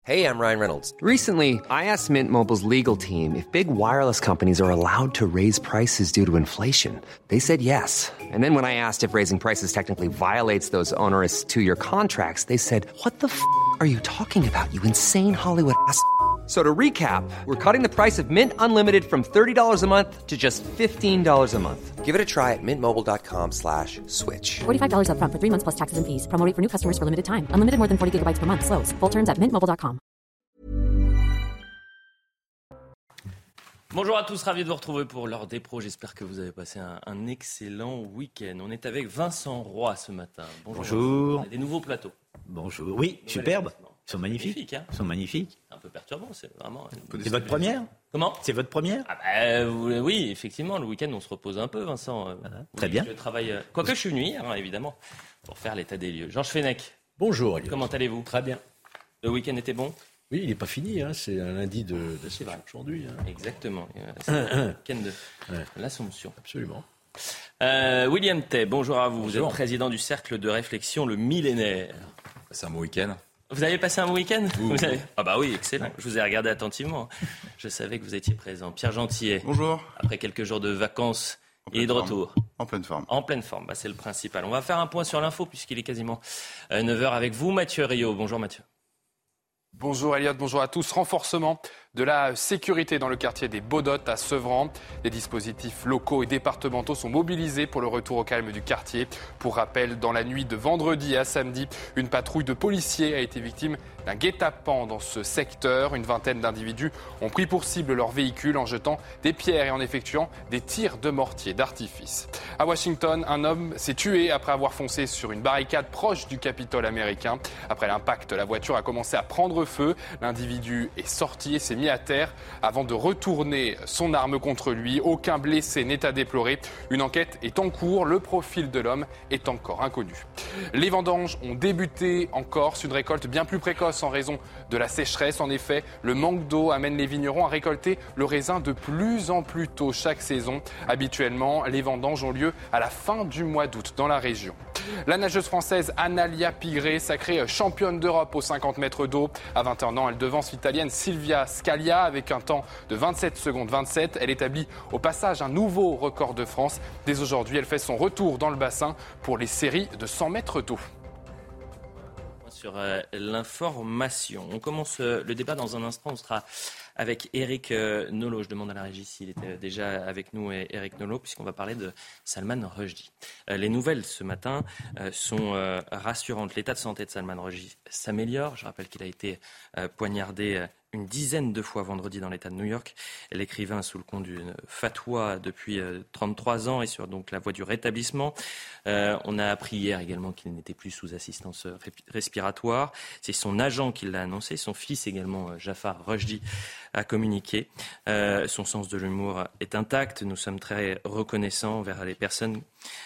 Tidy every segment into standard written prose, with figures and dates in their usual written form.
Hey, I'm Ryan Reynolds. Recently, I asked Mint Mobile's legal team if big wireless companies are allowed to raise prices due to inflation. They said yes. And then when I asked if raising prices technically violates those onerous two-year contracts, they said, "What the f*** are you talking about, you insane Hollywood ass?" So to recap, we're cutting the price of Mint Unlimited from $30 a month to just $15 a month. Give it a try at mintmobile.com/switch. $45 up front for 3 months plus taxes and fees. Promo rate for new customers for limited time. Unlimited more than 40 gigabytes per month. Slows full terms at mintmobile.com. Bonjour à tous, ravi de vous retrouver pour l'heure des pros. J'espère que vous avez passé un excellent week-end. On est avec Vincent Roy ce matin. Bonjour. On a des nouveaux plateaux. Bonjour. Oui, superbe. Ils sont magnifiques. Magnifique, hein. Ils sont magnifiques. Un peu perturbant, c'est vraiment... C'est votre première ? Comment ? C'est votre première ? Oui, effectivement, le week-end on se repose un peu, Vincent. Très bien. Je travaille... Quoique je suis venu hier, évidemment, pour faire l'état des lieux. Georges Fenech. Bonjour. Comment allez-vous ? Très bien. Le week-end était bon ? Oui, il n'est pas fini, hein. C'est un lundi de aujourd'hui. Hein. Exactement. C'est le week-end de l'Assomption. Absolument. William Tay, bonjour à vous. Bonjour. Vous êtes président du Cercle de réflexion Le Millénaire. C'est un bon week-end. Vous avez passé un bon week-end ? Oui. Ah bah oui, excellent. Je vous ai regardé attentivement. Je savais que vous étiez présent. Pierre Gentillet. Bonjour. Après quelques jours de vacances, il est de retour. En pleine forme. En pleine forme, c'est le principal. On va faire un point sur l'info puisqu'il est quasiment 9h avec vous, Mathieu Rio. Bonjour Mathieu. Bonjour Elliot, bonjour à tous. Renforcement de la sécurité dans le quartier des Baudottes à Sevran. Des dispositifs locaux et départementaux sont mobilisés pour le retour au calme du quartier. Pour rappel, dans la nuit de vendredi à samedi, une patrouille de policiers a été victime d'un guet-apens dans ce secteur. Une vingtaine d'individus ont pris pour cible leur véhicule en jetant des pierres et en effectuant des tirs de mortier d'artifice. À Washington, un homme s'est tué après avoir foncé sur une barricade proche du Capitole américain. Après l'impact, la voiture a commencé à prendre feu. L'individu est sorti et s'est mis à terre avant de retourner son arme contre lui. Aucun blessé n'est à déplorer. Une enquête est en cours. Le profil de l'homme est encore inconnu. Les vendanges ont débuté en Corse. Une récolte bien plus précoce en raison de la sécheresse. En effet, le manque d'eau amène les vignerons à récolter le raisin de plus en plus tôt chaque saison. Habituellement, les vendanges ont lieu à la fin du mois d'août dans la région. La nageuse française Analia Pigré, sacrée championne d'Europe aux 50 mètres d'eau. À 21 ans, elle devance l'Italienne Silvia Scalia avec un temps de 27 secondes 27. Elle établit au passage un nouveau record de France. Dès aujourd'hui, elle fait son retour dans le bassin pour les séries de 100 mètres d'eau. Sur l'information. On commence le débat dans un instant. On sera avec Éric Nolot. Je demande à la régie s'il était déjà avec nous, Éric Nolot, puisqu'on va parler de Salman Rushdie. Les nouvelles ce matin sont rassurantes. L'état de santé de Salman Rushdie s'améliore. Je rappelle qu'il a été poignardé une dizaine de fois vendredi dans l'État de New York. L'écrivain sous le coup d'une fatwa depuis 33 ans et sur donc la voie du rétablissement. On a appris hier également qu'il n'était plus sous assistance respiratoire. C'est son agent qui l'a annoncé. Son fils également, Jafar Rushdie, a communiqué. Son sens de l'humour est intact. Nous sommes très reconnaissants envers les personnes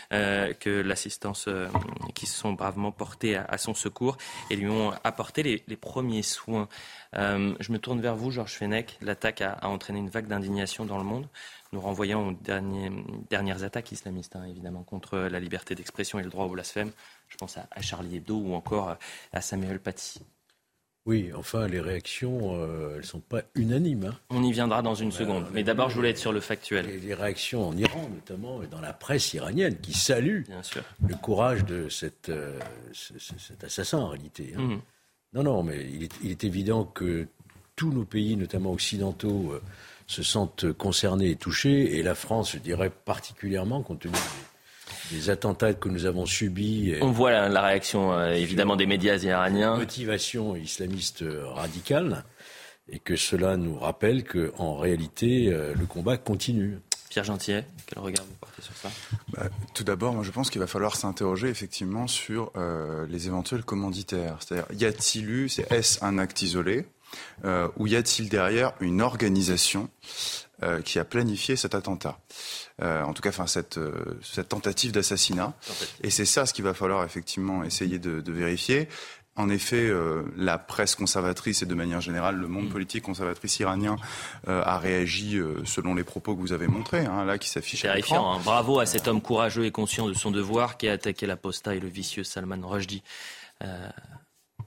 que l'assistance qui se sont bravement portées à son secours et lui ont apporté les premiers soins. Je me tourne vers vous, Georges Fenech. L'attaque a entraîné une vague d'indignation dans le monde, nous renvoyant aux dernières attaques islamistes, évidemment, contre la liberté d'expression et le droit au blasphème. Je pense à Charlie Hebdo ou encore à Samuel Paty. Oui, enfin, les réactions, elles ne sont pas unanimes. On y viendra dans une seconde. Mais d'abord, je voulais être sur le factuel. Les réactions en Iran, notamment, et dans la presse iranienne, qui salue le courage de cet assassin, en réalité. Non, mais il est évident que tous nos pays, notamment occidentaux, se sentent concernés et touchés. Et la France, je dirais particulièrement, compte tenu des attentats que nous avons subis. On voit la réaction, évidemment, des médias iraniens. Motivation islamiste radicale. Et que cela nous rappelle qu'en réalité, le combat continue. Pierre Gentillet, quel regard vous portez sur ça ? Tout d'abord, moi je pense qu'il va falloir s'interroger effectivement sur les éventuels commanditaires. C'est-à-dire, est-ce un acte isolé ou y a-t-il derrière une organisation qui a planifié cet attentat, en tout cas cette tentative d'assassinat. Et c'est ça ce qu'il va falloir effectivement essayer de vérifier. En effet, la presse conservatrice et de manière générale le monde politique conservatrice iranien a réagi selon les propos que vous avez montrés, là qui s'affichent à l'écran. Terrifiant. Bravo à cet homme courageux et conscient de son devoir qui a attaqué l'apostat et le vicieux Salman Rushdie.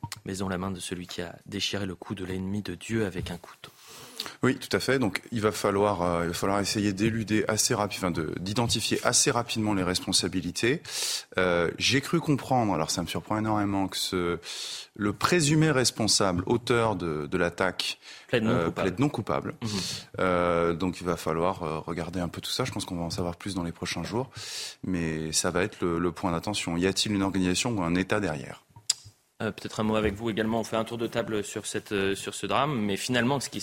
Baisons la main de celui qui a déchiré le cou de l'ennemi de Dieu avec un couteau. Oui, tout à fait. Donc, il va falloir essayer d'éluder d'identifier assez rapidement les responsabilités. J'ai cru comprendre, alors ça me surprend énormément, que le présumé responsable, auteur de l'attaque, plaide non coupable. Donc, il va falloir regarder un peu tout ça. Je pense qu'on va en savoir plus dans les prochains jours. Mais ça va être le point d'attention. Y a-t-il une organisation ou un État derrière ? Peut-être un mot avec vous également. On fait un tour de table sur ce drame, mais finalement, ce qui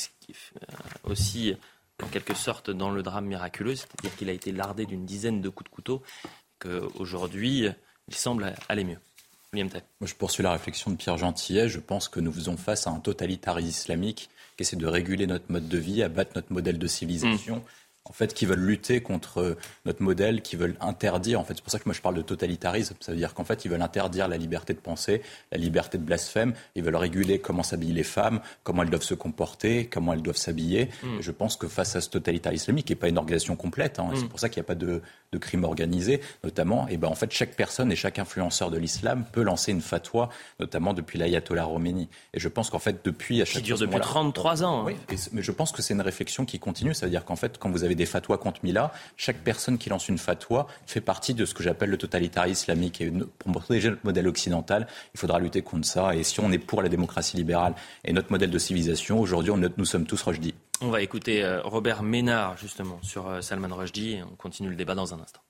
aussi, en quelque sorte, dans le drame miraculeux, c'est-à-dire qu'il a été lardé d'une dizaine de coups de couteau, qu'aujourd'hui, il semble aller mieux. William Tay. Moi, je poursuis la réflexion de Pierre Gentillet. Je pense que nous faisons face à un totalitarisme islamique qui essaie de réguler notre mode de vie, abattre notre modèle de civilisation. En fait, qui veulent lutter contre notre modèle, qui veulent interdire. En fait, c'est pour ça que moi je parle de totalitarisme. Ça veut dire qu'en fait, ils veulent interdire la liberté de penser, la liberté de blasphème. Ils veulent réguler comment s'habillent les femmes, comment elles doivent se comporter, comment elles doivent s'habiller. Et je pense que face à ce totalitarisme islamique, qui n'est pas une organisation complète, c'est pour ça qu'il n'y a pas de crime organisé, notamment. Et en fait, chaque personne et chaque influenceur de l'islam peut lancer une fatwa, notamment depuis l'ayatollah Khomeini. Et je pense qu'en fait, depuis qui dure depuis 33 ans. Oui, mais je pense que c'est une réflexion qui continue. Ça veut dire qu'en fait, quand vous avez des fatwas contre Mila, chaque personne qui lance une fatwa fait partie de ce que j'appelle le totalitarisme islamique. Et pour protéger notre modèle occidental, il faudra lutter contre ça. Et si on est pour la démocratie libérale et notre modèle de civilisation, aujourd'hui, nous sommes tous Rushdie. On va écouter Robert Ménard, justement, sur Salman Rushdie. On continue le débat dans un instant.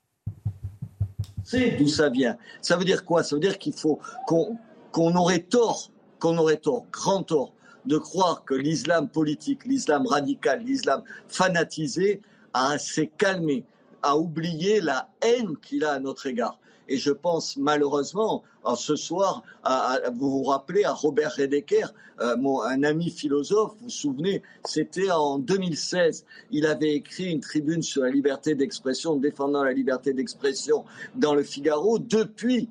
C'est d'où ça vient. Ça veut dire quoi ? Ça veut dire qu'il faut qu'on aurait tort, grand tort, de croire que l'islam politique, l'islam radical, l'islam fanatisé s'est calmé, a oublié la haine qu'il a à notre égard. Et je pense malheureusement, ce soir, vous vous rappelez à Robert Redeker, un ami philosophe, vous vous souvenez, c'était en 2016. Il avait écrit une tribune sur la liberté d'expression, défendant la liberté d'expression dans le Figaro. Depuis,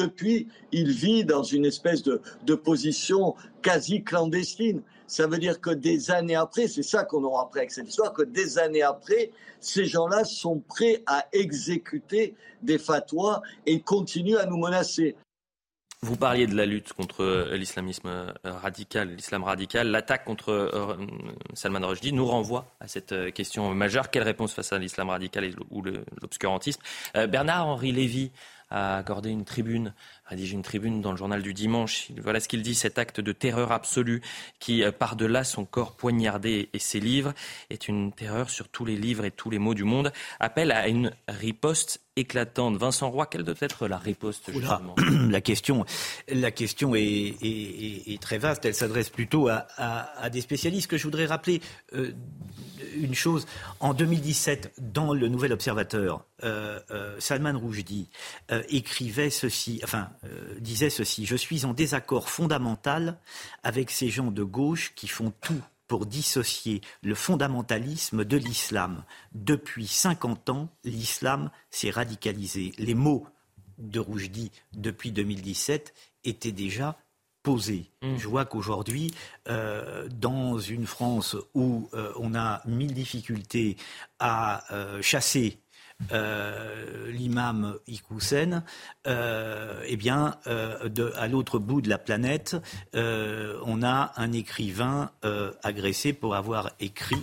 il vit dans une espèce de position quasi clandestine. Ça veut dire que des années après, c'est ça qu'on aura appris avec cette histoire, que des années après, ces gens-là sont prêts à exécuter des fatwas et continuent à nous menacer. Vous parliez de la lutte contre l'islamisme radical, l'islam radical. L'attaque contre Salman Rushdie nous renvoie à cette question majeure. Quelle réponse face à l'islam radical ou l'obscurantisme ? Bernard-Henri Lévy a accordé une tribune, rédigé une tribune dans le journal du dimanche. Voilà ce qu'il dit: cet acte de terreur absolue qui, par-delà son corps poignardé et ses livres, est une terreur sur tous les livres et tous les mots du monde, appelle à une riposte éclatante. Vincent Roy, quelle doit être la riposte, justement ? La question est très vaste. Elle s'adresse plutôt à des spécialistes. Que je voudrais rappeler une chose. En 2017, dans le Nouvel Observateur, Salman Rushdie disait ceci: je suis en désaccord fondamental avec ces gens de gauche qui font tout pour dissocier le fondamentalisme de l'islam. Depuis 50 ans, l'islam s'est radicalisé. Les mots de Rushdie depuis 2017 étaient déjà posés. Je vois qu'aujourd'hui, dans une France où on a 1000 difficultés à chasser l'imam Iqoussen, à l'autre bout de la planète, on a un écrivain agressé pour avoir écrit,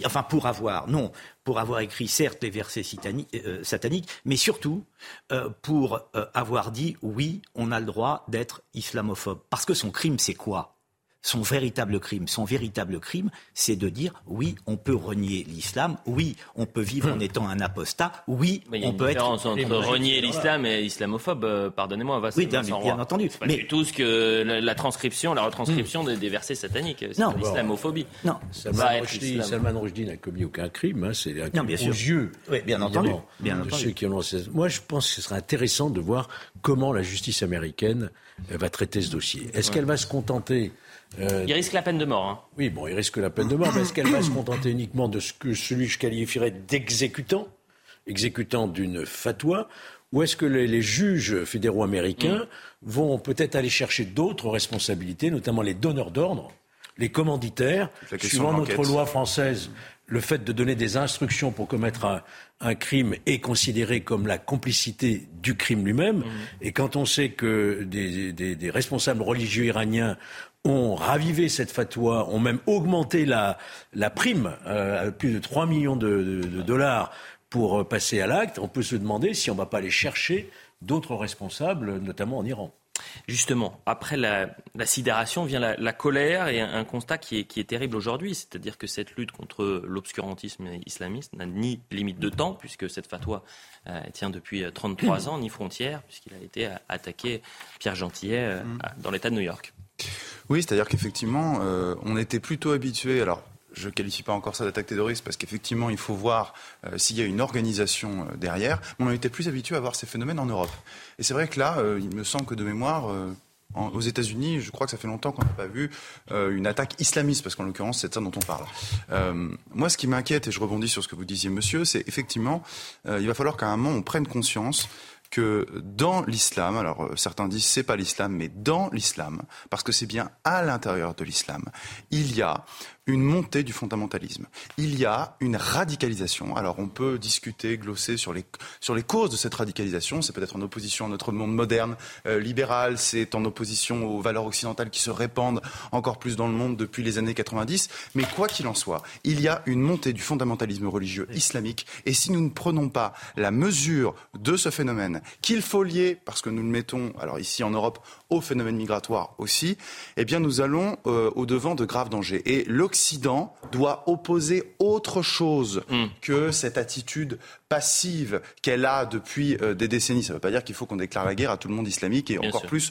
certes les versets sataniques, mais surtout pour avoir dit oui, on a le droit d'être islamophobe. Parce que son crime, c'est quoi ? Son véritable crime, c'est de dire oui, on peut renier l'islam, oui, on peut vivre en étant un apostat, oui, on peut être... Il y a une différence entre renier l'islam et islamophobe, pardonnez-moi. Oui, bien entendu. C'est pas du tout ce que la retranscription des versets sataniques, c'est l'islamophobie. Non, Salman Rushdie n'a commis aucun crime, c'est un crime aux yeux. Oui, bien entendu. De ceux qui ont lancé. Moi, je pense que ce serait intéressant de voir comment la justice américaine va traiter ce dossier. Est-ce qu'elle va se contenter... il risque la peine de mort. Hein. Oui, il risque la peine de mort, mais est-ce qu'elle va se contenter uniquement de ce que celui que je qualifierais d'exécutant d'une fatwa, ou est-ce que les juges fédéraux américains vont peut-être aller chercher d'autres responsabilités, notamment les donneurs d'ordre, les commanditaires, suivant notre loi française, le fait de donner des instructions pour commettre un crime est considéré comme la complicité du crime lui-même. Et quand on sait que des responsables religieux iraniens ont ravivé cette fatwa, ont même augmenté la prime à plus de 3 millions de dollars pour passer à l'acte, on peut se demander si on ne va pas aller chercher d'autres responsables, notamment en Iran. Justement, après la sidération vient la colère et un constat qui est terrible aujourd'hui, c'est-à-dire que cette lutte contre l'obscurantisme islamiste n'a ni limite de temps, puisque cette fatwa tient depuis 33 ans, ni frontière, puisqu'il a été attaqué, Pierre Gentillet, dans l'État de New York. Oui, c'est-à-dire qu'effectivement, on était plutôt habitués, alors je ne qualifie pas encore ça d'attaque terroriste parce qu'effectivement, il faut voir s'il y a une organisation derrière. Mais on était plus habitués à voir ces phénomènes en Europe. Et c'est vrai que là, il me semble que de mémoire, aux États-Unis, je crois que ça fait longtemps qu'on n'a pas vu une attaque islamiste, parce qu'en l'occurrence, c'est de ça dont on parle. Moi, ce qui m'inquiète, et je rebondis sur ce que vous disiez, monsieur, c'est effectivement, il va falloir qu'à un moment, on prenne conscience que dans l'islam, alors certains disent c'est pas l'islam, mais dans l'islam, parce que c'est bien à l'intérieur de l'islam, il y a une montée du fondamentalisme. Il y a une radicalisation. Alors on peut discuter, glosser sur les causes de cette radicalisation. C'est peut-être en opposition à notre monde moderne, libéral. C'est en opposition aux valeurs occidentales qui se répandent encore plus dans le monde depuis les années 90. Mais quoi qu'il en soit, il y a une montée du fondamentalisme religieux islamique. Et si nous ne prenons pas la mesure de ce phénomène, qu'il faut lier, parce que nous le mettons, alors ici en Europe, au phénomène migratoire aussi, eh bien nous allons au-devant de graves dangers. Et l'Occident doit opposer autre chose que cette attitude passive qu'elle a depuis des décennies. Ça ne veut pas dire qu'il faut qu'on déclare la guerre à tout le monde islamique et encore plus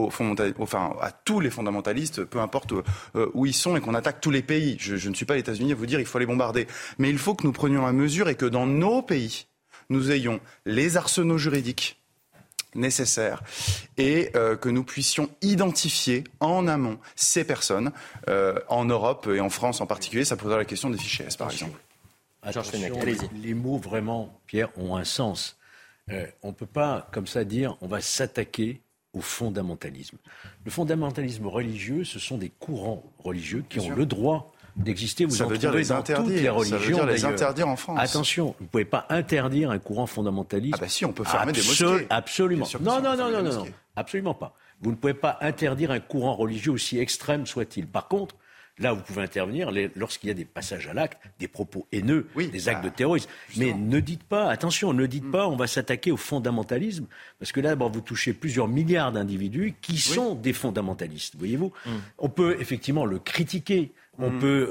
à tous les fondamentalistes, peu importe où ils sont, et qu'on attaque tous les pays. Je ne suis pas les États-Unis à vous dire qu'il faut les bombarder. Mais il faut que nous prenions la mesure et que dans nos pays, nous ayons les arsenaux juridiques nécessaires et que nous puissions identifier en amont ces personnes. En Europe et en France en particulier, ça posera la question des fichiers S, par exemple. Attention, les mots vraiment, Pierre, ont un sens. On ne peut pas, comme ça, dire on va s'attaquer au fondamentalisme. Le fondamentalisme religieux, ce sont des courants religieux qui ont le droit d'exister. Vous en trouvez dans toutes les religions. Ça veut dire les interdire en France. Attention, vous ne pouvez pas interdire un courant fondamentaliste. Ah bah si, on peut fermer des mosquées. Absolument. Non, absolument pas. Vous ne pouvez pas interdire un courant religieux aussi extrême soit-il. Par contre, là, vous pouvez intervenir lorsqu'il y a des passages à l'acte, des propos haineux, des actes de terrorisme. Justement. Mais ne dites pas, attention, on va s'attaquer au fondamentalisme, parce que là, vous touchez plusieurs milliards d'individus qui sont des fondamentalistes, voyez-vous. On peut effectivement le critiquer. On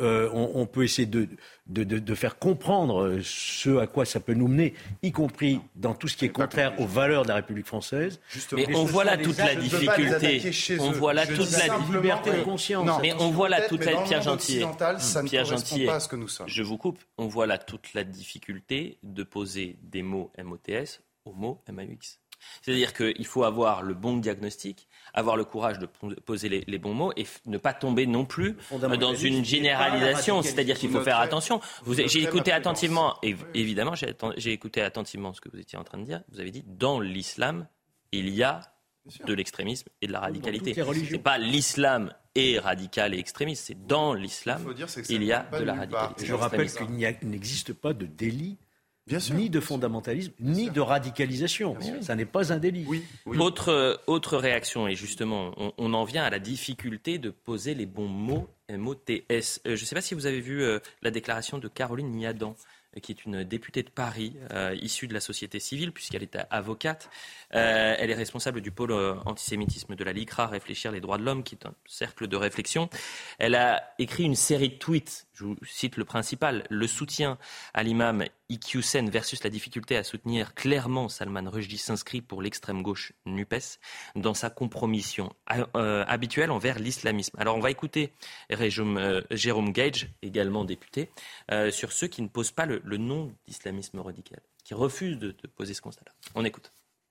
peut essayer de faire comprendre ce à quoi ça peut nous mener, y compris dans tout ce qui est contraire aux valeurs de la République française. Justement. Mais on voit là toute la difficulté. On voit là toute la liberté de conscience. Mais on voit là toute la Pierre Gentillet. Ça ne correspond pas à ce que nous sommes. Je vous coupe. On voit là toute la difficulté de poser des mots MOTS aux mots MAUX. C'est-à-dire qu'il faut avoir le bon diagnostic, avoir le courage de poser les bons mots et ne pas tomber non plus dans une généralisation. C'est-à-dire qu'il faut faire attention. J'ai écouté attentivement, et évidemment, j'ai écouté attentivement ce que vous étiez en train de dire. Vous avez dit, dans l'islam, il y a de l'extrémisme et de la radicalité. Ce n'est pas l'islam est radical et extrémiste, c'est dans l'islam, il y a de la radicalité. Je rappelle qu'il n'existe pas de délit. Ni de fondamentalisme, ni de radicalisation. Ça n'est pas un délit. Oui. Autre réaction, et justement, on en vient à la difficulté de poser les bons mots MOTS. Je ne sais pas si vous avez vu la déclaration de Caroline Niadan, qui est une députée de Paris, issue de la société civile, puisqu'elle est avocate. Elle est responsable du pôle antisémitisme de la LICRA, Réfléchir les droits de l'homme, qui est un cercle de réflexion. Elle a écrit une série de tweets, je vous cite le principal, le soutien à l'imam Iqiyoussen versus la difficulté à soutenir clairement Salman Rushdie s'inscrit pour l'extrême gauche NUPES dans sa compromission habituelle envers l'islamisme. Alors on va écouter Jérôme Gage, également député, sur ceux qui ne posent pas le nom d'islamisme radical, qui refusent de poser ce constat-là. On écoute.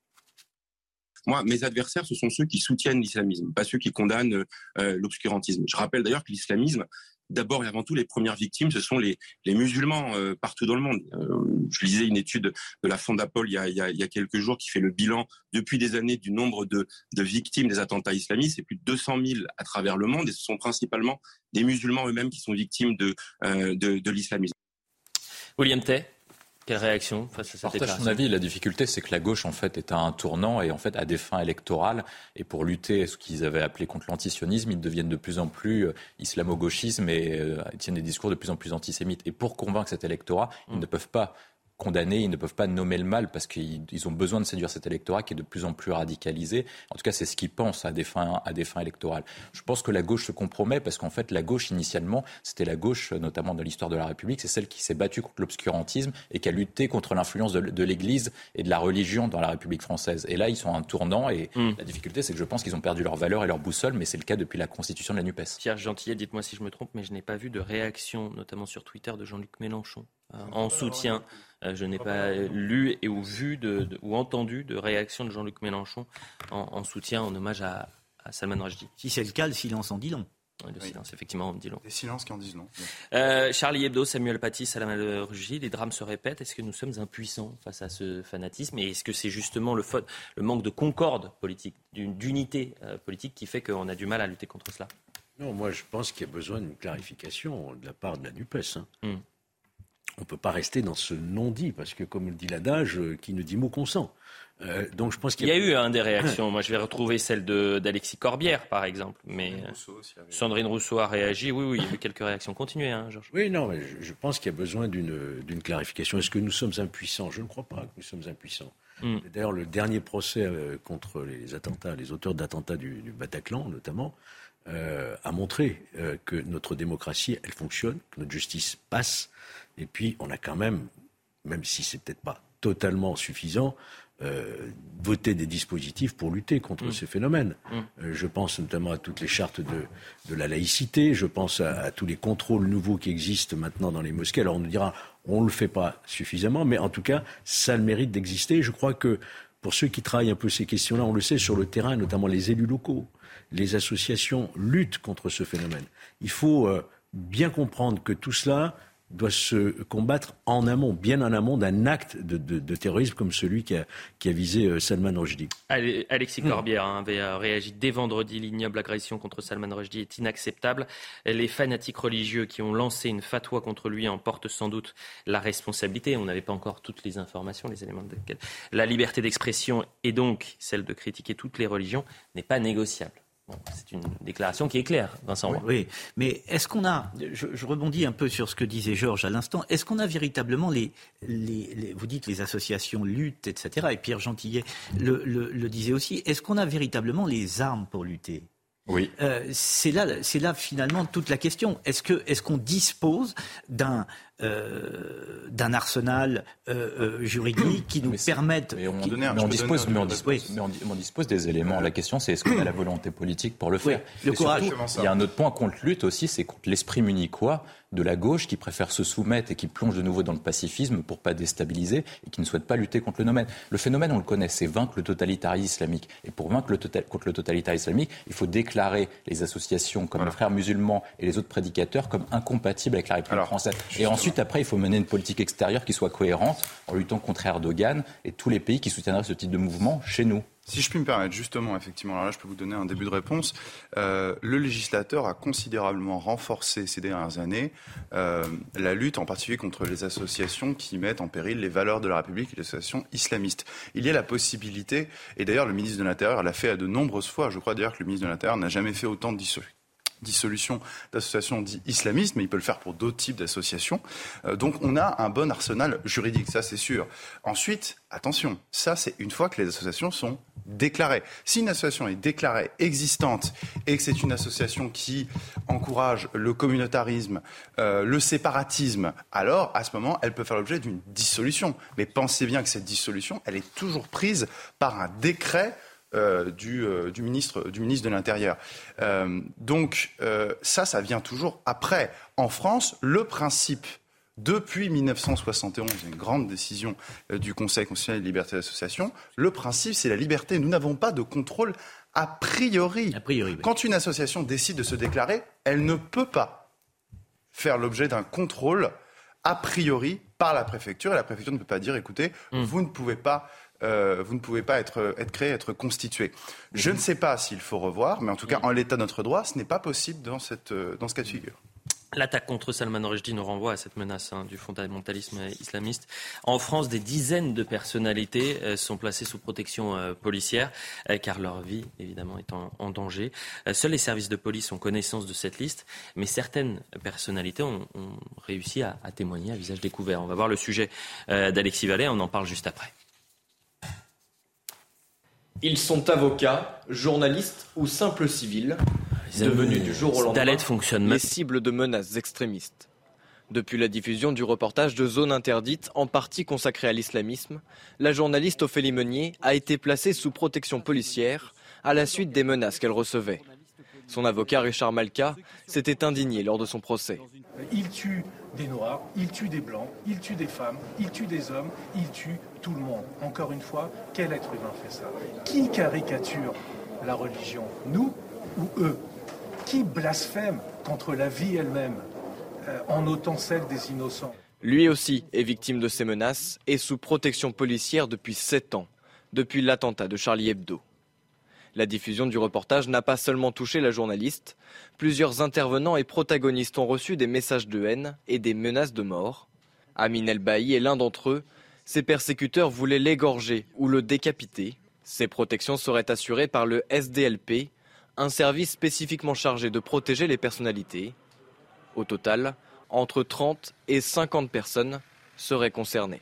Moi, mes adversaires, ce sont ceux qui soutiennent l'islamisme, pas ceux qui condamnent l'obscurantisme. Je rappelle d'ailleurs que l'islamisme, d'abord et avant tout, les premières victimes, ce sont les musulmans partout dans le monde. Je lisais une étude de la Fondapol il y a quelques jours qui fait le bilan depuis des années du nombre de victimes des attentats islamistes. C'est plus de 200 000 à travers le monde et ce sont principalement des musulmans eux-mêmes qui sont victimes de l'islamisme. William Tay, quelle réaction face à cette déclaration ? Je partage son avis. La difficulté, c'est que la gauche, en fait, est à un tournant et, en fait, à des fins électorales. Et pour lutter, ce qu'ils avaient appelé contre l'antisionisme, ils deviennent de plus en plus islamo-gauchisme et tiennent des discours de plus en plus antisémites. Et pour convaincre cet électorat, ils ne peuvent pas condamner, ils ne peuvent pas nommer le mal parce qu'ils ont besoin de séduire cet électorat qui est de plus en plus radicalisé. En tout cas, c'est ce qu'ils pensent à des fins électorales. Je pense que la gauche se compromet parce qu'en fait, la gauche, initialement, c'était la gauche, notamment dans l'histoire de la République, c'est celle qui s'est battue contre l'obscurantisme et qui a lutté contre l'influence de l'Église et de la religion dans la République française. Et là, ils sont à un tournant et la difficulté, c'est que je pense qu'ils ont perdu leur valeur et leur boussole, mais c'est le cas depuis la constitution de la NUPES. Pierre Gentillet, dites-moi si je me trompe, mais je n'ai pas vu de réaction, notamment sur Twitter, de Jean-Luc Mélenchon en soutien. Je n'ai pas lu ou vu ou entendu de réaction de Jean-Luc Mélenchon en soutien, en hommage à Salman Rushdie. Si c'est le cas, le silence en dit long. Oui, le silence, effectivement, en dit long. Des silences qui en disent long. Charlie Hebdo, Samuel Paty, Salman Rushdie, les drames se répètent. Est-ce que nous sommes impuissants face à ce fanatisme ? Et est-ce que c'est justement le manque de concorde politique, d'unité politique qui fait qu'on a du mal à lutter contre cela ? Non, moi je pense qu'il y a besoin d'une clarification de la part de la NUPES. On ne peut pas rester dans ce non-dit, parce que, comme le dit l'adage, qui ne dit mot consent. Donc, je pense qu'il y a eu des réactions. Moi, je vais retrouver celle d'Alexis Corbière, par exemple. Mais Sandrine Rousseau a réagi. Oui, il y a eu quelques réactions. Continuez, Georges. Oui, non, mais je pense qu'il y a besoin d'une clarification. Est-ce que nous sommes impuissants ? Je ne crois pas que nous sommes impuissants. D'ailleurs, le dernier procès contre les auteurs d'attentats du Bataclan, notamment, a montré que notre démocratie, elle fonctionne, que notre justice passe. Et puis, on a quand même si c'est peut-être pas totalement suffisant, voté des dispositifs pour lutter contre ces phénomènes. Je pense notamment à toutes les chartes de la laïcité, je pense à tous les contrôles nouveaux qui existent maintenant dans les mosquées. Alors on nous dira, on ne le fait pas suffisamment, mais en tout cas, ça a le mérite d'exister. Je crois que pour ceux qui travaillent un peu ces questions-là, on le sait, sur le terrain, notamment les élus locaux, les associations luttent contre ce phénomène. Il faut bien comprendre que tout cela doit se combattre en amont, bien en amont d'un acte de terrorisme comme celui qui a visé Salman Rushdie. Alexis Corbière avait réagi dès vendredi. L'ignoble agression contre Salman Rushdie est inacceptable. Les fanatiques religieux qui ont lancé une fatwa contre lui en portent sans doute la responsabilité. On n'avait pas encore toutes les informations, les éléments de laquelle. La liberté d'expression et donc celle de critiquer toutes les religions n'est pas négociable. Bon, c'est une déclaration qui est claire, Vincent Roy. Oui, mais est-ce qu'on a, je rebondis un peu sur ce que disait Georges à l'instant, est-ce qu'on a véritablement vous dites les associations luttent, etc., et Pierre Gentillet le disait aussi, est-ce qu'on a véritablement les armes pour lutter ? Oui. C'est là finalement toute la question. Est-ce qu'on dispose d'un arsenal juridique qui nous permette... On dispose des éléments. La question, c'est est-ce qu'on a la volonté politique pour le faire ? Le courage. Il y a un autre point contre lutte aussi, c'est contre l'esprit munichois de la gauche qui préfère se soumettre et qui plonge de nouveau dans le pacifisme pour pas déstabiliser et qui ne souhaite pas lutter contre le phénomène. Le phénomène, on le connaît, c'est vaincre le totalitarisme islamique. Et pour vaincre contre le totalitarisme islamique, il faut déclarer les associations comme les Frères musulmans et les autres prédicateurs comme incompatibles avec la République française. Et ensuite, après, il faut mener une politique extérieure qui soit cohérente en luttant contre Erdogan et tous les pays qui soutiendraient ce type de mouvement chez nous. Si je puis me permettre, justement, effectivement, alors là, je peux vous donner un début de réponse. Le législateur a considérablement renforcé ces dernières années la lutte, en particulier contre les associations qui mettent en péril les valeurs de la République et les associations islamistes. Il y a la possibilité, et d'ailleurs le ministre de l'Intérieur l'a fait à de nombreuses fois, je crois d'ailleurs que le ministre de l'Intérieur n'a jamais fait autant de dissolution d'associations dites islamistes, mais il peut le faire pour d'autres types d'associations. Donc on a un bon arsenal juridique, ça c'est sûr. Ensuite, attention, ça c'est une fois que les associations sont déclarées. Si une association est déclarée existante et que c'est une association qui encourage le communautarisme, le séparatisme, alors à ce moment, elle peut faire l'objet d'une dissolution. Mais pensez bien que cette dissolution, elle est toujours prise par un décret du ministre de l'Intérieur. Donc ça vient toujours après. En France, le principe, depuis 1971, une grande décision du Conseil constitutionnel de liberté d'association, le principe, c'est la liberté. Nous n'avons pas de contrôle a priori. Oui. Quand une association décide de se déclarer, elle ne peut pas faire l'objet d'un contrôle a priori par la préfecture. Et la préfecture ne peut pas dire, écoutez, vous ne pouvez pas être créé, être constitué. Je ne sais pas s'il faut revoir, mais en tout cas, en l'état de notre droit, ce n'est pas possible dans ce cas de figure. L'attaque contre Salman Rushdie nous renvoie à cette menace du fondamentalisme islamiste. En France, des dizaines de personnalités sont placées sous protection policière, car leur vie, évidemment, est en danger. Seuls les services de police ont connaissance de cette liste, mais certaines personnalités ont réussi à témoigner à visage découvert. On va voir le sujet d'Alexis Vallée, on en parle juste après. Ils sont avocats, journalistes ou simples civils, devenus du jour au lendemain les cibles de menaces extrémistes. Depuis la diffusion du reportage de Zone interdite, en partie consacré à l'islamisme, la journaliste Ophélie Meunier a été placée sous protection policière à la suite des menaces qu'elle recevait. Son avocat Richard Malka s'était indigné lors de son procès. Il tue des Noirs, il tue des Blancs, il tue des femmes, il tue des hommes, il tue tout le monde. Encore une fois, quel être humain fait ça? Qui caricature la religion? Nous ou eux? Qui blasphème contre la vie elle-même en ôtant celle des innocents? Lui aussi est victime de ces menaces et sous protection policière depuis 7 ans, depuis l'attentat de Charlie Hebdo. La diffusion du reportage n'a pas seulement touché la journaliste. Plusieurs intervenants et protagonistes ont reçu des messages de haine et des menaces de mort. Amin El-Bailly est l'un d'entre eux. Ses persécuteurs voulaient l'égorger ou le décapiter. Ces protections seraient assurées par le SDLP, un service spécifiquement chargé de protéger les personnalités. Au total, entre 30 et 50 personnes seraient concernées.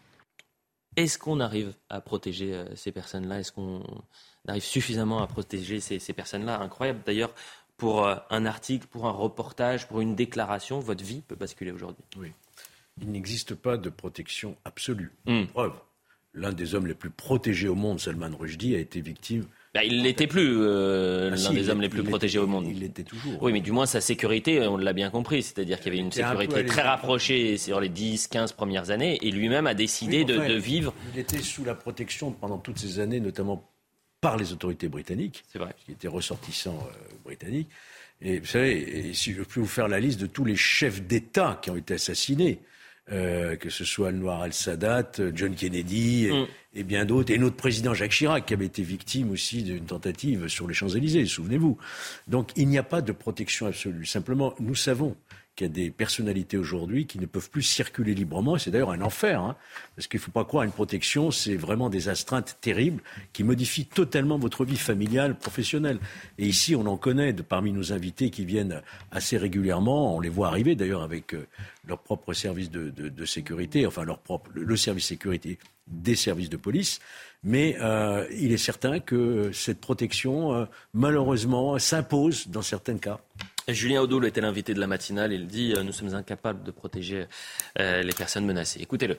Est-ce qu'on arrive à protéger ces personnes-là? Est-ce qu'on arrive suffisamment à protéger ces personnes-là? Incroyable d'ailleurs, pour un article, pour un reportage, pour une déclaration, votre vie peut basculer aujourd'hui. Oui. Il n'existe pas de protection absolue. Preuve, l'un des hommes les plus protégés au monde, Salman Rushdie, a été victime. Il ne l'était plus, l'un des hommes les plus protégés au monde. Il l'était toujours. Oui, mais du moins sa sécurité, on l'a bien compris. C'est-à-dire qu'il y avait une sécurité très rapprochée sur les 10-15 premières années. Et lui-même a décidé de vivre. Il était sous la protection pendant toutes ces années, notamment par les autorités britanniques. C'est vrai. Qui était ressortissant britannique. Et vous savez, si je peux vous faire la liste de tous les chefs d'État qui ont été assassinés, que ce soit Anwar al-Sadat, John Kennedy et bien d'autres, et notre président Jacques Chirac qui avait été victime aussi d'une tentative sur les Champs-Élysées, souvenez-vous. Donc il n'y a pas de protection absolue. Simplement, nous savons qu'il y a des personnalités aujourd'hui qui ne peuvent plus circuler librement, et c'est d'ailleurs un enfer, parce qu'il ne faut pas croire à une protection, c'est vraiment des astreintes terribles qui modifient totalement votre vie familiale, professionnelle. Et ici, on en connaît parmi nos invités qui viennent assez régulièrement, on les voit arriver d'ailleurs avec leur propre service de sécurité, enfin le service sécurité des services de police, mais il est certain que cette protection, malheureusement, s'impose dans certains cas. Julien Audoul était l'invité de la matinale. Il dit « Nous sommes incapables de protéger les personnes menacées ». Écoutez-le.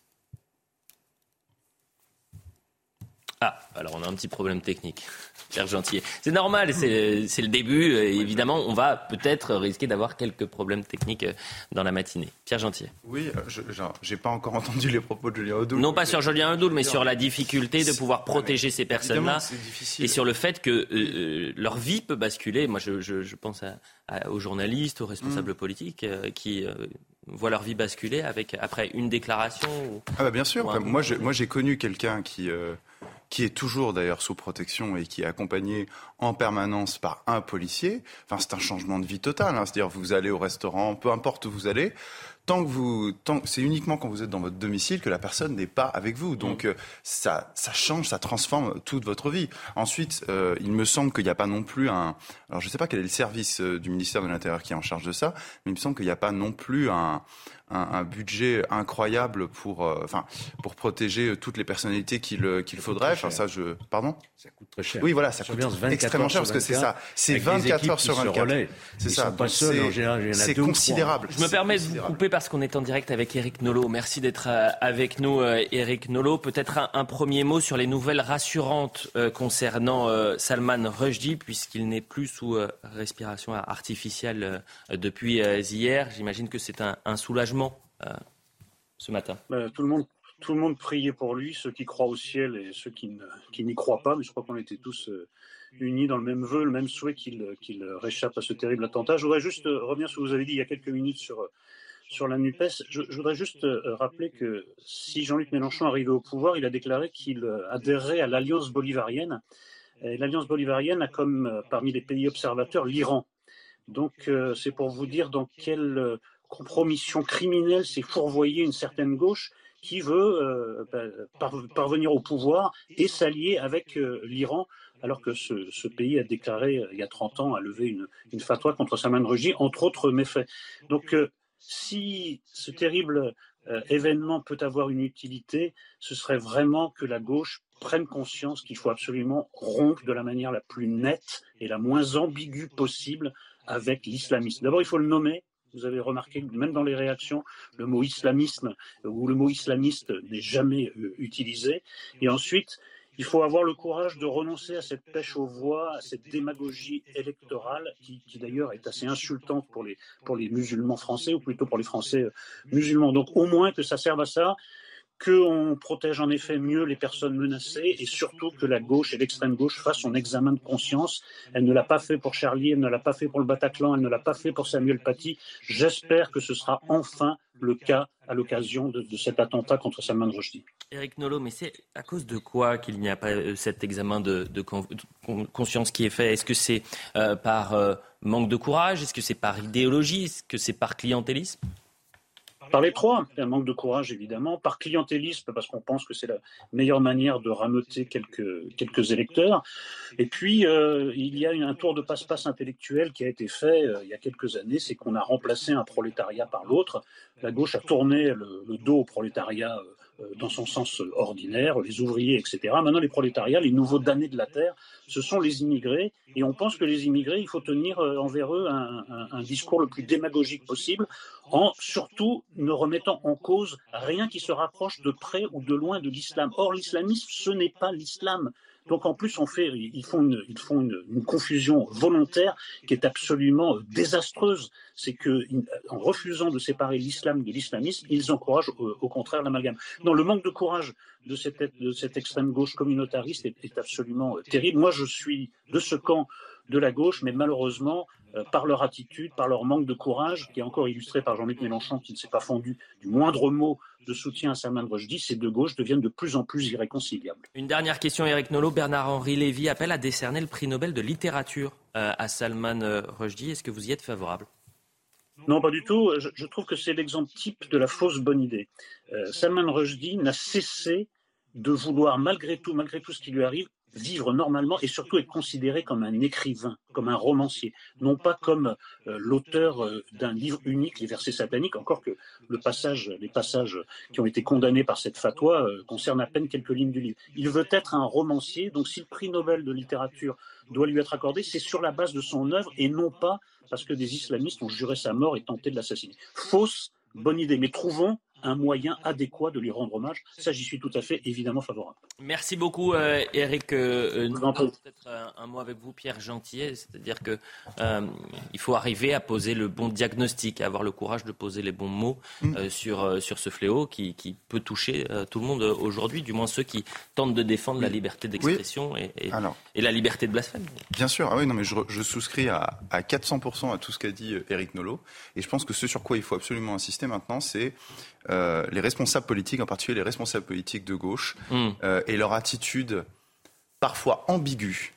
Ah, alors on a un petit problème technique. Pierre Gentillet. C'est normal, c'est le début. Évidemment, on va peut-être risquer d'avoir quelques problèmes techniques dans la matinée. Pierre Gentillet. Oui, j'ai pas encore entendu les propos de Julien Audoul. Non pas sur Julien Audoul, mais sur la difficulté de pouvoir protéger ces personnes-là. Et sur le fait que leur vie peut basculer. Moi, je pense aux journalistes, aux responsables politiques qui voient leur vie basculer après une déclaration. Ah bah bien sûr. Moi, j'ai connu quelqu'un qui est toujours d'ailleurs sous protection et qui est accompagné en permanence par un policier. Enfin, c'est un changement de vie total. C'est-à-dire, vous allez au restaurant, peu importe où vous allez, c'est uniquement quand vous êtes dans votre domicile que la personne n'est pas avec vous. Donc, ça change, ça transforme toute votre vie. Ensuite, il me semble qu'il n'y a pas non plus alors je ne sais pas quel est le service du ministère de l'Intérieur qui est en charge de ça, mais il me semble qu'il n'y a pas non plus un budget incroyable pour protéger toutes les personnalités qu'il faudrait. Enfin, ça, pardon ? Ça coûte très cher. Oui, voilà, ça coûte extrêmement cher parce que c'est ça. C'est 24 heures sur 24. C'est ça. Pas seuls, en général, il y en a c'est 2 ou 3. considérable. Je me permets de vous couper parce qu'on est en direct avec Éric Nolot. Merci d'être avec nous, Éric Nolot. Peut-être un premier mot sur les nouvelles rassurantes concernant Salman Rushdie, puisqu'il n'est plus sous respiration artificielle depuis hier. J'imagine que c'est un soulagement ce matin. Tout le monde priait pour lui, ceux qui croient au ciel et ceux qui n'y croient pas, mais je crois qu'on était tous unis dans le même vœu, le même souhait qu'il réchappe à ce terrible attentat. Je voudrais juste revenir sur ce que vous avez dit il y a quelques minutes sur la NUPES. Je voudrais juste rappeler que si Jean-Luc Mélenchon arrivait au pouvoir, il a déclaré qu'il adhérerait à l'Alliance bolivarienne. Et l'Alliance bolivarienne a comme parmi les pays observateurs l'Iran. Donc c'est pour vous dire dans quelle compromission criminelle s'est fourvoyée une certaine gauche qui veut parvenir au pouvoir et s'allier avec l'Iran, alors que ce pays a déclaré il y a 30 ans, a levé une fatwa contre Salman Rushdie, entre autres méfaits. Donc si ce terrible événement peut avoir une utilité, ce serait vraiment que la gauche prenne conscience qu'il faut absolument rompre de la manière la plus nette et la moins ambiguë possible avec l'islamisme. D'abord, il faut le nommer. Vous avez remarqué que même dans les réactions, le mot islamisme ou le mot islamiste n'est jamais utilisé. Et ensuite, il faut avoir le courage de renoncer à cette pêche aux voix, à cette démagogie électorale qui d'ailleurs est assez insultante pour les musulmans français, ou plutôt pour les Français musulmans. Donc au moins que ça serve à ça, qu'on protège en effet mieux les personnes menacées et surtout que la gauche et l'extrême gauche fassent son examen de conscience. Elle ne l'a pas fait pour Charlie, elle ne l'a pas fait pour le Bataclan, elle ne l'a pas fait pour Samuel Paty. J'espère que ce sera enfin le cas à l'occasion de cet attentat contre Salman Rushdie. Éric Nolot, mais c'est à cause de quoi qu'il n'y a pas cet examen de conscience qui est fait ? Est-ce que c'est par manque de courage ? Est-ce que c'est par idéologie ? Est-ce que c'est par clientélisme ? Par les trois, un manque de courage évidemment, par clientélisme parce qu'on pense que c'est la meilleure manière de rameuter quelques électeurs, et puis il y a un tour de passe-passe intellectuel qui a été fait il y a quelques années, c'est qu'on a remplacé un prolétariat par l'autre, la gauche a tourné le dos au prolétariat dans son sens ordinaire, les ouvriers, etc. Maintenant, les prolétariats, les nouveaux damnés de la terre, ce sont les immigrés. Et on pense que les immigrés, il faut tenir envers eux un discours le plus démagogique possible, en surtout ne remettant en cause rien qui se rapproche de près ou de loin de l'islam. Or, l'islamisme, ce n'est pas l'islam. Donc en plus, ils font une confusion volontaire qui est absolument désastreuse. C'est que en refusant de séparer l'islam de l'islamisme, ils encouragent au contraire l'amalgame. Non, le manque de courage de cette extrême gauche communautariste est absolument terrible. Moi, je suis de ce camp de la gauche, mais malheureusement, par leur attitude, par leur manque de courage, qui est encore illustré par Jean-Luc Mélenchon, qui ne s'est pas fendu du moindre mot de soutien à Salman Rushdie, ces deux gauches deviennent de plus en plus irréconciliables. Une dernière question, Éric Nolot. Bernard-Henri Lévy appelle à décerner le prix Nobel de littérature à Salman Rushdie. Est-ce que vous y êtes favorable ? Non, pas du tout. Je trouve que c'est l'exemple type de la fausse bonne idée. Salman Rushdie n'a cessé de vouloir, malgré tout ce qui lui arrive, vivre normalement et surtout être considéré comme un écrivain, comme un romancier, non pas comme l'auteur d'un livre unique, les versets sataniques, encore que les passages qui ont été condamnés par cette fatwa concernent à peine quelques lignes du livre. Il veut être un romancier, donc si le prix Nobel de littérature doit lui être accordé, c'est sur la base de son œuvre et non pas parce que des islamistes ont juré sa mort et tenté de l'assassiner. Fausse bonne idée, mais trouvons un moyen adéquat de lui rendre hommage. Ça, j'y suis tout à fait évidemment favorable. Merci beaucoup, Éric. Peut-être un mot avec vous, Pierre Gentillet. C'est-à-dire que il faut arriver à poser le bon diagnostic, à avoir le courage de poser les bons mots sur ce fléau qui peut toucher tout le monde aujourd'hui, du moins ceux qui tentent de défendre la liberté d'expression et la liberté de blasphème. Bien sûr. Ah oui, non, mais je souscris à 400% à tout ce qu'a dit Éric Nolot. Et je pense que ce sur quoi il faut absolument insister maintenant, c'est les responsables politiques, en particulier les responsables politiques de gauche, et leur attitude parfois ambiguë,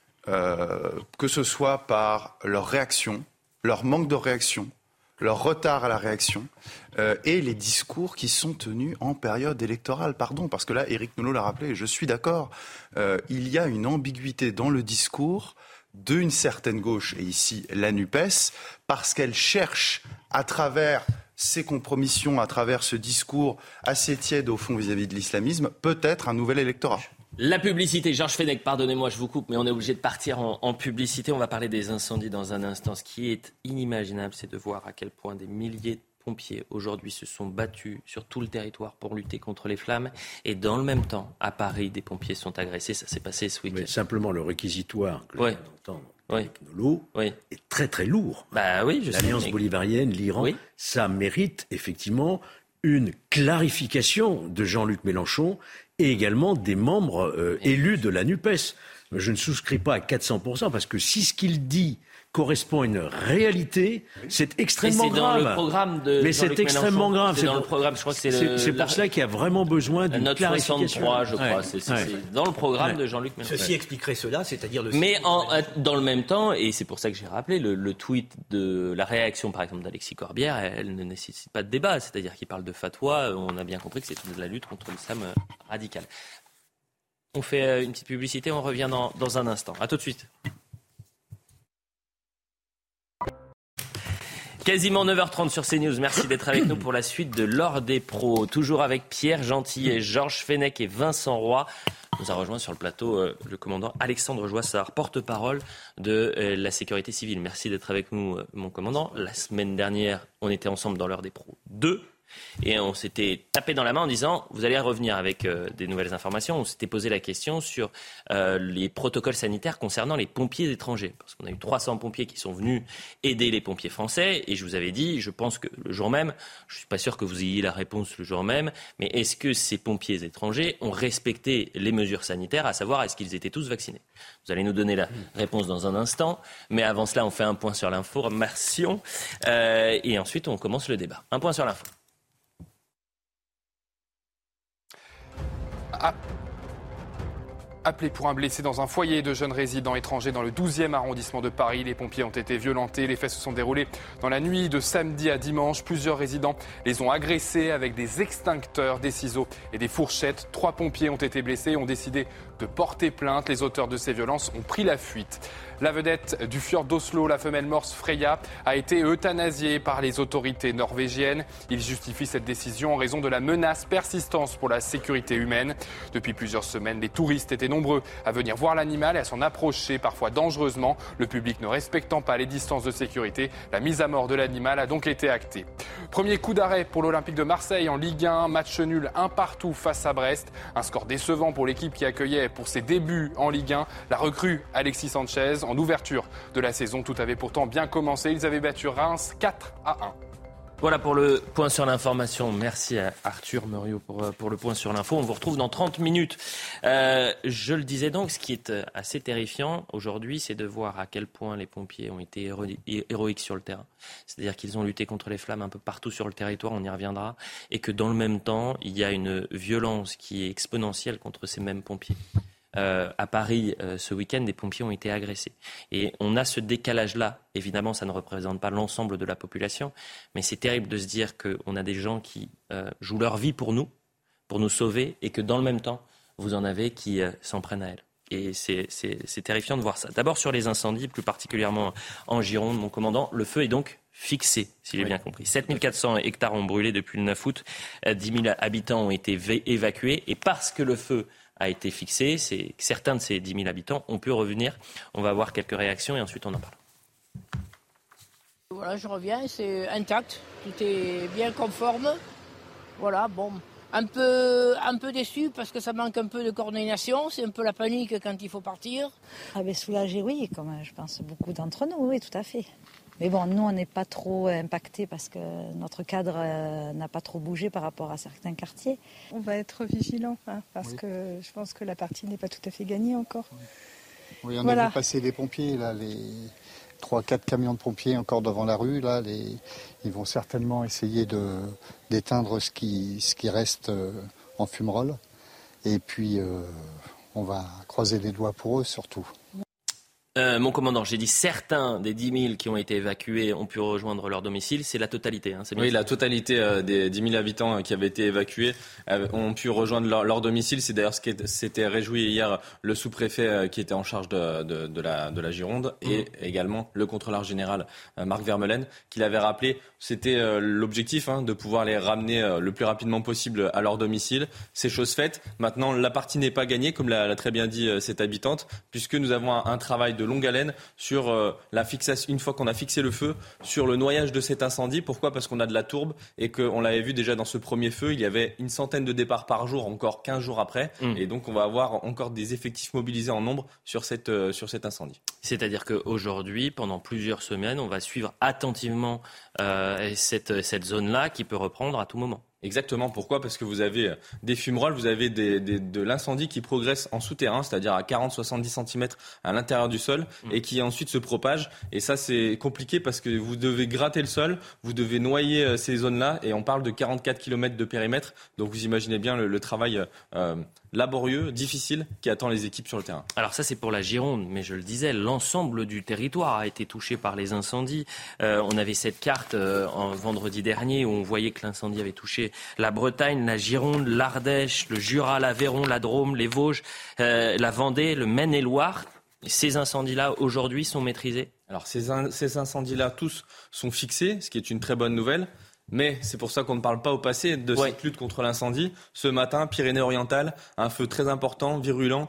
que ce soit par leur réaction, leur manque de réaction, leur retard à la réaction, et les discours qui sont tenus en période électorale. Pardon, parce que là, Éric Nolot l'a rappelé, je suis d'accord, il y a une ambiguïté dans le discours d'une certaine gauche, et ici la NUPES, parce qu'elle cherche à travers ces compromissions, à travers ce discours assez tiède au fond vis-à-vis de l'islamisme, peut-être un nouvel électorat. La publicité, Georges Fenech, pardonnez-moi, je vous coupe, mais on est obligé de partir en publicité. On va parler des incendies dans un instant. Ce qui est inimaginable, c'est de voir à quel point des milliers de pompiers aujourd'hui se sont battus sur tout le territoire pour lutter contre les flammes. Et dans le même temps, à Paris, des pompiers sont agressés. Ça s'est passé ce week-end. Mais simplement, le réquisitoire que je viens d'entendre avec Nolot est très très lourd. L'Alliance bolivarienne, l'Iran, ça mérite effectivement une clarification de Jean-Luc Mélenchon et également des membres élus de la NUPES. Je ne souscris pas à 400% parce que si ce qu'il dit correspond à une réalité, c'est extrêmement grave. C'est dans le programme de Mais Jean-Luc c'est extrêmement Mélenchon. grave. C'est dans le programme, je crois que c'est pour cela qu'il y a vraiment besoin d'une note clarification. 63, je crois. C'est dans le programme de Jean-Luc Mélenchon. Ceci expliquerait cela, c'est-à-dire le... Mais dans le même temps, et c'est pour ça que j'ai rappelé, le tweet de la réaction, par exemple, d'Alexis Corbière, elle ne nécessite pas de débat. C'est-à-dire qu'il parle de fatwa. On a bien compris que c'est de la lutte contre l'islam radical. On fait une petite publicité, on revient dans un instant. À tout de suite. Quasiment 9h30 sur CNews. Merci d'être avec nous pour la suite de l'Or des pros. Toujours avec Pierre Gentillet, Georges Fenech et Vincent Roy. Nous a rejoint sur le plateau le commandant Alexandre Joissard, porte-parole de la sécurité civile. Merci d'être avec nous, mon commandant. La semaine dernière, on était ensemble dans l'Heure des pros 2. Et on s'était tapé dans la main en disant vous allez revenir avec des nouvelles informations. On s'était posé la question sur les protocoles sanitaires concernant les pompiers étrangers. Parce qu'on a eu 300 pompiers qui sont venus aider les pompiers français. Et je vous avais dit, je pense que le jour même, je ne suis pas sûr que vous ayez la réponse le jour même, mais est-ce que ces pompiers étrangers ont respecté les mesures sanitaires, à savoir est-ce qu'ils étaient tous vaccinés ? Vous allez nous donner la réponse dans un instant. Mais avant cela, on fait un point sur l'information. Et ensuite, on commence le débat. Un point sur l'info. Appelé pour un blessé dans un foyer de jeunes résidents étrangers dans le 12e arrondissement de Paris. Les pompiers ont été violentés. Les faits se sont déroulés dans la nuit de samedi à dimanche. Plusieurs résidents les ont agressés avec des extincteurs, des ciseaux et des fourchettes. 3 pompiers ont été blessés et ont décidé de porter plainte. Les auteurs de ces violences ont pris la fuite. La vedette du fjord d'Oslo, la femelle morse Freya, a été euthanasiée par les autorités norvégiennes. Ils justifient cette décision en raison de la menace persistante pour la sécurité humaine. Depuis plusieurs semaines, les touristes étaient nombreux à venir voir l'animal et à s'en approcher, parfois dangereusement. Le public ne respectant pas les distances de sécurité, la mise à mort de l'animal a donc été actée. Premier coup d'arrêt pour l'Olympique de Marseille en Ligue 1. Match nul 1-1 face à Brest. Un score décevant pour l'équipe qui accueillait pour ses débuts en Ligue 1 la recrue Alexis Sanchez. En ouverture de la saison, tout avait pourtant bien commencé. Ils avaient battu Reims 4-1. Voilà pour le point sur l'information. Merci à Arthur Muriot pour le point sur l'info. On vous retrouve dans 30 minutes. Je le disais donc, ce qui est assez terrifiant aujourd'hui, c'est de voir à quel point les pompiers ont été héroïques sur le terrain. C'est-à-dire qu'ils ont lutté contre les flammes un peu partout sur le territoire, on y reviendra, et que dans le même temps, il y a une violence qui est exponentielle contre ces mêmes pompiers. À Paris, ce week-end, des pompiers ont été agressés. Et on a ce décalage-là. Évidemment, ça ne représente pas l'ensemble de la population, mais c'est terrible de se dire qu'on a des gens qui jouent leur vie pour nous sauver, et que dans le même temps, vous en avez qui s'en prennent à elles. Et c'est terrifiant de voir ça. D'abord sur les incendies, plus particulièrement en Gironde, mon commandant, le feu est donc fixé, si j'ai bien compris. 7400 hectares ont brûlé depuis le 9 août, 10 000 habitants ont été évacués, et parce que le feu a été fixé, c'est que certains de ces 10 000 habitants ont pu revenir. On va avoir quelques réactions et ensuite on en parle. Voilà, je reviens, c'est intact, tout est bien conforme. Voilà, bon, un peu déçu parce que ça manque un peu de coordination, c'est un peu la panique quand il faut partir. Ah ben soulagé, oui, comme je pense beaucoup d'entre nous, oui, tout à fait. Mais bon, nous, on n'est pas trop impactés parce que notre cadre n'a pas trop bougé par rapport à certains quartiers. On va être vigilants, parce que je pense que la partie n'est pas tout à fait gagnée encore. Oui, on a vu passer les pompiers, là, les 3-4 camions de pompiers encore devant la rue. Là, ils vont certainement essayer d'éteindre ce qui reste en fumerolles. Et puis, on va croiser les doigts pour eux surtout. Mon commandant, j'ai dit certains des 10 000 qui ont été évacués ont pu rejoindre leur domicile. C'est la totalité, hein, c'est bien. Oui, la totalité des 10 000 habitants qui avaient été évacués ont pu rejoindre leur domicile. C'est d'ailleurs ce qui s'était réjoui hier le sous-préfet qui était en charge de la Gironde et également le contrôleur général Marc Vermeulen qui l'avait rappelé. C'était l'objectif de pouvoir les ramener le plus rapidement possible à leur domicile. C'est chose faite. Maintenant, la partie n'est pas gagnée, comme l'a très bien dit cette habitante, puisque nous avons un travail de longue haleine sur la fixation, une fois qu'on a fixé le feu, sur le noyage de cet incendie. Pourquoi ? Parce qu'on a de la tourbe et qu'on l'avait vu déjà dans ce premier feu, il y avait une centaine de départs par jour, encore 15 jours après. Et donc on va avoir encore des effectifs mobilisés en nombre sur cet incendie. C'est-à-dire qu'aujourd'hui, pendant plusieurs semaines, on va suivre attentivement cette zone-là qui peut reprendre à tout moment. Exactement. Pourquoi ? Parce que vous avez des fumerolles, vous avez de l'incendie qui progresse en souterrain, c'est-à-dire à 40-70 cm à l'intérieur du sol et qui ensuite se propage. Et ça, c'est compliqué parce que vous devez gratter le sol, vous devez noyer ces zones-là et on parle de 44 km de périmètre. Donc vous imaginez bien le travail laborieux, difficile qui attend les équipes sur le terrain. Alors ça, c'est pour la Gironde, mais je le disais, l'ensemble du territoire a été touché par les incendies. On avait cette carte vendredi dernier où on voyait que l'incendie avait touché la Bretagne, la Gironde, l'Ardèche, le Jura, l'Aveyron, la Drôme, les Vosges, la Vendée, le Maine-et-Loire. Ces incendies-là, aujourd'hui, sont maîtrisés ? Alors ces incendies-là, tous sont fixés, ce qui est une très bonne nouvelle. Mais c'est pour ça qu'on ne parle pas au passé de cette lutte contre l'incendie. Ce matin, Pyrénées-Orientales, un feu très important, virulent,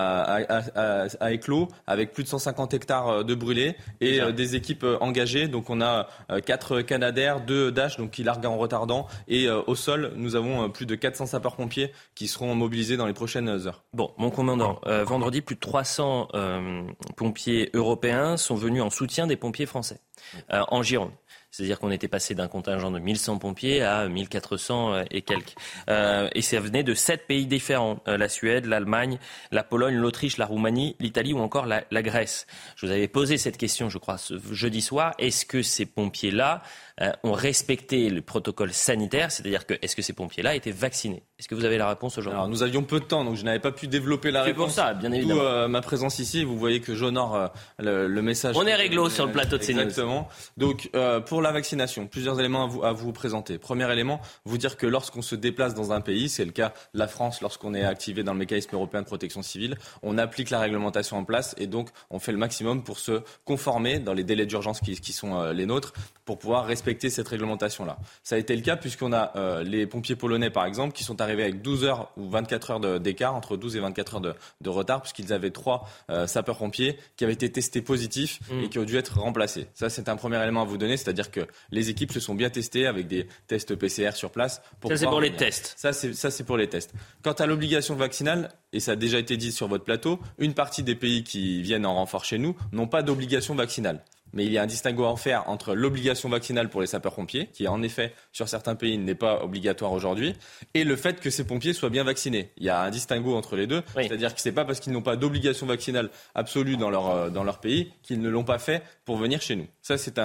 a éclos, avec plus de 150 hectares de brûlés et des équipes engagées. Donc on a 4 Canadair, 2 Dash, donc qui larguent en retardant. Et au sol, nous avons plus de 400 sapeurs-pompiers qui seront mobilisés dans les prochaines heures. Bon, mon commandant, vendredi, plus de 300 pompiers européens sont venus en soutien des pompiers français en Gironde. C'est-à-dire qu'on était passé d'un contingent de 1100 pompiers à 1400 et quelques. Et ça venait de 7 pays différents. La Suède, l'Allemagne, la Pologne, l'Autriche, la Roumanie, l'Italie ou encore la Grèce. Je vous avais posé cette question, je crois, ce jeudi soir. Est-ce que ces pompiers-là ont respecté le protocole sanitaire ? C'est-à-dire que est-ce que ces pompiers-là étaient vaccinés ? Est-ce que vous avez la réponse aujourd'hui ? Alors nous avions peu de temps, donc je n'avais pas pu développer la réponse. C'est pour ça, bien évidemment. D'où ma présence ici. Vous voyez que j'honore le message. On est réglo sur le plateau de CNews. Exactement. Donc pour la vaccination, plusieurs éléments à vous présenter. Premier élément, vous dire que lorsqu'on se déplace dans un pays, c'est le cas de la France lorsqu'on est activé dans le mécanisme européen de protection civile, on applique la réglementation en place et donc on fait le maximum pour se conformer dans les délais d'urgence qui sont les nôtres pour pouvoir respecter cette réglementation-là. Ça a été le cas puisqu'on a les pompiers polonais par exemple qui sont arrivés avec 12 heures ou 24 heures d'écart, entre 12 et 24 heures de retard puisqu'ils avaient 3 sapeurs-pompiers qui avaient été testés positifs et qui ont dû être remplacés. Ça c'est un premier élément à vous donner, c'est-à-dire que les équipes se sont bien testées avec des tests PCR sur place. Ça c'est pour les tests. Ça c'est pour les tests. Quant à l'obligation vaccinale, et ça a déjà été dit sur votre plateau, une partie des pays qui viennent en renfort chez nous n'ont pas d'obligation vaccinale. Mais il y a un distinguo à en faire entre l'obligation vaccinale pour les sapeurs-pompiers, qui en effet, sur certains pays, n'est pas obligatoire aujourd'hui, et le fait que ces pompiers soient bien vaccinés. Il y a un distinguo entre les deux, c'est-à-dire que c'est pas parce qu'ils n'ont pas d'obligation vaccinale absolue dans leur pays qu'ils ne l'ont pas fait pour venir chez nous. Ça, c'est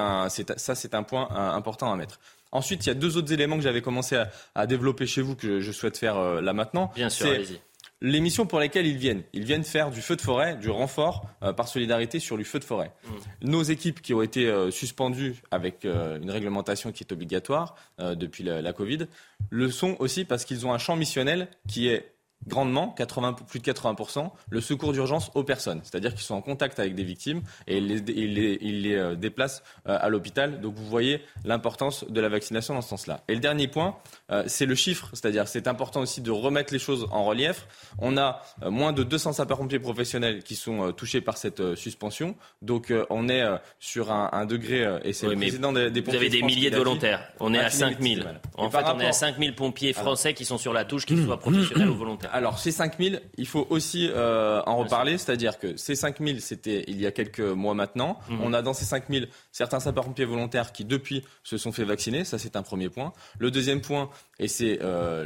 un point important à mettre. Ensuite, il y a 2 autres éléments que j'avais commencé à développer chez vous que je souhaite faire là maintenant. Bien sûr, allez-y. Les missions pour lesquelles ils viennent faire du feu de forêt, du renfort par solidarité sur du feu de forêt. Nos équipes qui ont été suspendues avec une réglementation qui est obligatoire depuis la Covid, le sont aussi parce qu'ils ont un champ missionnel qui est grandement, plus de 80%, le secours d'urgence aux personnes. C'est-à-dire qu'ils sont en contact avec des victimes et ils les déplacent à l'hôpital. Donc vous voyez l'importance de la vaccination dans ce sens-là. Et le dernier point, c'est le chiffre. C'est-à-dire c'est important aussi de remettre les choses en relief. On a moins de 200 sapeurs-pompiers professionnels qui sont touchés par cette suspension. Donc on est sur un degré, et c'est le président des pompiers. Vous avez des milliers de volontaires. On est à 5000. En fait, on est à 5000 pompiers français qui sont sur la touche, qu'ils soient professionnels ou volontaires. Alors, ces 5000, il faut aussi en reparler, c'est-à-dire que ces 5000, c'était il y a quelques mois maintenant. On a dans ces 5000 certains sapeurs-pompiers volontaires qui, depuis, se sont fait vacciner. Ça, c'est un premier point. Le deuxième point, et c'est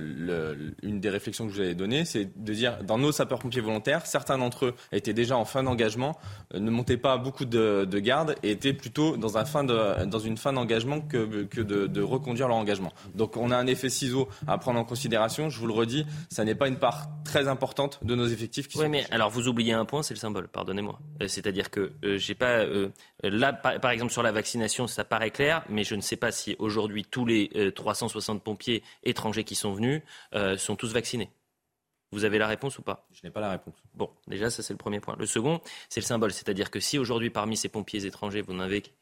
une des réflexions que je vous avais données, c'est de dire, dans nos sapeurs-pompiers volontaires, certains d'entre eux étaient déjà en fin d'engagement, ne montaient pas beaucoup de garde et étaient plutôt dans une fin d'engagement que de reconduire leur engagement. Donc, on a un effet ciseau à prendre en considération. Je vous le redis, ça n'est pas une part très importante de nos effectifs qui sont... Oui, mais alors vous oubliez un point, c'est le symbole, pardonnez-moi. C'est-à-dire que j'ai pas... là, par exemple, sur la vaccination, ça paraît clair, mais je ne sais pas si aujourd'hui tous les 360 pompiers étrangers qui sont venus sont tous vaccinés. Vous avez la réponse ou pas ? Je n'ai pas la réponse. Bon, déjà, ça c'est le premier point. Le second, c'est le symbole. C'est-à-dire que si aujourd'hui, parmi ces pompiers étrangers, vous n'en avez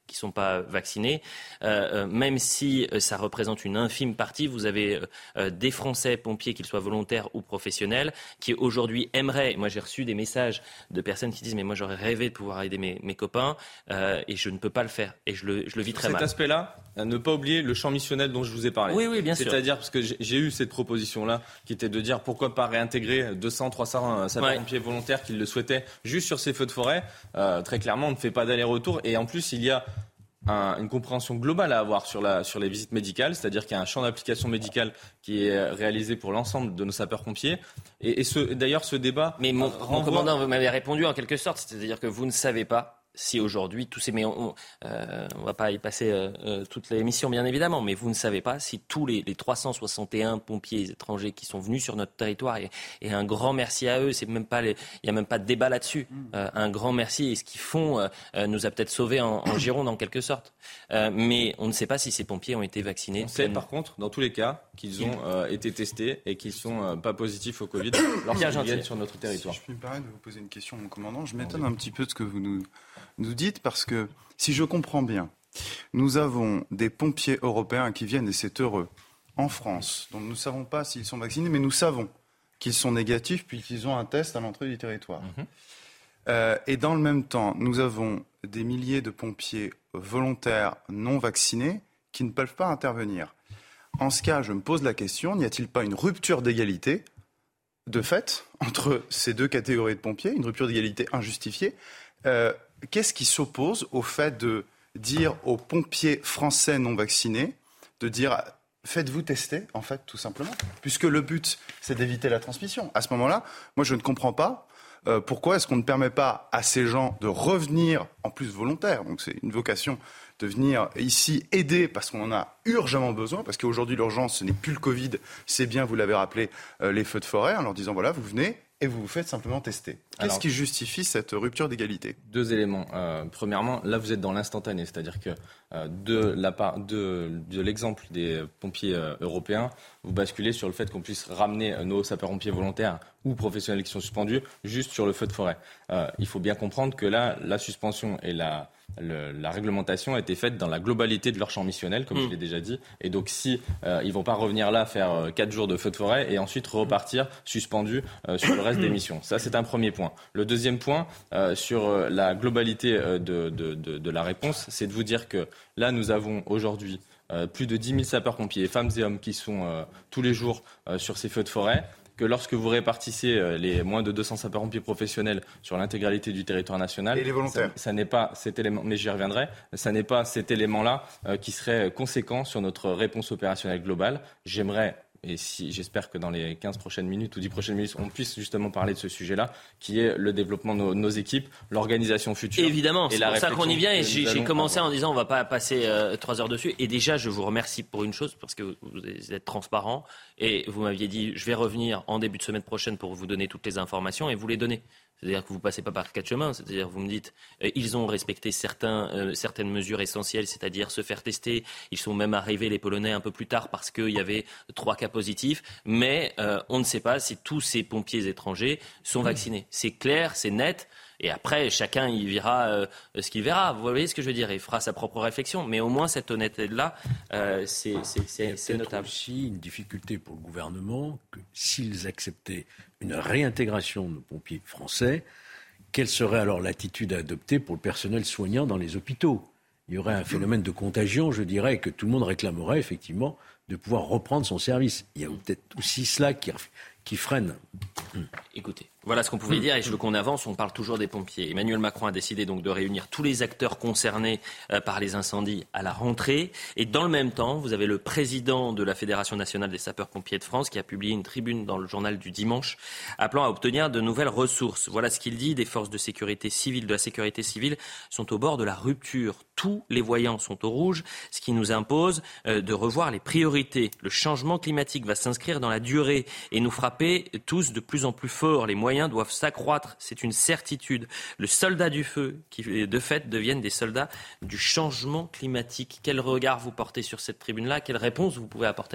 qui ne sont pas vaccinés. Même si ça représente une infime partie, vous avez des Français pompiers, qu'ils soient volontaires ou professionnels, qui aujourd'hui aimeraient. Moi, j'ai reçu des messages de personnes qui disent mais moi j'aurais rêvé de pouvoir aider mes copains et je ne peux pas le faire. Et je le vis très mal. Cet aspect-là, ne pas oublier le champ missionnel dont je vous ai parlé. Oui, bien sûr. C'est-à-dire, parce que j'ai eu cette proposition-là, qui était de dire pourquoi pas réintégrer 200, 300 sapeurs-pompiers volontaires qui le souhaitaient juste sur ces feux de forêt. Très clairement, on ne fait pas d'aller-retour. Et en plus, il y a une compréhension globale à avoir sur les visites médicales, c'est-à-dire qu'il y a un champ d'application médicale qui est réalisé pour l'ensemble de nos sapeurs-pompiers. Et d'ailleurs, ce débat... Mais mon commandant, vous m'avez répondu en quelque sorte, c'est-à-dire que vous ne savez pas si aujourd'hui, mais on va pas y passer toute l'émission bien évidemment, mais vous ne savez pas si tous les 361 pompiers étrangers qui sont venus sur notre territoire, et un grand merci à eux, il n'y a même pas de débat là-dessus, un grand merci, et ce qu'ils font nous a peut-être sauvés en Gironde en quelque sorte, mais on ne sait pas si ces pompiers ont été vaccinés. On sait par contre, dans tous les cas, qu'ils ont été testés et qu'ils ne sont pas positifs au Covid lorsqu'ils viennent sur notre territoire. Si je puis me permettre de vous poser une question, mon commandant, je m'étonne un petit peu de ce que vous nous dites, parce que si je comprends bien, nous avons des pompiers européens qui viennent, et c'est heureux, en France, dont nous ne savons pas s'ils sont vaccinés, mais nous savons qu'ils sont négatifs puis qu'ils ont un test à l'entrée du territoire. Et dans le même temps, nous avons des milliers de pompiers volontaires non vaccinés qui ne peuvent pas intervenir. En ce cas, je me pose la question, n'y a-t-il pas une rupture d'égalité de fait entre ces deux catégories de pompiers, une rupture d'égalité injustifiée? Qu'est-ce qui s'oppose au fait de dire aux pompiers français non vaccinés, de dire faites-vous tester, en fait, tout simplement, puisque le but, c'est d'éviter la transmission. À ce moment-là, moi, je ne comprends pas pourquoi est-ce qu'on ne permet pas à ces gens de revenir, en plus volontaires, donc c'est une vocation de venir ici aider, parce qu'on en a urgemment besoin, parce qu'aujourd'hui, l'urgence, ce n'est plus le Covid, c'est bien, vous l'avez rappelé, les feux de forêt, en leur disant, voilà, vous venez et vous vous faites simplement tester. Qu'est-ce qui justifie cette rupture d'égalité ? 2 éléments. Premièrement, là, vous êtes dans l'instantané, c'est-à-dire que de l'exemple des pompiers européens, vous basculez sur le fait qu'on puisse ramener nos sapeurs-pompiers volontaires ou professionnels qui sont suspendus juste sur le feu de forêt. Il faut bien comprendre que là, la suspension et la réglementation a été faite dans la globalité de leur champ missionnel, comme je l'ai déjà dit. Et donc, si ils vont pas revenir là faire 4 jours de feu de forêt et ensuite repartir suspendus sur le reste des missions. Ça, c'est un premier point. Le deuxième point, sur la globalité de la réponse, c'est de vous dire que là, nous avons aujourd'hui plus de 10 000 sapeurs-pompiers, femmes et hommes, qui sont tous les jours sur ces feux de forêt. Que lorsque vous répartissez les moins de 200 sapeurs-pompiers professionnels sur l'intégralité du territoire national, et les volontaires, ça n'est pas cet élément, mais j'y reviendrai, ça n'est pas cet élément-là qui serait conséquent sur notre réponse opérationnelle globale. Et j'espère que dans les 15 prochaines minutes ou 10 prochaines minutes, on puisse justement parler de ce sujet-là, qui est le développement de nos équipes, l'organisation future. Évidemment, c'est pour ça qu'on y vient. Et j'ai commencé en disant on ne va pas passer 3 heures dessus. Et déjà, je vous remercie pour une chose, parce que vous êtes transparent. Et vous m'aviez dit, je vais revenir en début de semaine prochaine pour vous donner toutes les informations, et vous les donnez. C'est-à-dire que vous ne passez pas par 4 chemins. C'est-à-dire que vous me dites, ils ont respecté certaines mesures essentielles, c'est-à-dire se faire tester. Ils sont même arrivés, les Polonais, un peu plus tard parce qu'il y avait 3 cas positifs. Mais on ne sait pas si tous ces pompiers étrangers sont vaccinés. C'est clair, c'est net. Et après, chacun y verra ce qu'il verra. Vous voyez ce que je veux dire ? Il fera sa propre réflexion. Mais au moins, cette honnêteté-là, c'est notable. Il y a aussi une difficulté pour le gouvernement que s'ils acceptaient une réintégration de nos pompiers français, quelle serait alors l'attitude à adopter pour le personnel soignant dans les hôpitaux ? Il y aurait un phénomène de contagion, je dirais, que tout le monde réclamerait effectivement de pouvoir reprendre son service. Il y a peut-être aussi cela qui freine. Écoutez, voilà ce qu'on pouvait dire et je veux qu'on avance. On parle toujours des pompiers. Emmanuel Macron a décidé donc de réunir tous les acteurs concernés par les incendies à la rentrée. Et dans le même temps, vous avez le président de la Fédération nationale des sapeurs-pompiers de France qui a publié une tribune dans le journal du dimanche appelant à obtenir de nouvelles ressources. Voilà ce qu'il dit. Des forces de sécurité civile, de la sécurité civile sont au bord de la rupture. Tous les voyants sont au rouge, ce qui nous impose de revoir les priorités. Le changement climatique va s'inscrire dans la durée et nous frapper tous de plus en plus fort. Les moyens doivent s'accroître, c'est une certitude. Le soldat du feu, qui de fait deviennent des soldats du changement climatique. Quel regard vous portez sur cette tribune-là ? Quelle réponse vous pouvez apporter à cela ?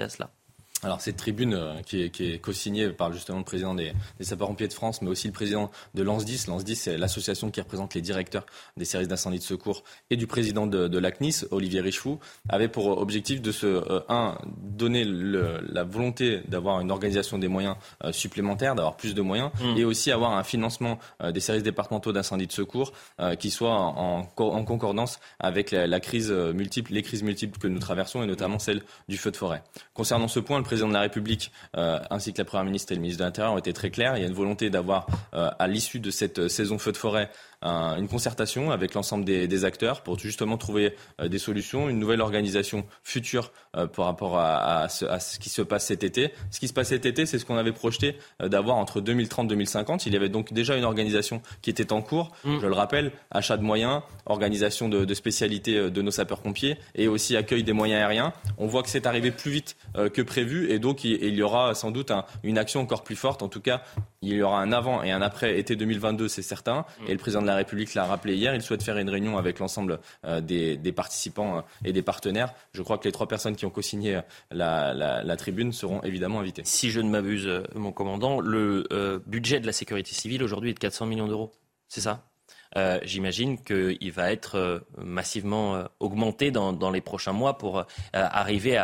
Alors cette tribune qui est co-signée par justement le président des sapeurs-pompiers de France, mais aussi le président de l'ANSDIS. L'ANSDIS, c'est l'association qui représente les directeurs des services d'incendie de secours, et du président de l'ACNIS, Olivier Richefou, avait pour objectif de donner la volonté d'avoir une organisation des moyens supplémentaires, d'avoir plus de moyens, et aussi avoir un financement des services départementaux d'incendie de secours qui soit en concordance avec les crises multiples que nous traversons, et notamment celle du feu de forêt. Concernant ce point, le président de la République ainsi que la Première ministre et le ministre de l'Intérieur ont été très clairs. Il y a une volonté d'avoir, à l'issue de cette saison feu de forêt, une concertation avec l'ensemble des acteurs pour justement trouver des solutions, une nouvelle organisation future par rapport à ce qui se passe cet été. Ce qui se passe cet été, c'est ce qu'on avait projeté d'avoir entre 2030 et 2050. Il y avait donc déjà une organisation qui était en cours. Je le rappelle, achat de moyens, organisation de spécialités de nos sapeurs-pompiers et aussi accueil des moyens aériens. On voit que c'est arrivé plus vite que prévu, et donc il y aura sans doute une action encore plus forte. En tout cas, il y aura un avant et un après été 2022, c'est certain. Et le président de la République l'a rappelé hier, il souhaite faire une réunion avec l'ensemble des participants et des partenaires. Je crois que les 3 personnes qui ont co-signé la tribune seront évidemment invitées. Si je ne m'abuse, mon commandant, le budget de la sécurité civile aujourd'hui est de 400 millions d'euros. C'est ça ? J'imagine qu'il va être massivement augmenté dans les prochains mois pour arriver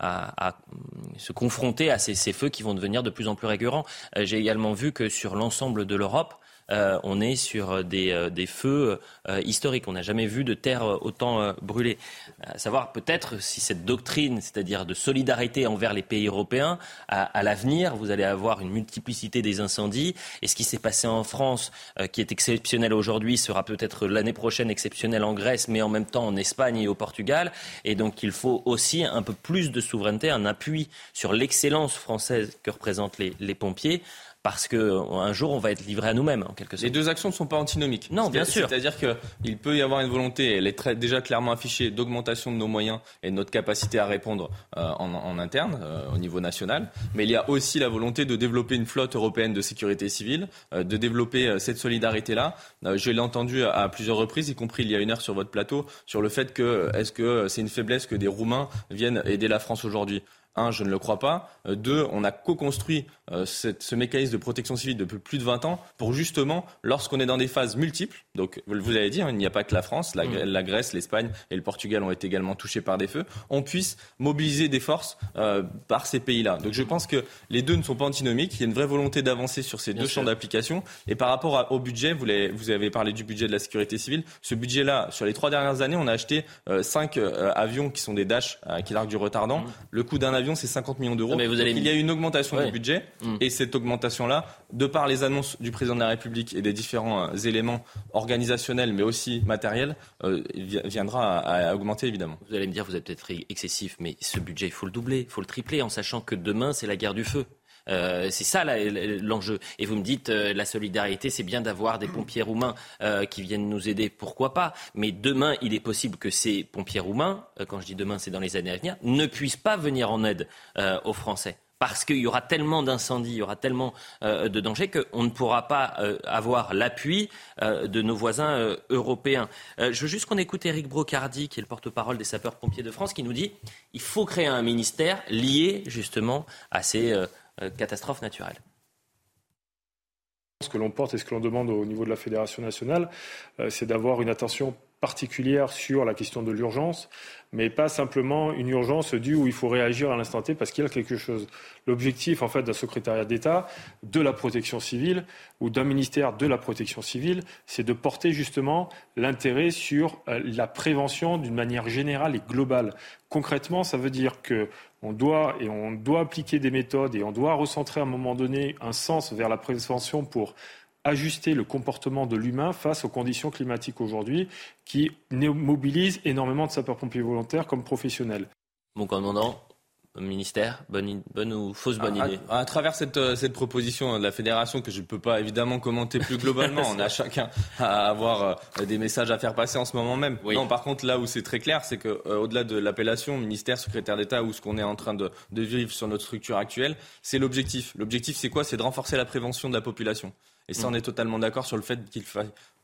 à se confronter à ces feux qui vont devenir de plus en plus récurrents. J'ai également vu que sur l'ensemble de l'Europe, on est sur des feux historiques. On n'a jamais vu de terre autant brûlée. À savoir peut-être si cette doctrine, c'est-à-dire de solidarité envers les pays européens, à l'avenir, vous allez avoir une multiplicité des incendies. Et ce qui s'est passé en France, qui est exceptionnel aujourd'hui, sera peut-être l'année prochaine exceptionnel en Grèce, mais en même temps en Espagne et au Portugal. Et donc il faut aussi un peu plus de souveraineté, un appui sur l'excellence française que représentent les pompiers. Parce qu'un jour, on va être livré à nous-mêmes, en quelque sorte. Les 2 actions ne sont pas antinomiques. Non, bien sûr. C'est-à-dire qu'il peut y avoir une volonté, elle est déjà clairement affichée, d'augmentation de nos moyens et de notre capacité à répondre en interne, au niveau national. Mais il y a aussi la volonté de développer une flotte européenne de sécurité civile, de développer cette solidarité-là. Je l'ai entendu à plusieurs reprises, y compris il y a 1 heure sur votre plateau, sur le fait que est-ce que c'est une faiblesse que des Roumains viennent aider la France aujourd'hui ? 1, je ne le crois pas. 2, on a co-construit ce mécanisme de protection civile depuis plus de 20 ans pour justement, lorsqu'on est dans des phases multiples, donc vous l'avez dit, il n'y a pas que la France, la Grèce, l'Espagne et le Portugal ont été également touchés par des feux, on puisse mobiliser des forces par ces pays-là. Donc je pense que les 2 ne sont pas antinomiques, il y a une vraie volonté d'avancer sur ces 2 champs d'application. Et par rapport au budget, vous avez parlé du budget de la sécurité civile, ce budget-là, sur les 3 dernières années, on a acheté 5 avions qui sont des Dash, qui larguent du retardant. Le coût d'un avion, c'est 50 millions d'euros. Mais il y a une augmentation du budget, et cette augmentation-là, de par les annonces du président de la République et des différents éléments organisationnels, mais aussi matériels, viendra à augmenter évidemment. Vous allez me dire, vous êtes peut-être excessif, mais ce budget, il faut le doubler, il faut le tripler, en sachant que demain, c'est la guerre du feu. C'est ça l'enjeu. Et vous me dites, la solidarité, c'est bien d'avoir des pompiers roumains qui viennent nous aider, pourquoi pas. Mais demain, il est possible que ces pompiers roumains, quand je dis demain, c'est dans les années à venir, ne puissent pas venir en aide aux Français. Parce qu'il y aura tellement d'incendies, il y aura tellement de dangers qu'on ne pourra pas avoir l'appui de nos voisins européens. Je veux juste qu'on écoute Éric Brocardi, qui est le porte-parole des sapeurs-pompiers de France, qui nous dit qu'il faut créer un ministère lié justement à ces catastrophes naturelles. Ce que l'on porte et ce que l'on demande au niveau de la Fédération nationale, c'est d'avoir une attention particulière sur la question de l'urgence, mais pas simplement une urgence due où il faut réagir à l'instant T parce qu'il y a quelque chose. L'objectif, en fait, d'un secrétariat d'État, de la protection civile ou d'un ministère de la protection civile, c'est de porter justement l'intérêt sur la prévention d'une manière générale et globale. Concrètement, ça veut dire qu'on doit appliquer des méthodes et on doit recentrer à un moment donné un sens vers la prévention pour ajuster le comportement de l'humain face aux conditions climatiques aujourd'hui qui mobilisent énormément de sapeurs-pompiers volontaires comme professionnels. Mon commandant, ministère, bonne ou fausse bonne idée? À travers cette proposition de la Fédération, que je ne peux pas évidemment commenter plus globalement, on a chacun à avoir des messages à faire passer en ce moment même. Oui. Non, par contre, là où c'est très clair, c'est qu'au-delà de l'appellation ministère, secrétaire d'État ou ce qu'on est en train de vivre sur notre structure actuelle, c'est l'objectif. L'objectif, c'est quoi? C'est de renforcer la prévention de la population. Et ça, on est totalement d'accord sur le fait qu'il faille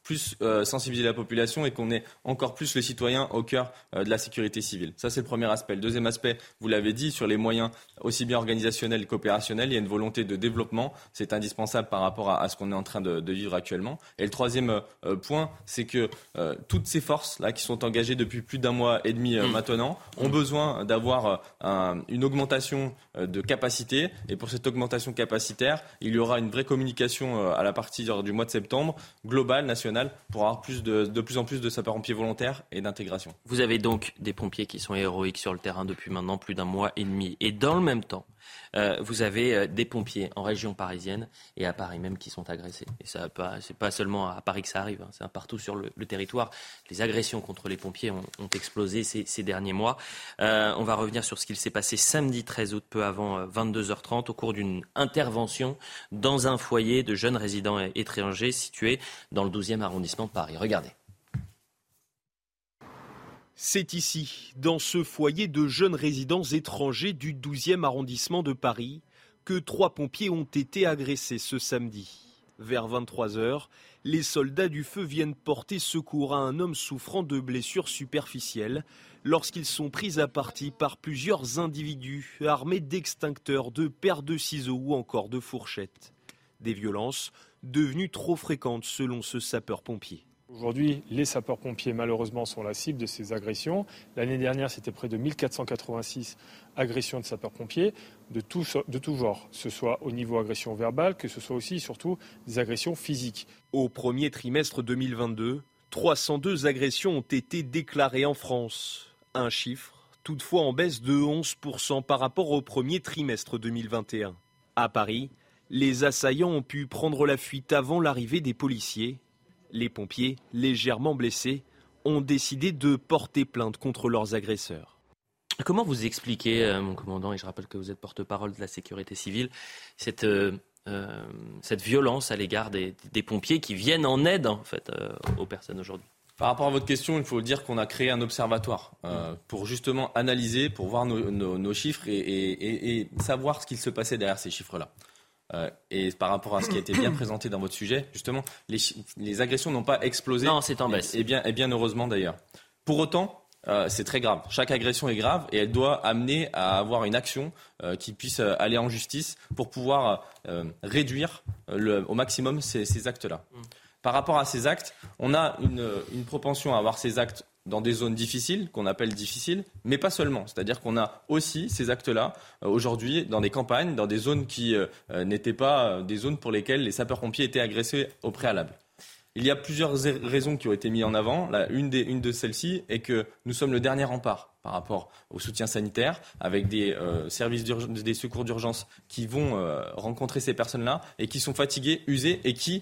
plus sensibiliser la population et qu'on ait encore plus le citoyen au cœur de la sécurité civile. Ça, c'est le premier aspect. Le deuxième aspect, vous l'avez dit, sur les moyens aussi bien organisationnels qu'opérationnels, il y a une volonté de développement. C'est indispensable par rapport à ce qu'on est en train de vivre actuellement. Et le troisième point, c'est que toutes ces forces-là qui sont engagées depuis plus d'un mois et demi maintenant ont besoin d'avoir une augmentation de capacité. Et pour cette augmentation capacitaire, il y aura une vraie communication à la partir du mois de septembre, globale, nationale, pour avoir de plus en plus de sapeurs-pompiers volontaires et d'intégration. Vous avez donc des pompiers qui sont héroïques sur le terrain depuis maintenant plus d'un mois et demi. Et dans le même temps, vous avez des pompiers en région parisienne et à Paris même qui sont agressés. Et ça, c'est pas seulement à Paris que ça arrive, c'est partout sur le territoire. Les agressions contre les pompiers ont explosé ces derniers mois. On va revenir sur ce qu'il s'est passé samedi 13 août, peu avant 22h30, au cours d'une intervention dans un foyer de jeunes résidents étrangers situé dans le 12e arrondissement de Paris. Regardez. C'est ici, dans ce foyer de jeunes résidents étrangers du 12e arrondissement de Paris, que 3 pompiers ont été agressés ce samedi. Vers 23h, les soldats du feu viennent porter secours à un homme souffrant de blessures superficielles lorsqu'ils sont pris à partie par plusieurs individus armés d'extincteurs, de paires de ciseaux ou encore de fourchettes. Des violences devenues trop fréquentes selon ce sapeur-pompier. Aujourd'hui, les sapeurs-pompiers, malheureusement, sont la cible de ces agressions. L'année dernière, c'était près de 1486 agressions de sapeurs-pompiers de tout genre, que ce soit au niveau agression verbale, que ce soit aussi, surtout, des agressions physiques. Au premier trimestre 2022, 302 agressions ont été déclarées en France. Un chiffre, toutefois en baisse de 11% par rapport au premier trimestre 2021. À Paris, les assaillants ont pu prendre la fuite avant l'arrivée des policiers. Les pompiers, légèrement blessés, ont décidé de porter plainte contre leurs agresseurs. Comment vous expliquez, mon commandant, et je rappelle que vous êtes porte-parole de la sécurité civile, cette violence à l'égard des pompiers qui viennent en aide en fait, aux personnes aujourd'hui? Par rapport à votre question, il faut dire qu'on a créé un observatoire pour justement analyser, pour voir nos chiffres et savoir ce qu'il se passait derrière ces chiffres-là. Et par rapport à ce qui a été bien présenté dans votre sujet, justement, les agressions n'ont pas explosé. Non, c'est en baisse. Et bien heureusement d'ailleurs. Pour autant, c'est très grave. Chaque agression est grave et elle doit amener à avoir une action qui puisse aller en justice pour pouvoir réduire au maximum ces actes-là. Par rapport à ces actes, on a une propension à avoir ces actes dans des zones difficiles, qu'on appelle difficiles, mais pas seulement. C'est-à-dire qu'on a aussi ces actes-là, aujourd'hui, dans des campagnes, dans des zones qui n'étaient pas des zones pour lesquelles les sapeurs-pompiers étaient agressés au préalable. Il y a plusieurs raisons qui ont été mises en avant. Une de celles-ci est que nous sommes le dernier rempart par rapport au soutien sanitaire, avec des services des secours d'urgence qui vont rencontrer ces personnes-là et qui sont fatigués, usés et qui,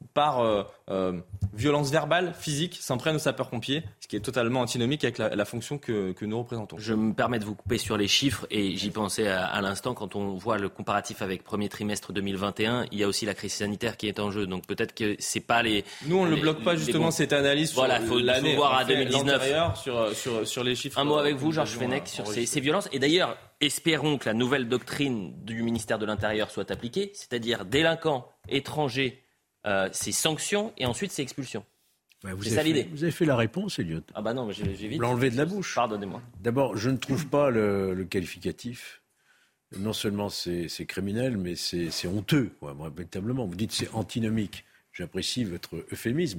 par violence verbale, physique, s'en prennent aux sapeurs-pompiers, ce qui est totalement antinomique avec la fonction que nous représentons. Je me permets de vous couper sur les chiffres et j'y pensais à l'instant quand on voit le comparatif avec premier trimestre 2021, il y à aussi la crise sanitaire qui est en jeu, donc peut-être que c'est pas les... Nous on ne bloque pas justement cette analyse sur l'année, faut voir à 2019 sur les chiffres. Un mot avec vous, Georges Fenech, sur ces violences, et d'ailleurs espérons que la nouvelle doctrine du ministère de l'Intérieur soit appliquée, c'est-à-dire délinquants étrangers, c'est sanctions et ensuite c'est expulsion. Ouais, c'est ça l'idée. Vous avez fait la réponse, Elliot. Ah bah non, j'ai vite. Vous l'enlevez de la bouche. Pardonnez-moi. D'abord, je ne trouve pas le qualificatif. Non seulement c'est criminel, mais c'est honteux, quoi, véritablement. Vous dites c'est antinomique. J'apprécie votre euphémisme.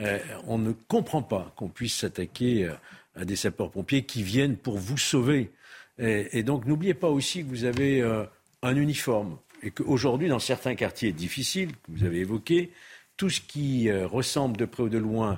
On ne comprend pas qu'on puisse s'attaquer à des sapeurs-pompiers qui viennent pour vous sauver. Et donc, n'oubliez pas aussi que vous avez un uniforme. Et qu'aujourd'hui, dans certains quartiers difficiles que vous avez évoqués, tout ce qui ressemble de près ou de loin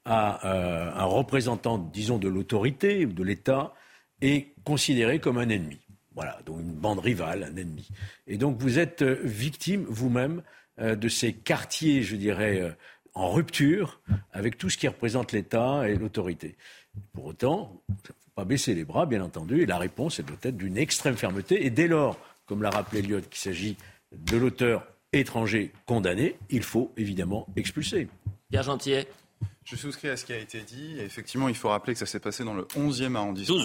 à un représentant, disons, de l'autorité ou de l'État est considéré comme un ennemi. Voilà, donc une bande rivale, un ennemi. Et donc vous êtes victime vous-même de ces quartiers, je dirais, en rupture avec tout ce qui représente l'État et l'autorité. Pour autant, il ne faut pas baisser les bras, bien entendu, et la réponse, elle doit être d'une extrême fermeté. Et dès lors, comme l'a rappelé Elliot, qu'il s'agit de l'auteur étranger condamné, il faut évidemment expulser. Pierre Gentillet. Je souscris à ce qui a été dit. Et effectivement, il faut rappeler que ça s'est passé dans le 11e arrondissement.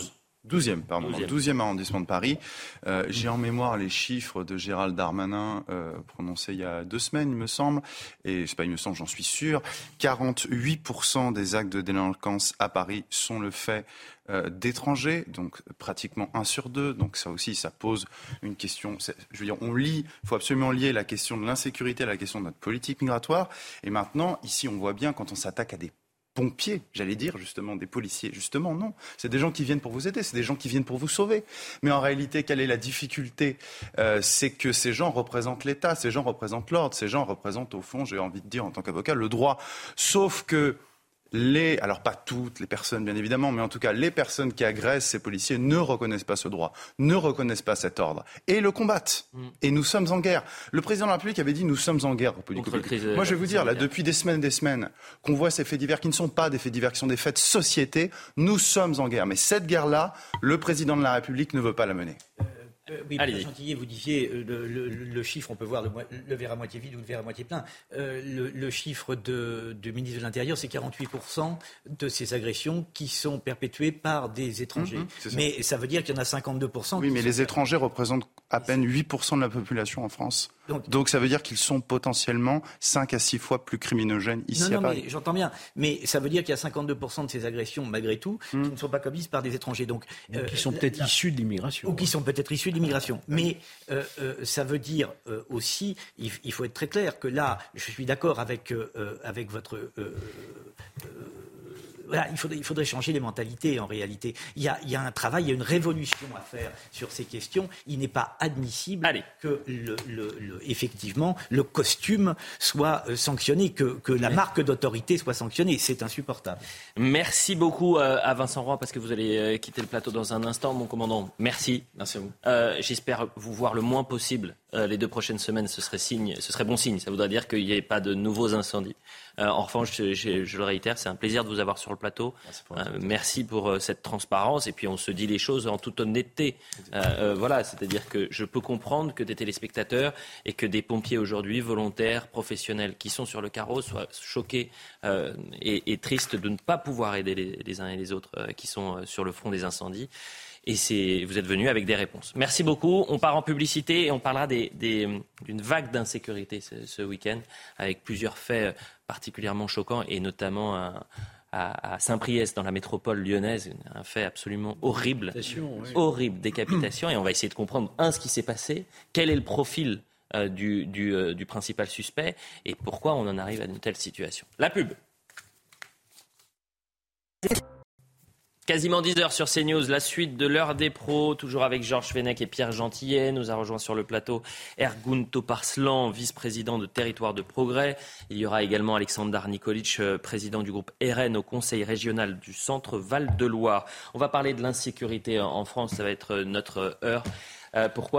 12e arrondissement de Paris. J'ai en mémoire les chiffres de Gérald Darmanin prononcés il y a 2 semaines, il me semble. Et c'est pas il me semble, j'en suis sûr. 48% des actes de délinquance à Paris sont le fait d'étrangers, donc pratiquement 1 sur 2. Donc ça aussi, ça pose une question. Je veux dire, il faut absolument lier la question de l'insécurité à la question de notre politique migratoire. Et maintenant, ici, on voit bien quand on s'attaque à des pompiers, j'allais dire justement des policiers. Justement, non. C'est des gens qui viennent pour vous aider, c'est des gens qui viennent pour vous sauver. Mais en réalité, quelle est la difficulté ? C'est que ces gens représentent l'État, ces gens représentent l'ordre, ces gens représentent au fond, j'ai envie de dire en tant qu'avocat, le droit. Sauf que alors pas toutes les personnes bien évidemment, mais en tout cas les personnes qui agressent ces policiers ne reconnaissent pas ce droit, ne reconnaissent pas cet ordre et le combattent. Et nous sommes en guerre. Le président de la République avait dit nous sommes en guerre. Moi je vais vous dire, là depuis des semaines qu'on voit ces faits divers qui ne sont pas des faits divers, qui sont des faits de société, nous sommes en guerre. Mais cette guerre-là, le président de la République ne veut pas la mener. Oui, Pierre Gentillet, vous disiez le chiffre, on peut voir le verre à moitié vide ou le verre à moitié plein. Le chiffre du ministre de l'Intérieur, c'est 48% de ces agressions qui sont perpétuées par des étrangers. Mais ça veut dire qu'il y en a 52%. Oui, mais les étrangers représentent à peine 8% de la population en France. Donc ça veut dire qu'ils sont potentiellement 5 à 6 fois plus criminogènes ici à Paris. Mais j'entends bien. Mais ça veut dire qu'il y a 52% de ces agressions, malgré tout, qui ne sont pas commises par des étrangers. Donc qui sont peut-être issus de l'immigration. Ou qui sont peut-être issus de l'immigration. Mais ça veut dire aussi, il faut être très clair, que là, je suis d'accord avec votre... Voilà, il faudrait changer les mentalités en réalité. Il y a un travail, il y a une révolution à faire sur ces questions. Il n'est pas admissible que effectivement le costume soit sanctionné, que la marque d'autorité soit sanctionnée. C'est insupportable. Merci beaucoup à Vincent Roy parce que vous allez quitter le plateau dans un instant. Mon commandant, merci. Merci à vous. J'espère vous voir le moins possible les 2 prochaines semaines. Ce serait bon signe. Ça voudrait dire qu'il n'y ait pas de nouveaux incendies. En revanche, je le réitère, c'est un plaisir de vous avoir sur le plateau. Merci pour cette transparence. Et puis, on se dit les choses en toute honnêteté. Voilà, c'est-à-dire que je peux comprendre que des téléspectateurs et que des pompiers aujourd'hui, volontaires, professionnels, qui sont sur le carreau, soient choqués et tristes de ne pas pouvoir aider les uns et les autres qui sont sur le front des incendies. Et vous êtes venus avec des réponses. Merci beaucoup. On part en publicité et on parlera d'une vague d'insécurité ce week-end avec plusieurs faits particulièrement choquants et notamment à Saint-Priest dans la métropole lyonnaise, un fait absolument horrible, horrible décapitation. Et on va essayer de comprendre ce qui s'est passé, quel est le profil du principal suspect et pourquoi on en arrive à une telle situation. La pub. Quasiment 10h sur CNews, la suite de l'heure des pros, toujours avec Georges Fenech et Pierre Gentillet. Nous a rejoint sur le plateau Ergun Toparslan, vice-président de Territoire de Progrès. Il y aura également Alexandre Nikolic, président du groupe RN au Conseil régional du Centre Val-de-Loire. On va parler de l'insécurité en France, ça va être notre heure. Pourquoi ?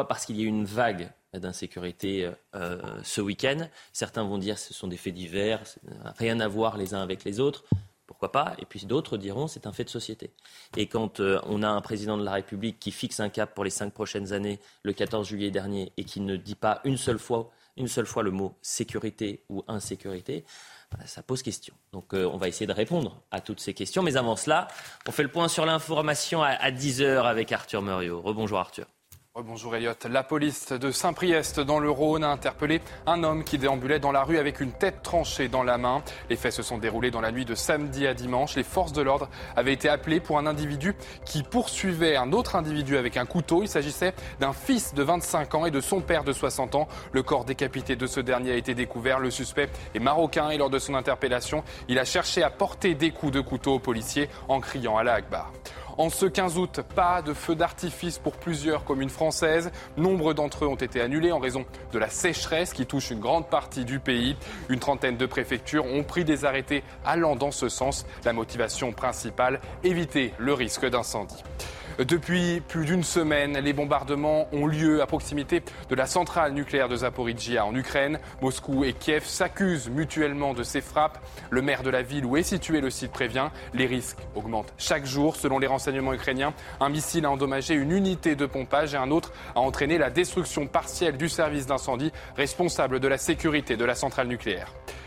Parce qu'il y a une vague d'insécurité ce week-end. Certains vont dire que ce sont des faits divers, rien à voir les uns avec les autres. Pourquoi pas ? Et puis d'autres diront c'est un fait de société. Et quand on a un président de la République qui fixe un cap pour les 5 prochaines années, le 14 juillet dernier, et qui ne dit pas une seule fois le mot sécurité ou insécurité, ça pose question. Donc on va essayer de répondre à toutes ces questions. Mais avant cela, on fait le point sur l'information à 10h avec Arthur Muriot. Rebonjour Arthur. Bonjour Elliot. La police de Saint-Priest dans le Rhône a interpellé un homme qui déambulait dans la rue avec une tête tranchée dans la main. Les faits se sont déroulés dans la nuit de samedi à dimanche. Les forces de l'ordre avaient été appelées pour un individu qui poursuivait un autre individu avec un couteau. Il s'agissait d'un fils de 25 ans et de son père de 60 ans. Le corps décapité de ce dernier a été découvert. Le suspect est marocain et lors de son interpellation, il a cherché à porter des coups de couteau aux policiers en criant Allah Akbar. En ce 15 août, pas de feux d'artifice pour plusieurs communes françaises. Nombre d'entre eux ont été annulés en raison de la sécheresse qui touche une grande partie du pays. Une trentaine de préfectures ont pris des arrêtés allant dans ce sens. La motivation principale, éviter le risque d'incendie. Depuis plus d'une semaine, les bombardements ont lieu à proximité de la centrale nucléaire de Zaporijjia en Ukraine. Moscou et Kiev s'accusent mutuellement de ces frappes. Le maire de la ville où est situé le site prévient, les risques augmentent chaque jour. Selon les renseignements ukrainiens, un missile a endommagé une unité de pompage et un autre a entraîné la destruction partielle du service d'incendie responsable de la sécurité de la centrale nucléaire.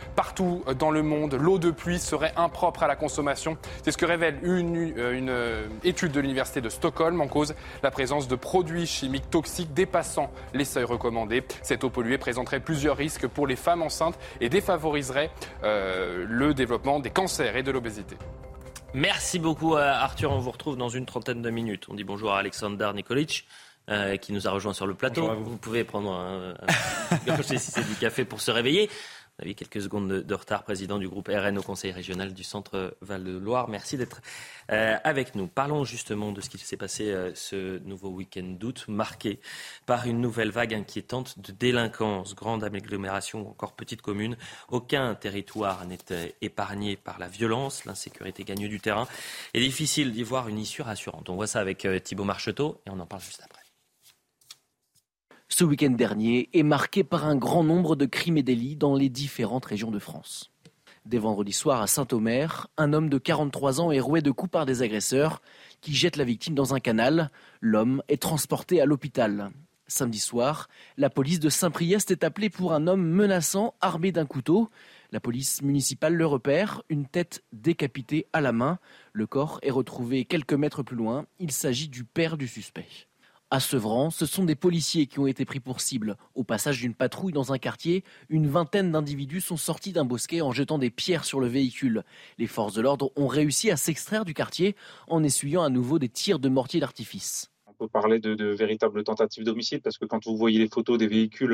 partout dans le monde. L'eau de pluie serait impropre à la consommation. C'est ce que révèle une étude de l'université de Stockholm. En cause, la présence de produits chimiques toxiques dépassant les seuils recommandés. Cette eau polluée présenterait plusieurs risques pour les femmes enceintes et défavoriserait le développement des cancers et de l'obésité. Merci beaucoup Arthur, on vous retrouve dans une trentaine de minutes. On dit bonjour à Alexander Nikolic qui nous a rejoint sur le plateau. Vous pouvez prendre un gorgée si c'est du café pour se réveiller. Vous avez quelques secondes de retard, président du groupe RN au Conseil régional du Centre Val-de-Loire. Merci d'être avec nous. Parlons justement de ce qui s'est passé ce nouveau week-end d'août, marqué par une nouvelle vague inquiétante de délinquance. Grande agglomération ou encore petite commune. Aucun territoire n'est épargné par la violence. L'insécurité gagne du terrain. Il est difficile d'y voir une issue rassurante. On voit ça avec Thibaut Marcheteau et on en parle juste après. Ce week-end dernier est marqué par un grand nombre de crimes et délits dans les différentes régions de France. Dès vendredi soir à Saint-Omer, un homme de 43 ans est roué de coups par des agresseurs qui jettent la victime dans un canal. L'homme est transporté à l'hôpital. Samedi soir, la police de Saint-Priest est appelée pour un homme menaçant armé d'un couteau. La police municipale le repère, une tête décapitée à la main. Le corps est retrouvé quelques mètres plus loin. Il s'agit du père du suspect. À Sevran, ce sont des policiers qui ont été pris pour cible. Au passage d'une patrouille dans un quartier, une vingtaine d'individus sont sortis d'un bosquet en jetant des pierres sur le véhicule. Les forces de l'ordre ont réussi à s'extraire du quartier en essuyant à nouveau des tirs de mortier d'artifice. On peut parler de véritables tentatives d'homicide parce que quand vous voyez les photos des véhicules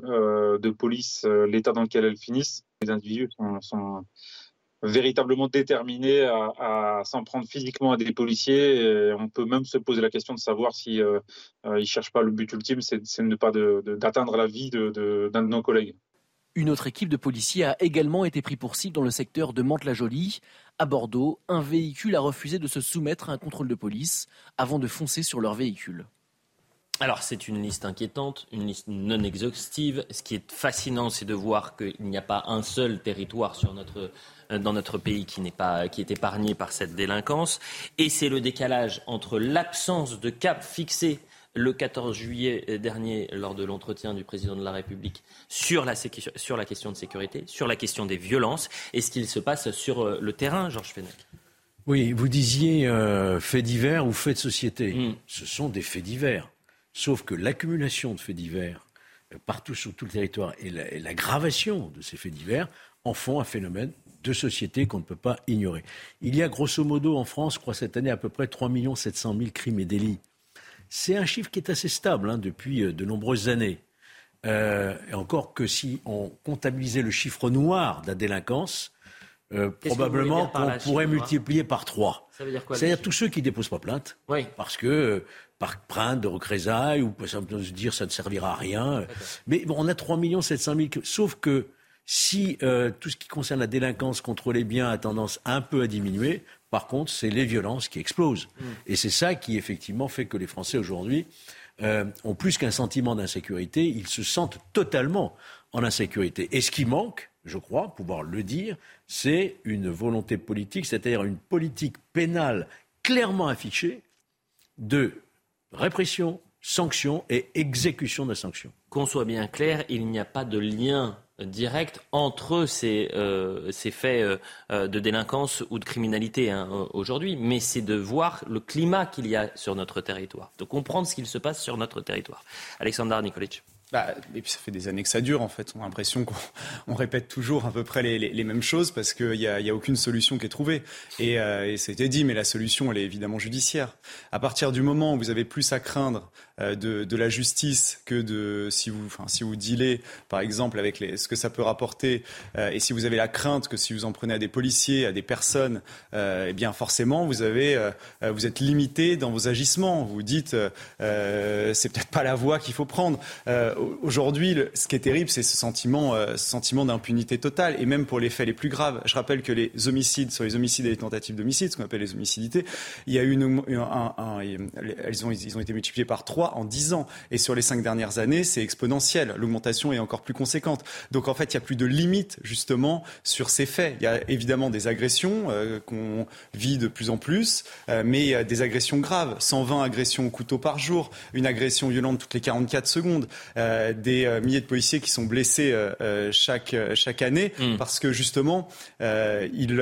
de police, l'état dans lequel elles finissent, les individus sont véritablement déterminés à s'en prendre physiquement à des policiers. Et on peut même se poser la question de savoir si ils cherchent pas le but ultime, c'est de ne pas d'atteindre la vie d'un de nos collègues. Une autre équipe de policiers a également été pris pour cible dans le secteur de Mantes-la-Jolie. À Bordeaux, un véhicule a refusé de se soumettre à un contrôle de police avant de foncer sur leur véhicule. Alors, c'est une liste inquiétante, une liste non exhaustive. Ce qui est fascinant, c'est de voir qu'il n'y a pas un seul territoire dans notre pays qui est épargné par cette délinquance. Et c'est le décalage entre l'absence de cap fixé le 14 juillet dernier lors de l'entretien du président de la République sur la question de sécurité, sur la question des violences et ce qu'il se passe sur le terrain, Georges Fenech. Oui, vous disiez faits divers ou faits de société. Ce sont des faits divers. Sauf que l'accumulation de faits divers partout sur tout le territoire et l'aggravation de ces faits divers en font un phénomène de société qu'on ne peut pas ignorer. Il y a grosso modo en France, je crois cette année, à peu près 3 700 000 crimes et délits. C'est un chiffre qui est assez stable depuis de nombreuses années. Et encore que si on comptabilisait le chiffre noir de la délinquance, probablement qu'on pourrait multiplier par 3. Ça veut dire quoi? C'est-à-dire tous ceux qui ne déposent pas plainte, parce que par crainte de représailles ou pour se dire ça ne servira à rien. Mais bon, on a 3 700 000. Sauf que si tout ce qui concerne la délinquance contre les biens a tendance un peu à diminuer, par contre, c'est les violences qui explosent. Et c'est ça qui, effectivement, fait que les Français, aujourd'hui, ont plus qu'un sentiment d'insécurité. Ils se sentent totalement en insécurité. Et ce qui manque, je crois, pouvoir le dire, c'est une volonté politique, c'est-à-dire une politique pénale clairement affichée de répression, sanction et exécution de la sanction. Qu'on soit bien clair, il n'y a pas de lien direct entre ces faits de délinquance ou de criminalité aujourd'hui, mais c'est de voir le climat qu'il y a sur notre territoire, de comprendre ce qu'il se passe sur notre territoire. Alexander Nikolic. Et puis ça fait des années que ça dure en fait. On a l'impression qu'on répète toujours à peu près les mêmes choses parce qu'il y a aucune solution qui est trouvée. Et c'était dit, mais la solution elle est évidemment judiciaire. À partir du moment où vous avez plus à craindre de la justice que de si vous dealez par exemple avec ce que ça peut rapporter et si vous avez la crainte que si vous en prenez à des policiers, à des personnes, eh bien forcément vous êtes limité dans vos agissements. Vous dites c'est peut-être pas la voie qu'il faut prendre. Aujourd'hui, ce qui est terrible, c'est ce sentiment d'impunité totale, et même pour les faits les plus graves. Je rappelle que les homicides, sur les homicides et les tentatives d'homicide, ce qu'on appelle les homicidités, il y a eu ils ont été multipliés par 3 fois en 10 ans. Et sur les 5 dernières années, c'est exponentiel. L'augmentation est encore plus conséquente. Donc en fait, il n'y a plus de limite justement sur ces faits. Il y a évidemment des agressions qu'on vit de plus en plus, mais des agressions graves. 120 agressions au couteau par jour, une agression violente toutes les 44 secondes, des milliers de policiers qui sont blessés chaque année parce que justement, il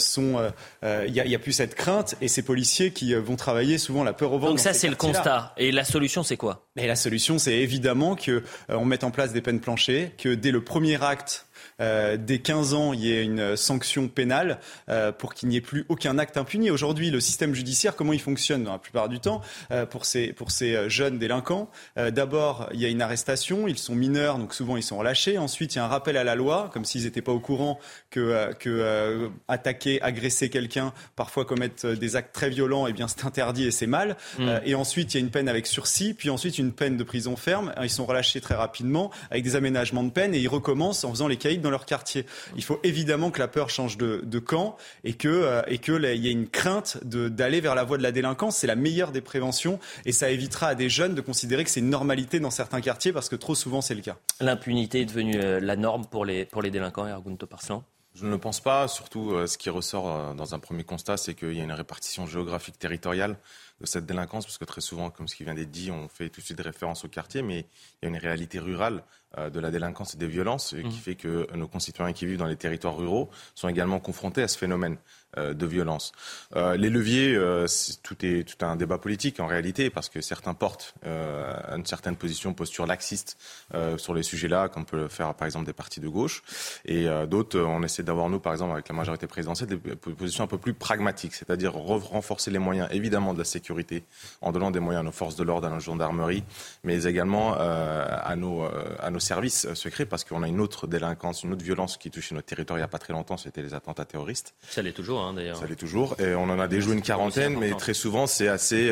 y a plus cette crainte et ces policiers qui vont travailler souvent la peur au ventre. Donc ça, c'est le constat. Et la solution, c'est quoi ? Et la solution, c'est évidemment qu'on mette en place des peines planchers, que dès le premier acte, dès 15 ans, il y ait une sanction pénale pour qu'il n'y ait plus aucun acte impuni. Aujourd'hui, le système judiciaire, comment il fonctionne dans la plupart du temps pour ces jeunes délinquants? D'abord, il y a une arrestation, ils sont mineurs, donc souvent ils sont relâchés. Ensuite, il y a un rappel à la loi, comme s'ils n'étaient pas au courant que attaquer, agresser quelqu'un, parfois commettre des actes très violents, eh bien c'est interdit et c'est mal. Et ensuite, il y a une peine avec sursis, puis ensuite une peine de prison ferme. Ils sont relâchés très rapidement avec des aménagements de peine et ils recommencent en faisant les caïds dans leur quartier. Il faut évidemment que la peur change de camp et qu'il y ait une crainte d'aller vers la voie de la délinquance. C'est la meilleure des préventions et ça évitera à des jeunes de considérer que c'est une normalité dans certains quartiers parce que trop souvent c'est le cas. L'impunité est devenue la norme pour les délinquants, Ergun Toparslan? Je ne le pense pas. Surtout, ce qui ressort dans un premier constat, c'est qu'il y a une répartition géographique territoriale de cette délinquance, parce que très souvent, comme ce qui vient d'être dit, on fait tout de suite référence au quartier, mais il y a une réalité rurale de la délinquance et des violences qui fait que nos concitoyens qui vivent dans les territoires ruraux sont également confrontés à ce phénomène de violence. Les leviers, tout un débat politique en réalité, parce que certains portent une certaine posture laxiste sur les sujets-là, comme peut le faire par exemple des partis de gauche, et d'autres, on essaie d'avoir nous, par exemple avec la majorité présidentielle, des positions un peu plus pragmatiques, c'est-à-dire renforcer les moyens évidemment de la sécurité en donnant des moyens à nos forces de l'ordre, à nos gendarmeries, mais également à nos services secrets, parce qu'on a une autre délinquance, une autre violence qui touchait notre territoire il n'y a pas très longtemps, c'était les attentats terroristes. Ça l'est toujours, d'ailleurs. Ça l'est toujours, et on en a déjoué une quarantaine, mais très souvent c'est assez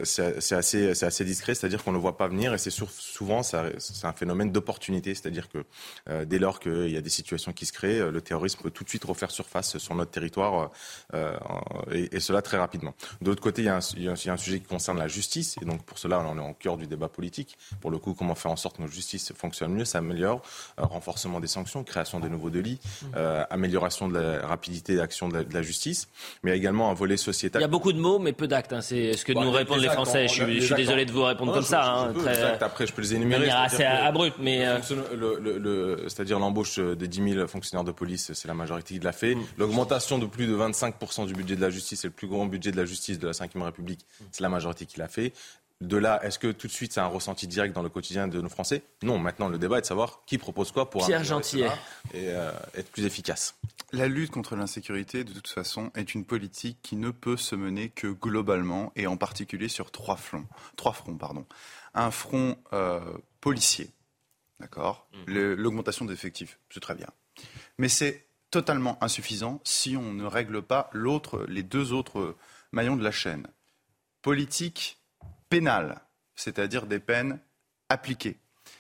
discret, c'est-à-dire qu'on ne le voit pas venir, et souvent c'est un phénomène d'opportunité, c'est-à-dire que dès lors qu'il y a des situations qui se créent, le terrorisme peut tout de suite refaire surface sur notre territoire, et cela très rapidement. De l'autre côté, il y a un sujet qui concerne la justice, et donc pour cela on est au cœur du débat politique. Pour le coup, comment faire en sorte que notre justice fonctionne mieux, s'améliore, renforcement des sanctions, création de nouveaux délits, amélioration de la rapidité d'action de la justice, mais également un volet sociétal. Il y a beaucoup de mots, mais peu d'actes. C'est ce que nous répondent les Français. Je suis désolé de vous répondre comme ça. Après, je peux les énumérer. De manière assez abrupte, mais c'est-à-dire l'embauche des 10 000 fonctionnaires de police, c'est la majorité qui l'a fait. L'augmentation de plus de 25% du budget de la justice, c'est le plus grand budget de la justice de la Ve République, c'est la majorité qui l'a fait. De là, est-ce que tout de suite c'est un ressenti direct dans le quotidien de nos Français? Non, maintenant le débat est de savoir qui propose quoi pour Pierre Gentillet et être plus efficace. La lutte contre l'insécurité, de toute façon, est une politique qui ne peut se mener que globalement et en particulier sur trois fronts. Un front policier, d'accord, l'augmentation des effectifs, c'est très bien. Mais c'est totalement insuffisant si on ne règle pas les deux autres maillons de la chaîne. Politique pénale, c'est-à-dire des peines appliquées,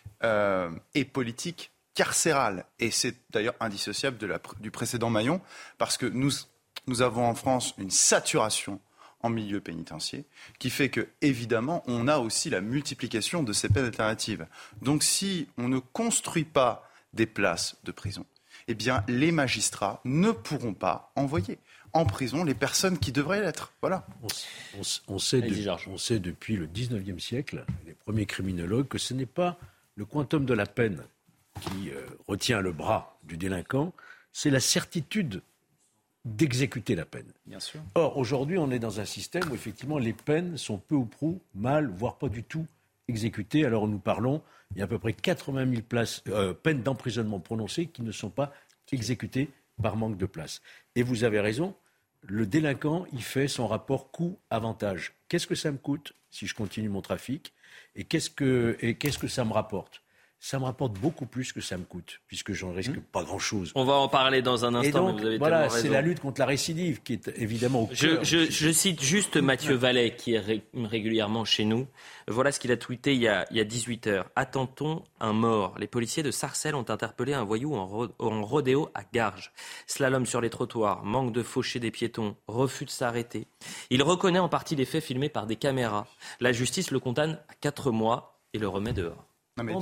et politique carcérale. Et c'est d'ailleurs indissociable du précédent maillon, parce que nous avons en France une saturation en milieu pénitentiaire, qui fait que, évidemment, on a aussi la multiplication de ces peines alternatives. Donc si on ne construit pas des places de prison, eh bien, les magistrats ne pourront pas envoyer en prison les personnes qui devraient l'être. Voilà. On sait depuis le 19e siècle, les premiers criminologues, que ce n'est pas le quantum de la peine qui retient le bras du délinquant, c'est la certitude d'exécuter la peine. Bien sûr. Or, aujourd'hui, on est dans un système où, effectivement, les peines sont peu ou prou, mal, voire pas du tout exécutées. Alors, nous parlons, il y a à peu près 80 000 peines d'emprisonnement prononcées qui ne sont pas exécutées par manque de place. Et vous avez raison, le délinquant, il fait son rapport coût-avantage. Qu'est-ce que ça me coûte si je continue mon trafic et qu'est-ce que ça me rapporte? ça me rapporte beaucoup plus que ça me coûte, puisque j'en risque pas grand-chose. On va en parler dans un instant, donc, mais vous avez voilà, tellement raison. c'est la lutte contre la récidive qui est évidemment au cœur. Je cite juste Mathieu Vallet, qui est régulièrement chez nous. Voilà ce qu'il a tweeté il y a 18 heures. Attend-on un mort ? Les policiers de Sarcelles ont interpellé un voyou en rodéo à Garges. Slalom sur les trottoirs, manque de faucher des piétons, refus de s'arrêter. Il reconnaît en partie les faits filmés par des caméras. La justice le condamne à 4 mois et le remet dehors. Une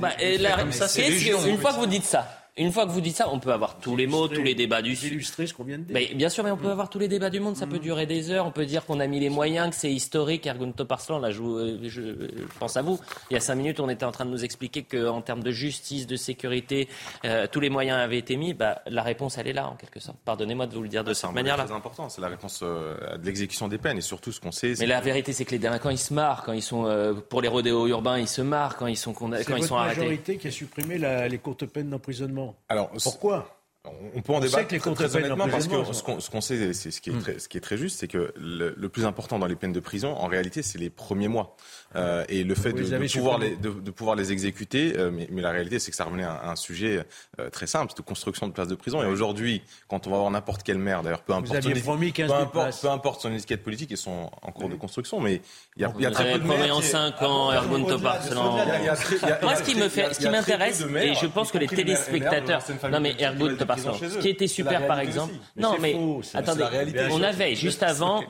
fois que vous dites ça, on peut avoir tous les mots, tous les débats du monde. Illustrer ce qu'on vient de dire. Mais bien sûr, mais on peut avoir tous les débats du monde, ça peut durer des heures, on peut dire qu'on a mis les moyens, que c'est historique. Ergun Toparslan, là, je pense à vous. Il y a 5 minutes, on était en train de nous expliquer qu'en termes de justice, de sécurité, tous les moyens avaient été mis. La réponse, elle est là, en quelque sorte. Pardonnez-moi de vous le dire de cette manière-là. C'est très important, c'est la réponse de l'exécution des peines et surtout ce qu'on sait. Mais la vérité, c'est que les délinquants, ils se marrent quand ils sont pour les rodéos urbains, ils se marrent quand ils sont arrêtés. C'est votre majorité qui a supprimé les courtes peines d'emprisonnement. Alors, pourquoi ? On peut en débattre très honnêtement parce que ce qu'on sait, c'est ce qui est très juste, c'est que le plus important dans les peines de prison, en réalité, c'est les premiers mois. Et le fait de pouvoir les exécuter, mais la réalité, c'est que ça revenait à un sujet très simple, de construction de places de prison. Et aujourd'hui, quand on va voir n'importe quelle maire, d'ailleurs, peu importe son étiquette politique, ils sont en cours de construction, mais il y a très peu de maires. En 5 ans, Ergun Toparslan. Moi, ce qui m'intéresse, et je pense que les téléspectateurs, non mais Ergun Toparslan, ce qui était super par exemple, non mais attendez, on avait juste avant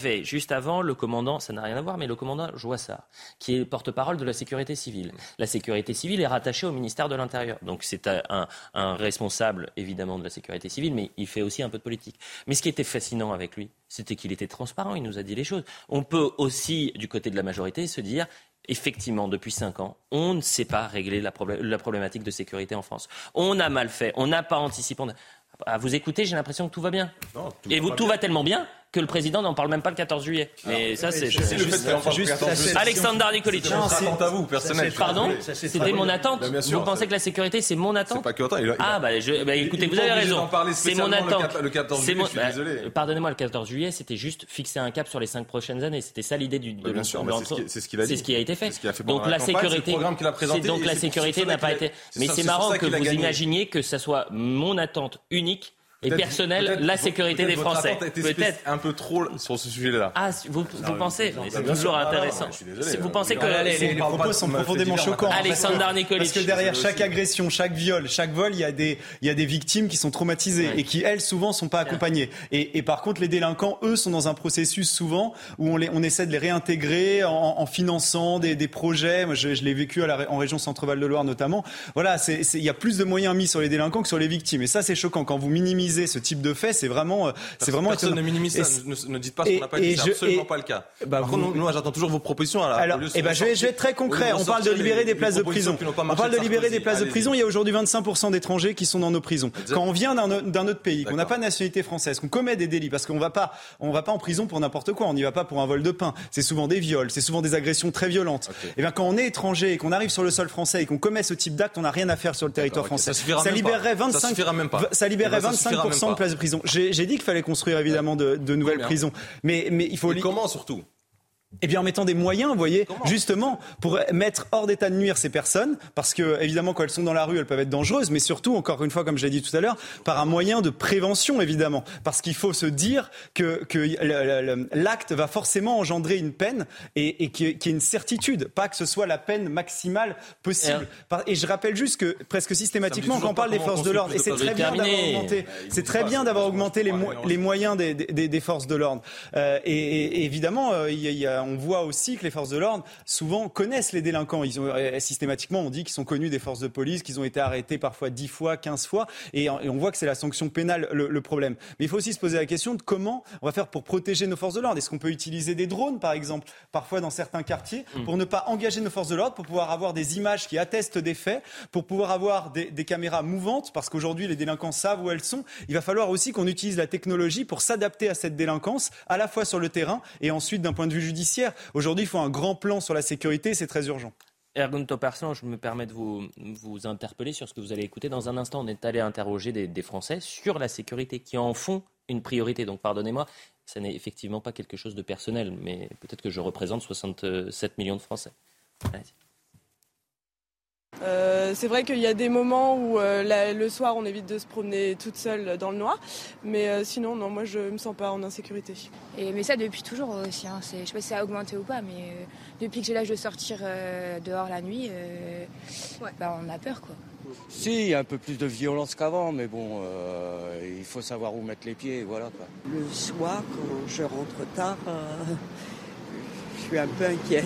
le commandant, ça n'a rien à voir, mais le commandant Joissard, qui est porte-parole de la sécurité civile. La sécurité civile est rattachée au ministère de l'Intérieur, donc c'est un responsable évidemment de la sécurité civile, mais il fait aussi un peu de politique. Mais ce qui était fascinant avec lui, c'était qu'il était transparent, il nous a dit les choses. On peut aussi, du côté de la majorité, se dire effectivement, depuis 5 ans, on ne sait pas régler la problématique de sécurité en France. On a mal fait, on n'a pas anticipé. À vous écouter, j'ai l'impression que tout va bien. Non, tout va tellement bien que le président n'en parle même pas le 14 juillet. Mais ça, c'est juste Alexandre Nikolic. C'est à vous, personnel. Pardon, c'était mon attente. Vous pensez que la sécurité, c'est mon attente ? C'est pas que autant. Écoutez, vous avez raison. C'est mon attente. Le 14 juillet, je suis désolé. Pardonnez-moi, le 14 juillet, c'était juste fixer un cap sur les 5 prochaines années. C'était ça l'idée de bien sûr, c'est ce qu'il a dit. C'est ce qui a été fait. Donc la sécurité n'a pas été. Mais c'est marrant que vous imaginiez que ça soit mon attente unique et personnel, la sécurité des Français. Peut-être un peu trop sur ce sujet-là. Ah, vous pensez, mais c'est toujours intéressant. Vous pensez que les propos sont profondément choquants. Alexandre Nikolic. Parce que derrière chaque agression, chaque viol, chaque vol, il y a des victimes qui sont traumatisées et qui, elles, souvent, sont pas accompagnées. Et par contre, les délinquants, eux, sont dans un processus souvent où on essaie de les réintégrer en finançant des projets. Moi, je l'ai vécu en région Centre-Val de Loire notamment. Voilà, il y a plus de moyens mis sur les délinquants que sur les victimes. Et ça, c'est choquant. Quand vous minimisez ce type de fait, c'est vraiment personne ne minimise ça. Ne dites pas ce qu'on n'a pas dit, c'est absolument pas le cas. Par contre, nous, j'attends toujours vos propositions. Je vais être très concret. On parle de libérer des places de prison. Il y a aujourd'hui 25% d'étrangers qui sont dans nos prisons. Quand on vient d'un autre pays, qu'on n'a pas de nationalité française, qu'on commet des délits, parce qu'on va pas en prison pour n'importe quoi. On n'y va pas pour un vol de pain. C'est souvent des viols, c'est souvent des agressions très violentes. Et bien, quand on est étranger et qu'on arrive sur le sol français et qu'on commet ce type d'acte, on n'a rien à faire sur le territoire français. Ça libérerait 25% de places de prison. J'ai dit qu'il fallait construire évidemment de nouvelles prisons. Mais il faut... Comment surtout ? Eh bien, en mettant des moyens, vous voyez, justement, pour mettre hors d'état de nuire ces personnes, parce que, évidemment, quand elles sont dans la rue, elles peuvent être dangereuses, mais surtout, encore une fois, comme je l'ai dit tout à l'heure, par un moyen de prévention, évidemment. Parce qu'il faut se dire que l'acte va forcément engendrer une peine et qu'il y ait une certitude, pas que ce soit la peine maximale possible. Et je rappelle juste que, presque systématiquement, quand on parle des forces de l'ordre, et c'est très bien d'avoir augmenté les moyens des forces de l'ordre. Et évidemment, on voit aussi que les forces de l'ordre, souvent, connaissent les délinquants. Systématiquement, on dit qu'ils sont connus des forces de police, qu'ils ont été arrêtés parfois 10 fois, 15 fois. Et on voit que c'est la sanction pénale le problème. Mais il faut aussi se poser la question de comment on va faire pour protéger nos forces de l'ordre. Est-ce qu'on peut utiliser des drones, par exemple, parfois dans certains quartiers, pour ne pas engager nos forces de l'ordre, pour pouvoir avoir des images qui attestent des faits, pour pouvoir avoir des caméras mouvantes, parce qu'aujourd'hui, les délinquants savent où elles sont. Il va falloir aussi qu'on utilise la technologie pour s'adapter à cette délinquance, à la fois sur le terrain et ensuite d'un point de vue judiciaire. Aujourd'hui, il faut un grand plan sur la sécurité, c'est très urgent. Ergun Toparslan, je me permets de vous interpeller sur ce que vous allez écouter. Dans un instant, on est allé interroger des Français sur la sécurité, qui en font une priorité. Donc pardonnez-moi, ça n'est effectivement pas quelque chose de personnel, mais peut-être que je représente 67 millions de Français. Allez-y. C'est vrai qu'il y a des moments où le soir on évite de se promener toute seule dans le noir, mais sinon non, moi je me sens pas en insécurité. Mais ça depuis toujours aussi, hein. Je sais pas si ça a augmenté ou pas, mais depuis que j'ai l'âge de sortir dehors la nuit, on a peur quoi. Si, il y a un peu plus de violence qu'avant, mais bon, il faut savoir où mettre les pieds, voilà quoi. Le soir, quand je rentre tard, je suis un peu inquiète.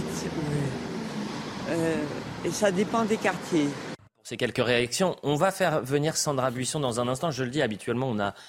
Et ça dépend des quartiers. Pour ces quelques réactions, on va faire venir Sandra Buisson dans un instant. Je le dis, habituellement, on a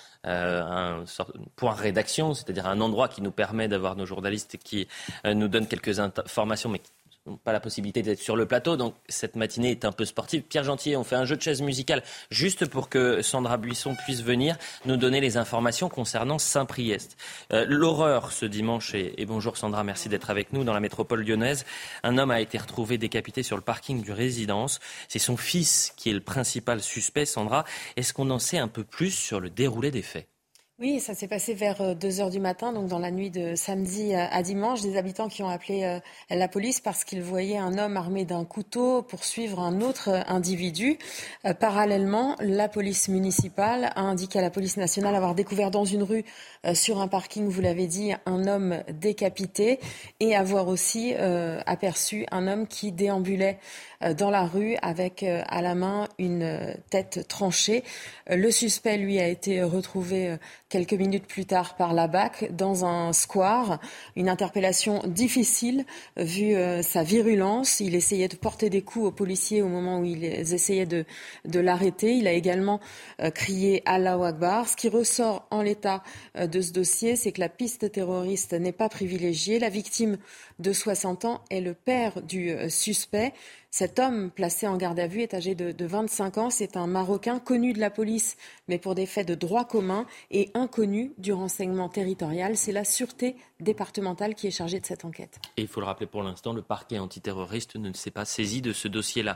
un point rédaction, c'est-à-dire un endroit qui nous permet d'avoir nos journalistes qui nous donnent quelques informations, mais qui n'ont pas la possibilité d'être sur le plateau. Donc cette matinée est un peu sportive. Pierre Gentillet, on fait un jeu de chaises musicales juste pour que Sandra Buisson puisse venir nous donner les informations concernant Saint-Priest. L'horreur ce dimanche, et bonjour Sandra, merci d'être avec nous dans la métropole lyonnaise. Un homme a été retrouvé décapité sur le parking d'une résidence. C'est son fils qui est le principal suspect. Sandra, est-ce qu'on en sait un peu plus sur le déroulé des faits ? Oui, ça s'est passé vers 2h du matin, donc dans la nuit de samedi à dimanche. Des habitants qui ont appelé la police parce qu'ils voyaient un homme armé d'un couteau poursuivre un autre individu. Parallèlement, la police municipale a indiqué à la police nationale avoir découvert dans une rue, sur un parking, vous l'avez dit, un homme décapité et avoir aussi aperçu un homme qui déambulait dans la rue avec à la main une tête tranchée. Le suspect, lui, a été retrouvé quelques minutes plus tard par la BAC dans un square. Une interpellation difficile vu sa virulence. Il essayait de porter des coups aux policiers au moment où ils essayaient de l'arrêter. Il a également crié Allahu Akbar. Ce qui ressort en l'état de ce dossier, c'est que la piste terroriste n'est pas privilégiée. La victime de 60 ans est le père du suspect. Cet homme placé en garde à vue est âgé de 25 ans. C'est un Marocain connu de la police, mais pour des faits de droit commun, et inconnu du renseignement territorial. C'est la sûreté départementale qui est chargée de cette enquête. Et il faut le rappeler pour l'instant, le parquet antiterroriste ne s'est pas saisi de ce dossier-là.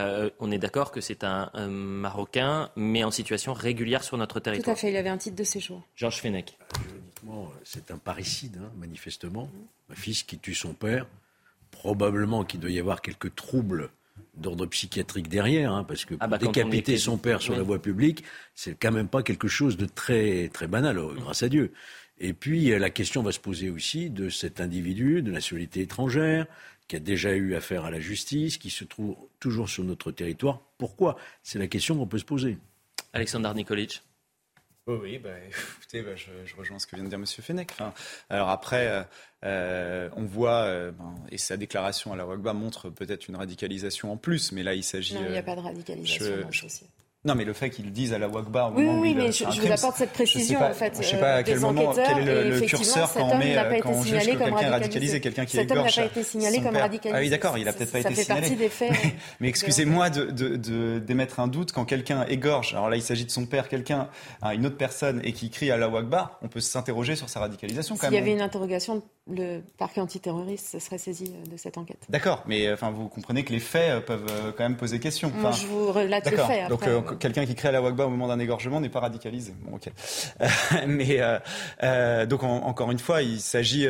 On est d'accord que c'est un Marocain, mais en situation régulière sur notre territoire. Tout à fait, il avait un titre de séjour. Georges Fenech. Juridiquement, c'est un parricide, manifestement. Un fils qui tue son père. Probablement qu'il doit y avoir quelques troubles d'ordre psychiatrique derrière, parce que décapiter son père sur la voie publique, c'est quand même pas quelque chose de très, très banal, grâce à Dieu. Et puis, la question va se poser aussi de cet individu de nationalité étrangère, qui a déjà eu affaire à la justice, qui se trouve toujours sur notre territoire. Pourquoi ? C'est la question qu'on peut se poser. Alexandre Nikolic. Oui, écoutez, je rejoins ce que vient de dire M. Fenech. Alors après, on voit, et sa déclaration à la WACBA montre peut-être une radicalisation en plus, mais là il s'agit... Non, il n'y a pas de radicalisation dans ce dossier. Non, mais le fait qu'ils le disent à la WACBA au oui, moment où mais je vous apporte cette précision en fait. Je ne sais pas à quel moment, quel est le curseur quand on juge que quelqu'un est radicalisé, quelqu'un qui égorge. Cet homme n'a pas été signalé comme radicalisé. Ah oui, d'accord, il n'a peut-être pas été signalé. Ça fait partie des faits. Mais excusez-moi d'émettre un doute quand quelqu'un égorge. Alors là, il s'agit de son père, quelqu'un, une autre personne, et qui crie à la WACBA, on peut s'interroger sur sa radicalisation quand même. S'il y avait une interrogation, le parquet antiterroriste serait saisi de cette enquête. D'accord, mais vous comprenez que les faits peuvent quand même poser question. Moi, je vous relate les faits. Donc quelqu'un qui crie à la WACBA au moment d'un égorgement n'est pas radicalisé. Bon, ok. Donc encore une fois, il s'agit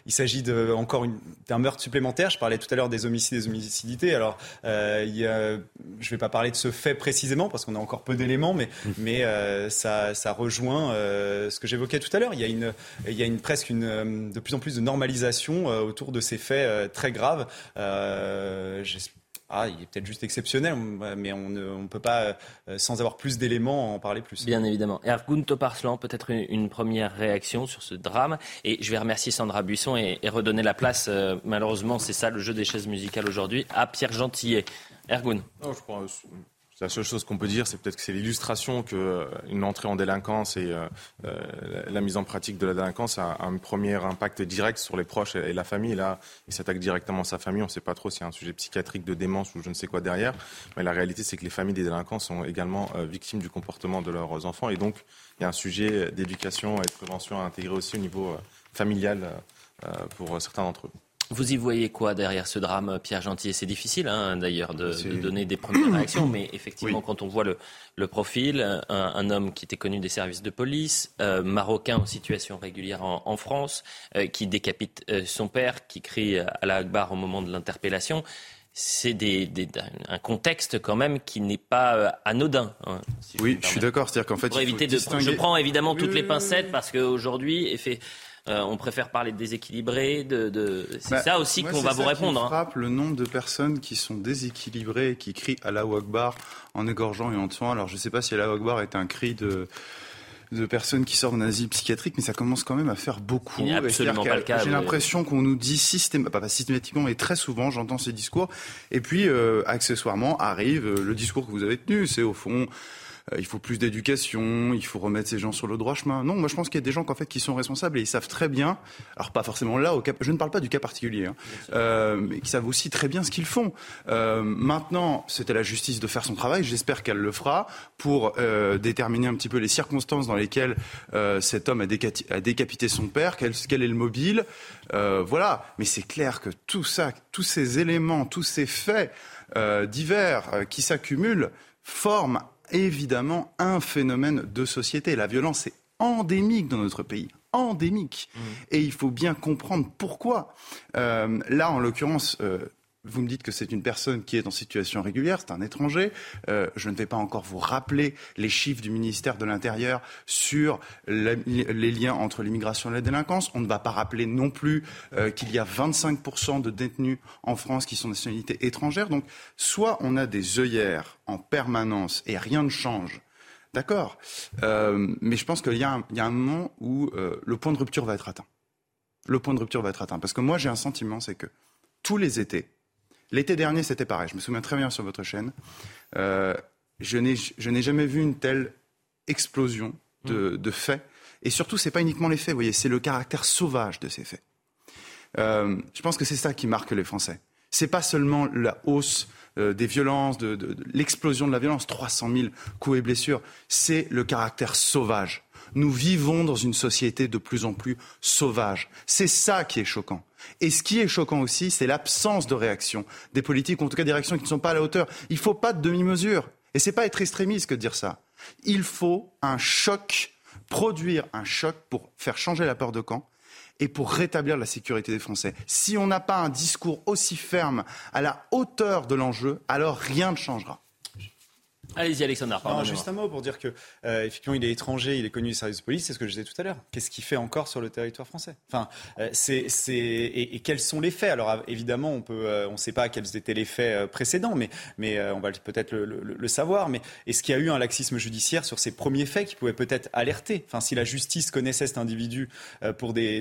d'un meurtre supplémentaire. Je parlais tout à l'heure des homicides et des homicidités. Alors, je ne vais pas parler de ce fait précisément parce qu'on a encore peu d'éléments, mais ça rejoint ce que j'évoquais tout à l'heure. Il y a presque de plus en plus de normalisation autour de ces faits très graves. Il est peut-être juste exceptionnel, mais on ne peut pas, sans avoir plus d'éléments, en parler plus. Bien évidemment. Ergun Toparslan, peut-être une première réaction sur ce drame. Et je vais remercier Sandra Buisson et redonner la place, malheureusement, c'est ça le jeu des chaises musicales aujourd'hui, à Pierre Gentillet. Ergun. Non, je crois... La seule chose qu'on peut dire, c'est peut-être que c'est l'illustration qu'une entrée en délinquance et la mise en pratique de la délinquance a un premier impact direct sur les proches et la famille. Là, il s'attaque directement à sa famille. On ne sait pas trop s'il y a un sujet psychiatrique de démence ou je ne sais quoi derrière. Mais la réalité, c'est que les familles des délinquants sont également victimes du comportement de leurs enfants. Et donc, il y a un sujet d'éducation et de prévention à intégrer aussi au niveau familial pour certains d'entre eux. Vous y voyez quoi derrière ce drame, Pierre Gentillet ? C'est difficile d'ailleurs de donner des premières réactions, mais effectivement, quand on voit le profil, un homme qui était connu des services de police, marocain en situation régulière en France, qui décapite son père, qui crie à la Akbar au moment de l'interpellation, c'est un contexte quand même qui n'est pas anodin. Hein, si je suis d'accord. C'est-à-dire qu'en fait, je prends évidemment toutes les pincettes parce qu'aujourd'hui, on préfère parler de déséquilibré. C'est ça aussi qu'on va vous répondre. Ça frappe le nombre de personnes qui sont déséquilibrées et qui crient Allahu Akbar en égorgeant et en tuant. Alors je ne sais pas si Allahu Akbar est un cri de personnes qui sortent d'un asile psychiatrique, mais ça commence quand même à faire beaucoup. Il n'est absolument pas le cas. J'ai l'impression qu'on nous dit pas systématiquement, mais très souvent, j'entends ces discours. Et puis, accessoirement, arrive le discours que vous avez tenu. C'est au fond, il faut plus d'éducation, il faut remettre ces gens sur le droit chemin. Non, moi je pense qu'il y a des gens qui sont responsables et ils savent très bien, alors pas forcément là, je ne parle pas du cas particulier, mais qui savent aussi très bien ce qu'ils font. Maintenant, c'est à la justice de faire son travail, j'espère qu'elle le fera, pour déterminer un petit peu les circonstances dans lesquelles cet homme a décapité son père, quel est le mobile, voilà. Mais c'est clair que tout ça, tous ces éléments, tous ces faits divers qui s'accumulent, forment évidemment un phénomène de société. La violence est endémique dans notre pays. Endémique. Et il faut bien comprendre pourquoi. Là, en l'occurrence, vous me dites que c'est une personne qui est en situation régulière, c'est un étranger. Je ne vais pas encore vous rappeler les chiffres du ministère de l'Intérieur sur les liens entre l'immigration et la délinquance. On ne va pas rappeler non plus qu'il y a 25% de détenus en France qui sont de nationalité étrangère. Donc, soit on a des œillères en permanence et rien ne change. D'accord. Mais je pense qu'il y a un moment où le point de rupture va être atteint. Le point de rupture va être atteint. Parce que moi, j'ai un sentiment, c'est que tous les étés, l'été dernier, c'était pareil. Je me souviens très bien sur votre chaîne. Je n'ai jamais vu une telle explosion de faits. Et surtout, c'est pas uniquement les faits, vous voyez, c'est le caractère sauvage de ces faits. Je pense que c'est ça qui marque les Français. C'est pas seulement la hausse des violences, de l'explosion de la violence, 300 000 coups et blessures. C'est le caractère sauvage. Nous vivons dans une société de plus en plus sauvage. C'est ça qui est choquant. Et ce qui est choquant aussi, c'est l'absence de réaction des politiques, ou en tout cas des réactions qui ne sont pas à la hauteur. Il ne faut pas de demi-mesure. Et ce n'est pas être extrémiste que de dire ça. Il faut un choc, produire un choc pour faire changer la peur de camp et pour rétablir la sécurité des Français. Si on n'a pas un discours aussi ferme à la hauteur de l'enjeu, alors rien ne changera. Allez-y, Alexandre. Juste un mot pour dire que effectivement, il est étranger, il est connu du service de police. C'est ce que je disais tout à l'heure. Qu'est-ce qu'il fait encore sur le territoire français ? Enfin, et quels sont les faits ? Alors évidemment, on ne sait pas quels étaient les faits précédents, mais on va peut-être le savoir. Mais est-ce qu'il y a eu un laxisme judiciaire sur ces premiers faits qui pouvaient peut-être alerter ? Enfin, si la justice connaissait cet individu pour des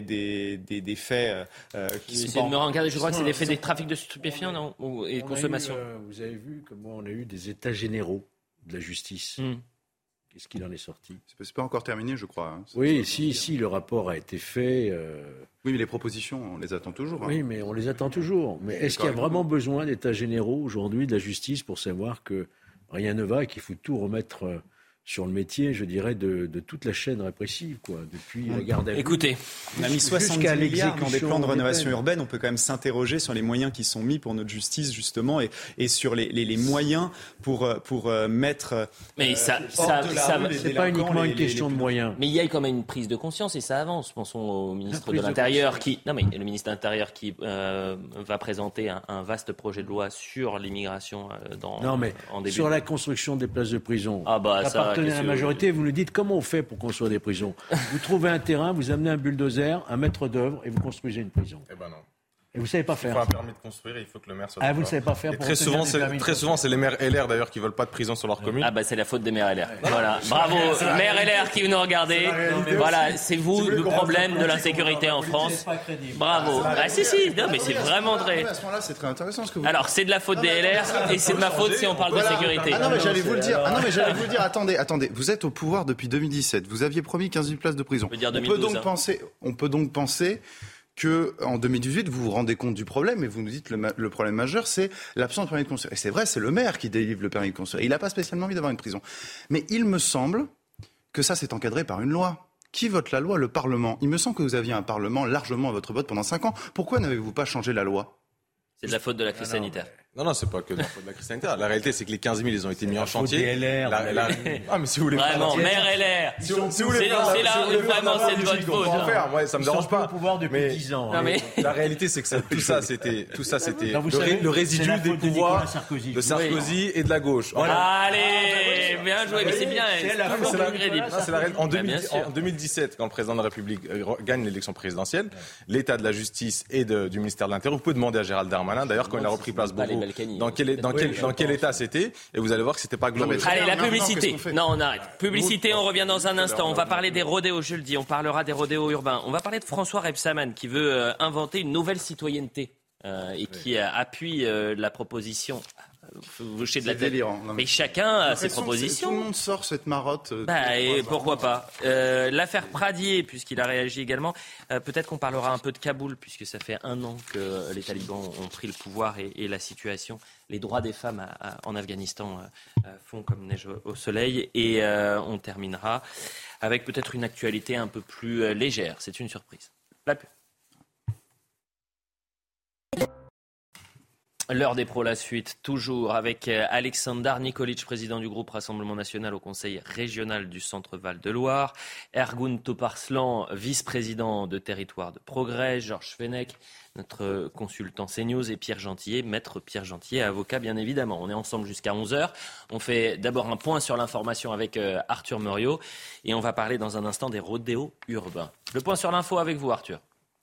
faits qui sont pas... de me regarder, je crois que c'est des faits des trafics de stupéfiants et consommation. Vous avez vu comment on a eu des états généraux de la justice. Qu'est-ce qu'il en est sorti ? C'est pas encore terminé, je crois. Oui, si, le rapport a été fait. Oui, mais les propositions, on les attend toujours. Oui, mais on les attend toujours. Mais est-ce qu'il y a vraiment besoin d'états généraux aujourd'hui de la justice pour savoir que rien ne va et qu'il faut tout remettre sur le métier, je dirais, de toute la chaîne répressive, quoi, depuis la garde à vue. Écoutez, on a mis 70 milliards dans des plans de rénovation urbaine. On peut quand même s'interroger sur les moyens qui sont mis pour notre justice, justement, et sur les moyens pour mettre. Mais c'est pas uniquement une question de moyens. Mais il y a quand même une prise de conscience et ça avance. Pensons au ministre de l'Intérieur le ministre de l'Intérieur qui va présenter un vaste projet de loi sur l'immigration en début. Sur la construction des places de prison. Ah bah ça. À la majorité, vous nous dites comment on fait pour construire des prisons. Vous trouvez un terrain, vous amenez un bulldozer, un maître d'œuvre et vous construisez une prison. Eh ben non. Et vous ne savez pas faire. Il faut un permis de construire et il faut que le maire soit d'accord. Vous ne savez pas faire. Et très souvent, c'est les maires LR d'ailleurs qui ne veulent pas de prison sur leur commune. Ah bah c'est la faute des maires LR. Voilà. Bravo, maire LR qui nous regardez. Voilà, c'est vous le problème de l'insécurité en France. Bravo. Ah si, non mais c'est vraiment très. À ce moment-là, c'est très intéressant ce que vous. Alors c'est de la faute des LR et c'est de ma faute si on parle de sécurité. Ah non mais j'allais vous le dire. Attendez. Vous êtes au pouvoir depuis 2017. Vous aviez promis 15 000 places de prison. On peut dire 2012. On peut donc penser qu'en 2018, vous vous rendez compte du problème et vous nous dites le problème majeur, c'est l'absence de permis de construire. Et c'est vrai, c'est le maire qui délivre le permis de construire. Il n'a pas spécialement envie d'avoir une prison. Mais il me semble que ça, c'est encadré par une loi. Qui vote la loi ? Le Parlement. Il me semble que vous aviez un Parlement largement à votre vote pendant 5 ans. Pourquoi n'avez-vous pas changé la loi ? C'est de la faute de la crise sanitaire. Non, c'est pas que de la crise sanitaire. La réalité, c'est que les 15 000, ils ont été mis en chantier. LR, mais si vous voulez vraiment, maire LR. Si vous voulez vraiment, c'est de votre faute. Moi, ça me dérange pas. Au pouvoir depuis 10 ans. La réalité, c'est que tout ça, c'était le résidu des pouvoirs de Sarkozy et de la gauche. Allez, bien joué, mais c'est bien. En 2017, quand le président de la République gagne l'élection présidentielle, l'état de la justice et du ministère de l'Intérieur, vous pouvez demander à Gérald Darmanin, d'ailleurs, quand il a repris Place Beauvau, dans quel état c'était, et vous allez voir que c'était pas glorieux. Allez, la publicité. Non, on arrête. Publicité, on revient dans un instant. On va parler des rodéos, je le dis. On parlera des rodéos urbains. On va parler de François Rebsamen qui veut inventer une nouvelle citoyenneté et qui appuie la proposition. Vous de la tête. Mais chacun a ses propositions. Tout le monde sort cette marotte. Et pourquoi pas. L'affaire Pradier, puisqu'il a réagi également. Peut-être qu'on parlera un peu de Kaboul, puisque ça fait 1 an que les talibans ont pris le pouvoir et la situation, les droits des femmes en Afghanistan font comme neige au soleil. Et on terminera avec peut-être une actualité un peu plus légère. C'est une surprise. La pub. L'heure des pros, la suite, toujours avec Alexandar Nikolic, président du groupe Rassemblement National au Conseil régional du Centre Val-de-Loire, Ergun Toparslan, vice-président de Territoire de Progrès, Georges Fenech, notre consultant CNews, et Pierre Gentillet, maître Pierre Gentillet, avocat bien évidemment. On est ensemble jusqu'à 11h. On fait d'abord un point sur l'information avec Arthur Muriot et on va parler dans un instant des rodéos urbains. Le point sur l'info avec vous, Arthur.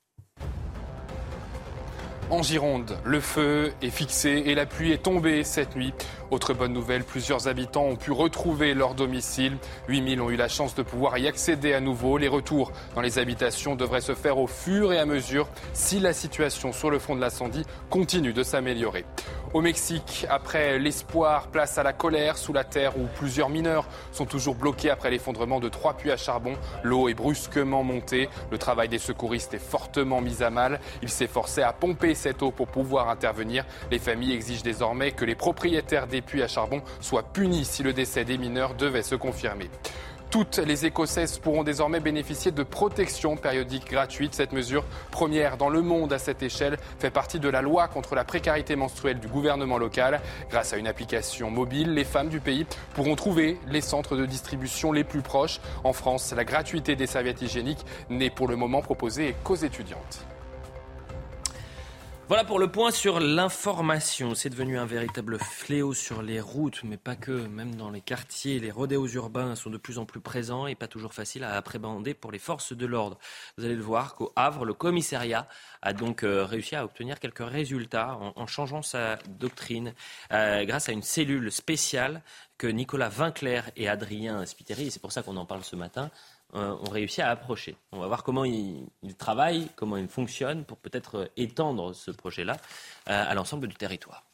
En Gironde, le feu est fixé et la pluie est tombée cette nuit. Autre bonne nouvelle, plusieurs habitants ont pu retrouver leur domicile. 8000 ont eu la chance de pouvoir y accéder à nouveau. Les retours dans les habitations devraient se faire au fur et à mesure si la situation sur le front de l'incendie continue de s'améliorer. Au Mexique, après l'espoir, place à la colère sous la terre où plusieurs mineurs sont toujours bloqués après l'effondrement de 3 puits à charbon. L'eau est brusquement montée. Le travail des secouristes est fortement mis à mal. Ils s'efforçaient à pomper cette eau pour pouvoir intervenir. Les familles exigent désormais que les propriétaires des puits à charbon soient punis si le décès des mineurs devait se confirmer. Toutes les Écossaises pourront désormais bénéficier de protection périodique gratuite. Cette mesure, première dans le monde à cette échelle, fait partie de la loi contre la précarité menstruelle du gouvernement local. Grâce à une application mobile, les femmes du pays pourront trouver les centres de distribution les plus proches. En France, la gratuité des serviettes hygiéniques n'est pour le moment proposée qu'aux étudiantes. Voilà pour le point sur l'information. C'est devenu un véritable fléau sur les routes, mais pas que. Même dans les quartiers, les rodéos urbains sont de plus en plus présents et pas toujours faciles à appréhender pour les forces de l'ordre. Vous allez le voir qu'au Havre, le commissariat a donc réussi à obtenir quelques résultats en changeant sa doctrine grâce à une cellule spéciale que Nicolas Vinclair et Adrien Spiteri, et c'est pour ça qu'on en parle ce matin, ont réussi à approcher. On va voir comment ils travaillent, comment ils fonctionnent pour peut-être étendre ce projet-là à l'ensemble du territoire.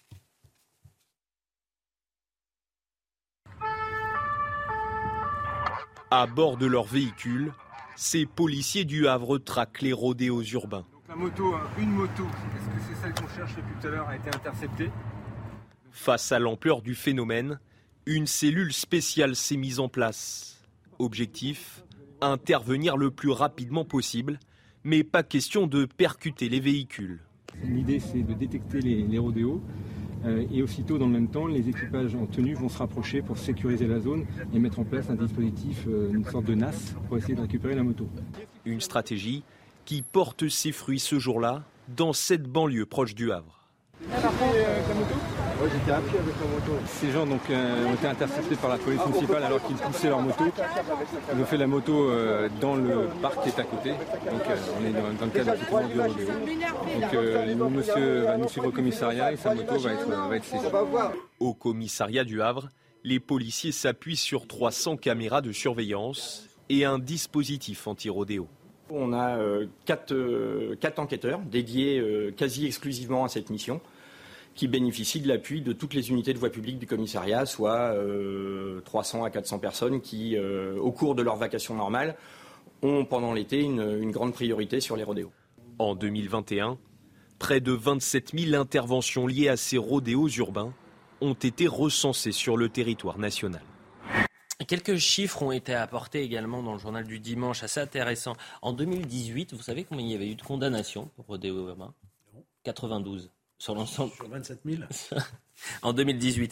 À bord de leur véhicule, ces policiers du Havre traquent les rodéos urbains. Donc la moto, une moto, est-ce que c'est celle qu'on cherche depuis tout à l'heure, a été interceptée? Face à l'ampleur du phénomène, une cellule spéciale s'est mise en place. Objectif, intervenir le plus rapidement possible, mais pas question de percuter les véhicules. L'idée, c'est de détecter les rodéos et aussitôt, dans le même temps, les équipages en tenue vont se rapprocher pour sécuriser la zone et mettre en place un dispositif, une sorte de NAS, pour essayer de récupérer la moto. Une stratégie qui porte ses fruits ce jour-là dans cette banlieue proche du Havre. Ta moto ? Oui, j'étais à pied avec la moto. Ces gens donc, ont été interceptés par la police municipale alors qu'ils poussaient leur moto. Ils ont fait la moto dans le parc qui est à côté. Donc on est dans le cadre du rodéo. Donc le monsieur va nous suivre au commissariat et sa moto va être saisie. Au commissariat du Havre, les policiers s'appuient sur 300 caméras de surveillance et un dispositif anti-rodéo. On a 4 enquêteurs dédiés quasi exclusivement à cette mission, qui bénéficient de l'appui de toutes les unités de voie publique du commissariat, soit 300 à 400 personnes qui, au cours de leur vacation normale, ont pendant l'été une grande priorité sur les rodéos. En 2021, près de 27 000 interventions liées à ces rodéos urbains ont été recensées sur le territoire national. Quelques chiffres ont été apportés également dans le journal du dimanche, assez intéressant. En 2018, vous savez combien il y avait eu de condamnations pour rodéos urbains ? 92. Sur l'ensemble. Sur 27 000 en 2018.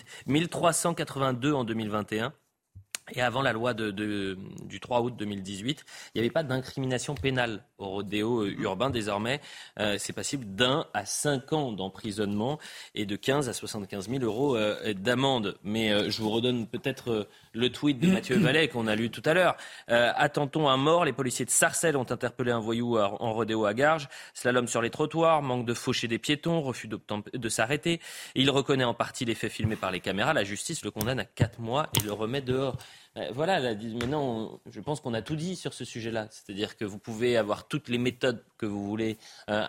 1382 en 2021. Et avant la loi du 3 août 2018, il n'y avait pas d'incrimination pénale au rodéo urbain. Désormais, c'est passible d'1 à 5 ans d'emprisonnement et de 15 à 75 000 euros d'amende. Mais je vous redonne peut-être le tweet de Mathieu Vallet qu'on a lu tout à l'heure. Attend-on un mort? Les policiers de Sarcelles ont interpellé un voyou en rodéo à Garges. Slalom sur les trottoirs, manque de faucher des piétons, refus de s'arrêter. Il reconnaît en partie les faits filmés par les caméras. La justice le condamne à 4 mois et le remet dehors. Voilà, maintenant, je pense qu'on a tout dit sur ce sujet-là. C'est-à-dire que vous pouvez avoir toutes les méthodes que vous voulez,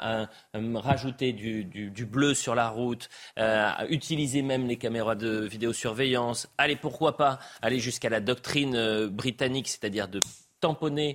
rajouter du bleu sur la route, utiliser même les caméras de vidéosurveillance, pourquoi pas aller jusqu'à la doctrine britannique, c'est-à-dire de tamponner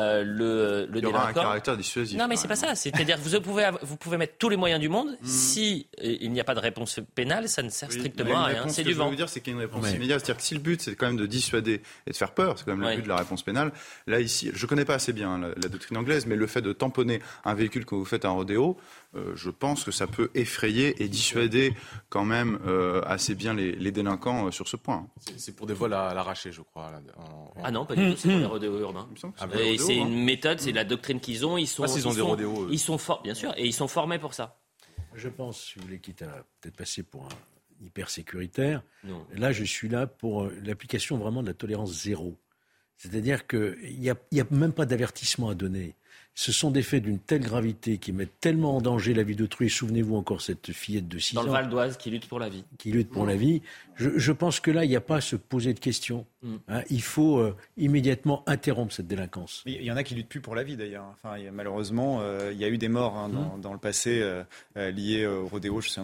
le délinquant. Il y aura un caractère dissuasif. Non, mais c'est pas ça. C'est-à-dire que vous pouvez mettre tous les moyens du monde. Si il n'y a pas de réponse pénale, ça ne sert strictement à rien. C'est du vent. Ce que je veux dire, c'est qu'il y a une réponse immédiate. C'est-à-dire que si le but, c'est quand même de dissuader et de faire peur, c'est quand même le but de la réponse pénale. Là, ici, je connais pas assez bien la doctrine anglaise, mais le fait de tamponner un véhicule quand vous faites un rodéo, je pense que ça peut effrayer et dissuader quand même assez bien les délinquants sur ce point. C'est pour des vols à l'arraché, je crois. Ah non, pas du tout, c'est pour les rodéos urbains. Et c'est une méthode, c'est la doctrine qu'ils ont. Ils sont forts, bien sûr, et ils sont formés pour ça. Je pense, si vous voulez, quitte à peut-être passer pour un hyper sécuritaire, là je suis là pour l'application vraiment de la tolérance zéro. C'est-à-dire qu'il n'y a même pas d'avertissement à donner. Ce sont des faits d'une telle gravité qui mettent tellement en danger la vie d'autrui. Souvenez-vous encore cette fillette de 6 ans. Dans le Val d'Oise, qui lutte pour la vie. La vie. Je pense que là, il n'y a pas à se poser de questions. Il faut immédiatement interrompre cette délinquance. Il y en a qui luttent plus pour la vie d'ailleurs. Enfin, malheureusement, il y a eu des morts dans le passé liés au rodéo, je sais,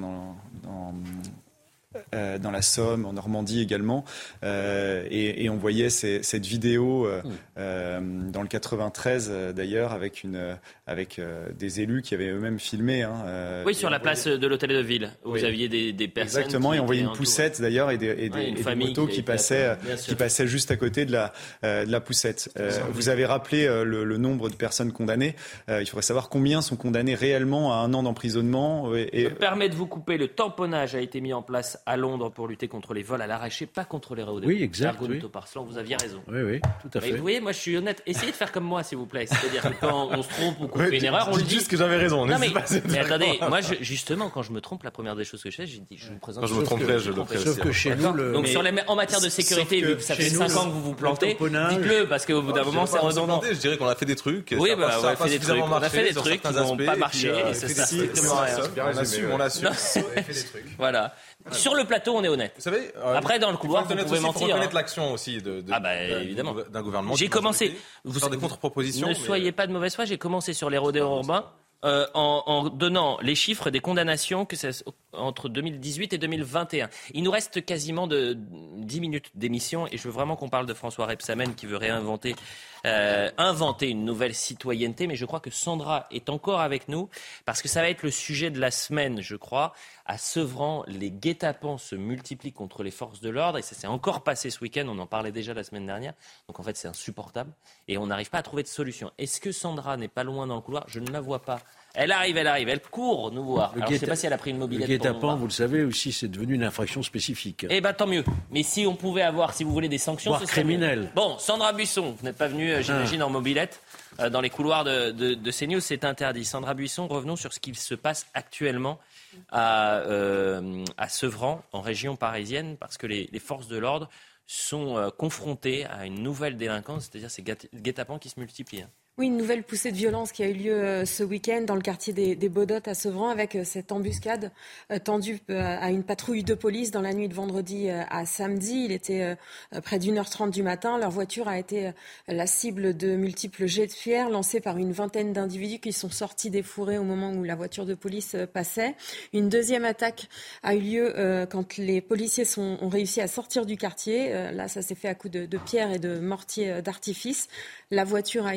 dans la Somme, en Normandie également, et on voyait cette vidéo dans le 93 d'ailleurs avec des élus qui avaient eux-mêmes filmé. Oui, sur la place de l'hôtel de ville, où vous aviez des personnes. Exactement, et on voyait une poussette d'ailleurs et des motos qui passaient juste à côté de la poussette. Vous avez rappelé le nombre de personnes condamnées. Il faudrait savoir combien sont condamnées réellement à 1 an d'emprisonnement. Je me permets de vous couper. Le tamponnage a été mis en place à Londres pour lutter contre les vols à l'arraché, pas contre les rodéos. Oui, exact. Parslan, vous aviez raison. Oui, tout à fait. Vous voyez, moi je suis honnête. Essayez de faire comme moi, s'il vous plaît. C'est-à-dire que quand on se trompe ou qu'on fait une erreur, on le dit. Juste que j'avais raison. Non, mais attendez, moi justement, quand je me trompe, la première des choses que je fais, je me présente. Quand je me tromperai, je le ferai aussi. Sauf que chez nous, donc en matière de sécurité, vu que ça fait 5 ans que vous vous plantez, dites-le, parce qu'au bout d'un moment, c'est redondant. Je dirais qu'on a fait des trucs. Oui, on a fait des trucs. On a fait des trucs qui n'ont pas marché. Et ça sert strictement à rien. On assume. Voilà. Sur le plateau, on est honnête. Vous savez, après, dans le couloir, vous pouvez mentir. Il faut reconnaître l'action aussi évidemment. d'un gouvernement. J'ai commencé. Vous faire des contre-propositions. Ne soyez pas de mauvaise foi. J'ai commencé sur les rodéos urbains en donnant les chiffres des condamnations entre 2018 et 2021. Il nous reste quasiment 10 minutes d'émission et je veux vraiment qu'on parle de François Rebsamen qui veut inventer une nouvelle citoyenneté. Mais je crois que Sandra est encore avec nous parce que ça va être le sujet de la semaine, je crois. À Sevran, les guet-apens se multiplient contre les forces de l'ordre et ça s'est encore passé ce week-end. On en parlait déjà la semaine dernière. Donc en fait, c'est insupportable et on n'arrive pas à trouver de solution. Est-ce que Sandra n'est pas loin dans le couloir? Je ne la vois pas. Elle arrive, elle court nous voir. Alors, je ne sais pas si elle a pris une mobilette. Le guet-apens, vous le savez aussi, c'est devenu une infraction spécifique. Eh bien, tant mieux. Mais si on pouvait avoir, si vous voulez, des sanctions, voire criminelles. Bon, Sandra Buisson, vous n'êtes pas venue, j'imagine, en mobilette dans les couloirs de CNews, c'est interdit. Sandra Buisson, revenons sur ce qui se passe actuellement à Sevran, en région parisienne, parce que les forces de l'ordre sont confrontées à une nouvelle délinquance, c'est-à-dire ces guet-apens qui se multiplient. Oui, une nouvelle poussée de violence qui a eu lieu ce week-end dans le quartier des Baudottes à Sevran avec cette embuscade tendue à une patrouille de police dans la nuit de vendredi à samedi. Il était près d'1h30 du matin. Leur voiture a été la cible de multiples jets de pierre lancés par une vingtaine d'individus qui sont sortis des fourrés au moment où la voiture de police passait. Une deuxième attaque a eu lieu quand les policiers ont réussi à sortir du quartier. Là, ça s'est fait à coups de pierre et de mortier d'artifice. La voiture a été en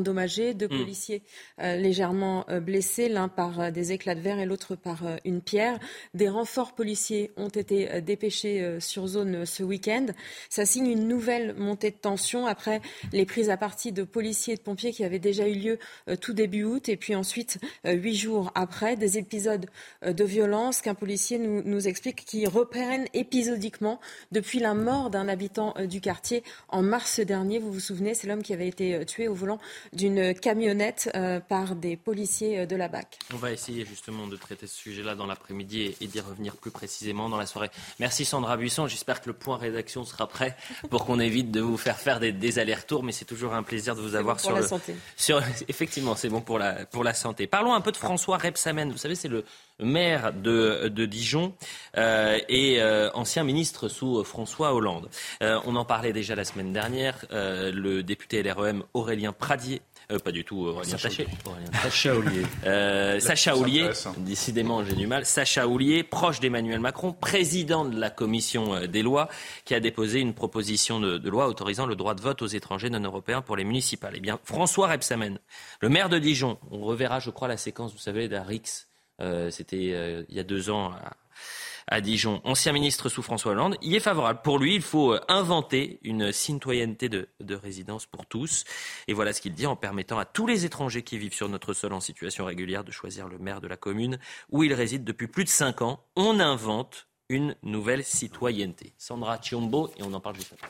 endommagés, 2 policiers légèrement blessés, l'un par des éclats de verre et l'autre par une pierre. Des renforts policiers ont été dépêchés sur zone ce week-end. Ça signe une nouvelle montée de tension après les prises à partie de policiers et de pompiers qui avaient déjà eu lieu tout début août. Et puis ensuite, 8 jours après, des épisodes de violence qu'un policier nous explique qui reprennent épisodiquement depuis la mort d'un habitant du quartier en mars dernier. Vous vous souvenez, c'est l'homme qui avait été tué au volant d'une camionnette par des policiers de la BAC. On va essayer justement de traiter ce sujet-là dans l'après-midi et d'y revenir plus précisément dans la soirée. Merci Sandra Buisson. J'espère que le point rédaction sera prêt pour qu'on évite de vous faire des allers-retours, mais c'est toujours un plaisir de vous avoir sur la santé. Effectivement, c'est bon pour la santé. Parlons un peu de François Rebsamen. Vous savez, c'est le maire de Dijon et ancien ministre sous François Hollande. On en parlait déjà la semaine dernière. Le député LREM Aurélien Pradier. Pas du tout Aurélien Taché. Sacha Ollier. Sacha Ollier, décidément j'ai du mal. Sacha Ollier, proche d'Emmanuel Macron, président de la commission des lois, qui a déposé une proposition de loi autorisant le droit de vote aux étrangers non européens pour les municipales. Eh bien, François Rebsamen, le maire de Dijon, on reverra, je crois, la séquence, vous savez, d'Arix. C'était il y a 2 ans à Dijon, ancien ministre sous François Hollande, y est favorable. Pour lui, il faut inventer une citoyenneté de résidence pour tous. Et voilà ce qu'il dit en permettant à tous les étrangers qui vivent sur notre sol en situation régulière de choisir le maire de la commune où ils résident depuis plus de 5 ans. On invente une nouvelle citoyenneté. Sandra Chiombo, et on en parle juste après.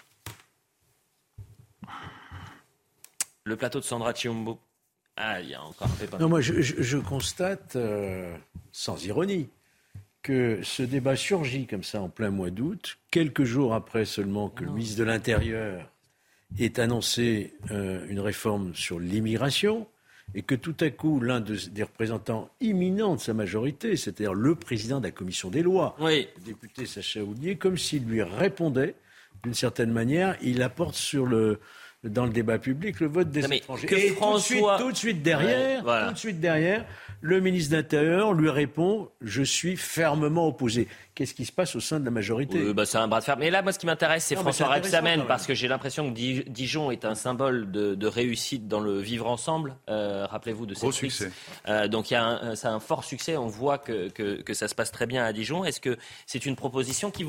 Le plateau de Sandra Chiombo. Ah, il y a encore un pépin. Non, moi, je constate, sans ironie, que ce débat surgit comme ça en plein mois d'août, quelques jours après seulement que le ministre de l'Intérieur ait annoncé une réforme sur l'immigration, et que tout à coup, l'un des représentants imminents de sa majorité, c'est-à-dire le président de la commission des lois, le député Sacha Ollier, comme s'il lui répondait, d'une certaine manière, il apporte dans le débat public le vote des étrangers. Et tout de suite derrière, le ministre de l'Intérieur lui répond « Je suis fermement opposé ». Qu'est-ce qui se passe au sein de la majorité ? C'est un bras de fer. Mais là, moi, ce qui m'intéresse, c'est François Rebsamen, parce que j'ai l'impression que Dijon est un symbole de réussite dans le vivre ensemble. Rappelez-vous de cette succès. Donc, ça a un fort succès. On voit que ça se passe très bien à Dijon. Est-ce que c'est une proposition qui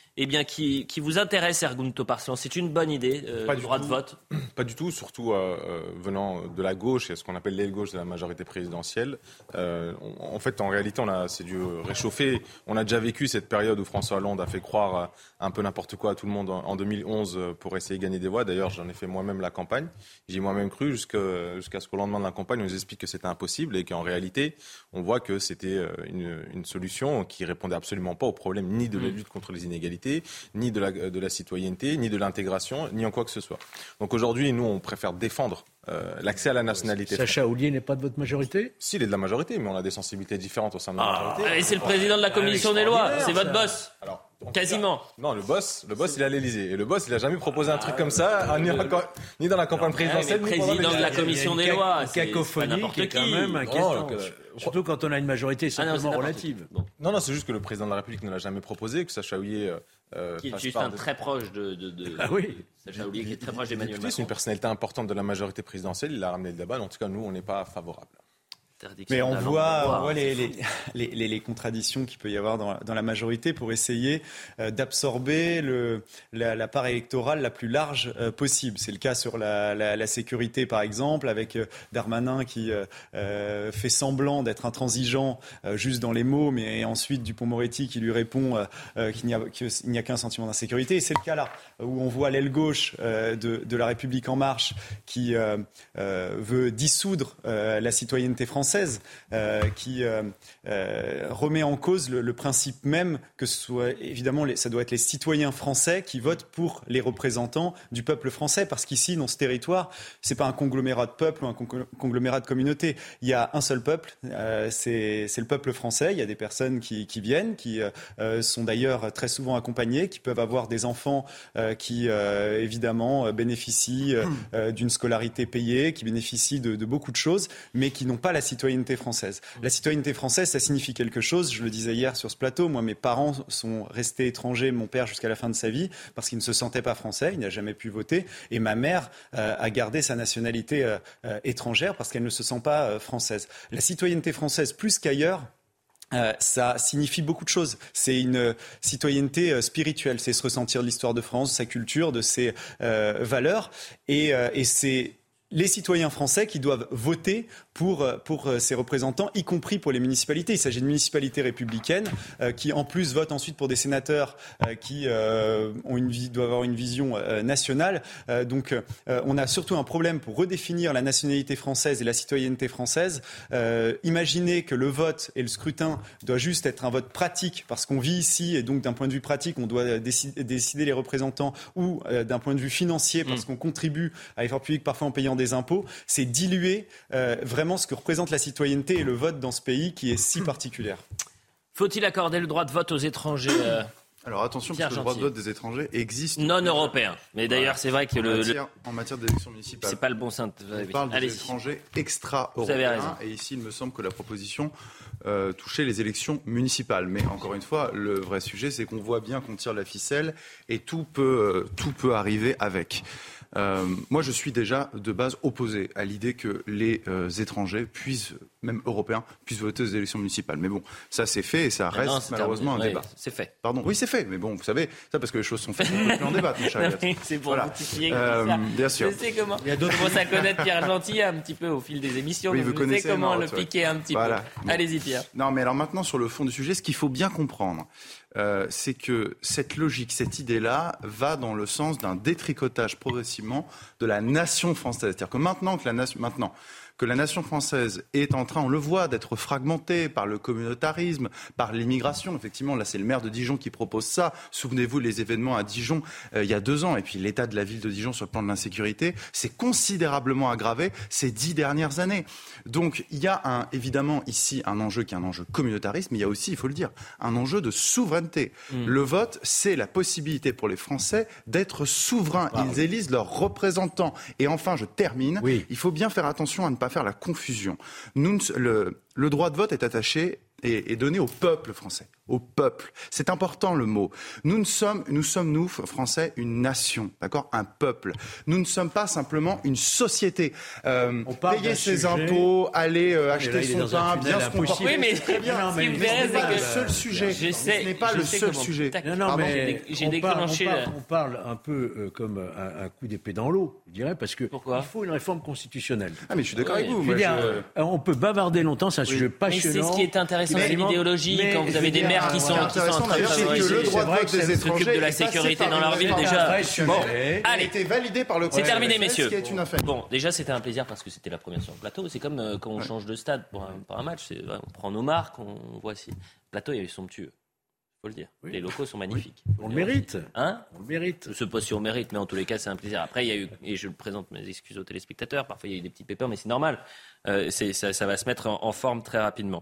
vous intéresse, Ergun Toparslan? C'est une bonne idée, le droit de vote? Pas du tout, surtout venant de la gauche et ce qu'on appelle l'aile gauche de la majorité présidentielle. En réalité, c'est dû réchauffer. On a déjà vécu cette période où François Hollande a fait croire un peu n'importe quoi à tout le monde en 2011 pour essayer de gagner des voix. D'ailleurs, j'en ai fait moi-même la campagne. J'y ai moi-même cru jusqu'à ce qu'au lendemain de la campagne, on nous explique que c'était impossible et qu'en réalité, on voit que c'était une solution qui répondait absolument pas au problème ni de la lutte contre les inégalités, ni de la citoyenneté, ni de l'intégration, ni en quoi que ce soit. Donc aujourd'hui, nous, on préfère défendre l'accès à la nationalité. Sacha Ollier n'est pas de votre majorité ? Si, il est de la majorité, mais on a des sensibilités différentes au sein de la majorité. Et c'est le président de la commission des lois, c'est votre boss. Alors, quasiment. Non, le boss, il est à l'Élysée. Et le boss, il n'a jamais proposé un truc comme ça, ni dans la campagne présidentielle, ni pendant président de la commission des lois. Une cacophonie qui est quand même inquiétante. Surtout quand on a une majorité simplement relative. Non, c'est juste que le président de la République ne l'a jamais proposé, que Sacha Ollier... qui est juste très proche Sacha Ollier, qui est très proche d'Emmanuel Macron. C'est une personnalité importante de la majorité présidentielle, il a ramené le débat, en tout cas nous on n'est pas favorable. Mais on voit les contradictions qu'il peut y avoir dans la majorité pour essayer d'absorber la part électorale la plus large possible. C'est le cas sur la sécurité, par exemple, avec Darmanin qui fait semblant d'être intransigeant juste dans les mots, mais ensuite Dupond-Moretti qui lui répond qu'il n'y a qu'un sentiment d'insécurité. Et c'est le cas là, où on voit l'aile gauche de La République En Marche qui veut dissoudre la citoyenneté française, qui remet en cause le principe même que ce soit, évidemment, ça doit être les citoyens français qui votent pour les représentants du peuple français, parce qu'ici, dans ce territoire, c'est pas un conglomérat de peuples ou un conglomérat de communautés. Il y a un seul peuple, c'est le peuple français. Il y a des personnes qui viennent, qui sont d'ailleurs très souvent accompagnées, qui peuvent avoir des enfants qui, évidemment, bénéficient d'une scolarité payée, qui bénéficient de beaucoup de choses, mais qui n'ont pas la citoyenneté citoyenneté française. La citoyenneté française, ça signifie quelque chose. Je le disais hier sur ce plateau. Moi, mes parents sont restés étrangers, mon père jusqu'à la fin de sa vie, parce qu'il ne se sentait pas français. Il n'a jamais pu voter. Et ma mère a gardé sa nationalité étrangère parce qu'elle ne se sent pas française. La citoyenneté française, plus qu'ailleurs, ça signifie beaucoup de choses. C'est une citoyenneté spirituelle. C'est se ressentir de l'histoire de France, de sa culture, de ses valeurs. Et c'est les citoyens français qui doivent voter pour ces représentants, y compris pour les municipalités. Il s'agit de municipalités républicaines qui, en plus, votent ensuite pour des sénateurs qui doivent avoir une vision nationale. Donc, on a surtout un problème pour redéfinir la nationalité française et la citoyenneté française. Imaginez que le vote et le scrutin doit juste être un vote pratique, parce qu'on vit ici, et donc d'un point de vue pratique, on doit décider les représentants, ou d'un point de vue financier, parce qu'on contribue à l'effort public parfois en payant des impôts. C'est diluer vraiment ce que représente la citoyenneté et le vote dans ce pays qui est si particulière. Faut-il accorder le droit de vote aux étrangers Alors attention, parce que le droit de vote des étrangers existe. Non européen. Mais d'ailleurs, c'est vrai que en matière d'élection municipale. C'est pas le bon sens. On parle des étrangers extra-européens. Et ici, il me semble que la proposition touchait les élections municipales. Mais encore une fois, le vrai sujet, c'est qu'on voit bien qu'on tire la ficelle et tout peut arriver avec. Moi, je suis déjà de base opposé à l'idée que les étrangers même européens, puissent voter aux élections municipales. Mais bon, ça c'est fait et ça reste malheureusement un débat. C'est fait. Pardon, oui, c'est fait. Mais bon, vous savez, ça parce que les choses sont faites, on peut plus en débattre, mon cher Elliott. C'est pour notifier ça. Bien sûr. Je sais comment. Il y a d'autres commencent à connaître Pierre Gentil un petit peu au fil des émissions. Oui, donc vous connaissez, sais comment le piquer un petit peu. Allez-y, Pierre. Non, mais alors maintenant, sur le fond du sujet, ce qu'il faut bien comprendre, c'est que cette logique, cette idée-là, va dans le sens d'un détricotage progressivement de la nation française. C'est-à-dire que maintenant que la nation française est en train, on le voit, d'être fragmentée par le communautarisme, par l'immigration. Effectivement, là, c'est le maire de Dijon qui propose ça. Souvenez-vous, les événements à Dijon il y a 2 ans, et puis l'état de la ville de Dijon sur le plan de l'insécurité, c'est considérablement aggravé ces 10 dernières années. Donc, il y a évidemment ici un enjeu qui est un enjeu communautariste, mais il y a aussi, il faut le dire, un enjeu de souveraineté. Le vote, c'est la possibilité pour les Français d'être souverains. Ils élisent leurs représentants. Et enfin, je termine, il faut bien faire attention à ne pas faire la confusion. Le droit de vote est attaché et donné au peuple français. Au peuple. C'est important le mot. Nous sommes, nous, Français, une nation, d'accord ? Un peuple. Nous ne sommes pas simplement une société. Payer ses impôts, aller acheter son pain, bien se comporter. Oui, mais très bien. Mais ce n'est pas le seul sujet. Ce n'est pas le seul sujet. Non, mais j'ai déclenché. On parle un peu comme un coup d'épée dans l'eau, je dirais, parce qu'il faut une réforme constitutionnelle. Ah, mais je suis d'accord avec vous. On peut bavarder longtemps, c'est un sujet passionnant. Mais c'est ce qui est intéressant, c'est l'idéologie. Quand vous avez des maires qui sont en train de favoriser le droit de vote des étrangers s'occupent de la sécurité dans leur ville déjà. Bon, allez, été validé par le c'est terminé, messieurs. Bon, déjà c'était un plaisir parce que c'était la première sur le plateau. C'est comme quand on change de stade pour un match. On prend nos marques, on voit si le plateau il est somptueux. Faut le dire. Oui. Les locaux sont magnifiques. Oui. On le mérite. Hein ? On le mérite. Je ne sais pas si on mérite, mais en tous les cas, c'est un plaisir. Après, il y a eu, et je présente mes excuses aux téléspectateurs, parfois il y a eu des petits pépins, mais c'est normal. Ça va se mettre en forme très rapidement.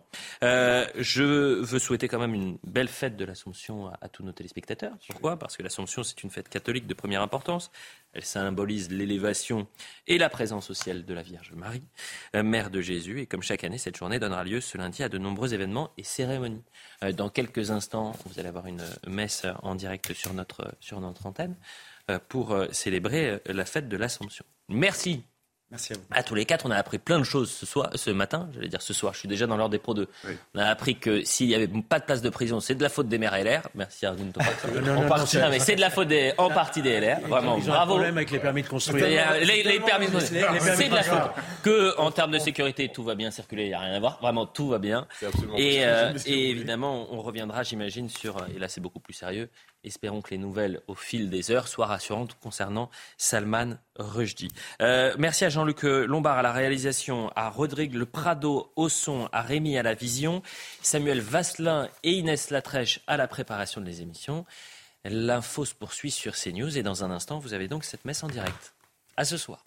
Je veux souhaiter quand même une belle fête de l'Assomption à tous nos téléspectateurs. Pourquoi ? Parce que l'Assomption, c'est une fête catholique de première importance. Elle symbolise l'élévation et la présence au ciel de la Vierge Marie, mère de Jésus. Et comme chaque année, cette journée donnera lieu ce lundi à de nombreux événements et cérémonies. Dans quelques instants, vous allez avoir une messe en direct sur notre antenne pour célébrer la fête de l'Assomption. Merci. Merci à vous. À tous les 4, on a appris plein de choses ce matin. J'allais dire ce soir, je suis déjà dans l'heure des Pro 2. Oui. On a appris que s'il n'y avait pas de place de prison, c'est de la faute des maires LR. Merci Arvin. Non, mais c'est de la faute en partie des LR. Vraiment, ils ont bravo. un problème avec les permis de construire. Les permis de construire. C'est de la faute. Que en termes de sécurité, tout va bien circuler, il n'y a rien à voir. Vraiment, tout va bien. Et évidemment, on reviendra, j'imagine, sur, et là c'est beaucoup plus sérieux, espérons que les nouvelles au fil des heures soient rassurantes concernant Salman Rushdie. Merci à Jean-Luc Lombard à la réalisation, à Rodrigue Le Prado au son, à Rémi à la vision, Samuel Vasselin et Inès Latrèche à la préparation de les émissions. L'info se poursuit sur CNews et dans un instant, vous avez donc cette messe en direct. À ce soir.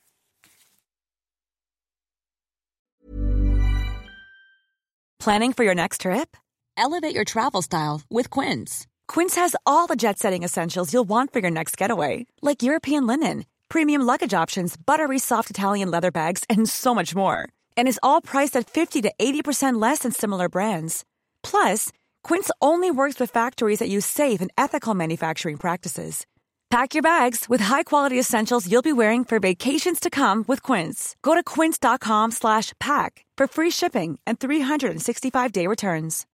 Planning for your next trip? Elevate your travel style with Quince. Quince has all the jet-setting essentials you'll want for your next getaway, like European linen, premium luggage options, buttery soft Italian leather bags, and so much more. And is all priced at 50 to 80% less than similar brands. Plus, Quince only works with factories that use safe and ethical manufacturing practices. Pack your bags with high-quality essentials you'll be wearing for vacations to come with Quince. Go to quince.com/pack for free shipping and 365-day returns.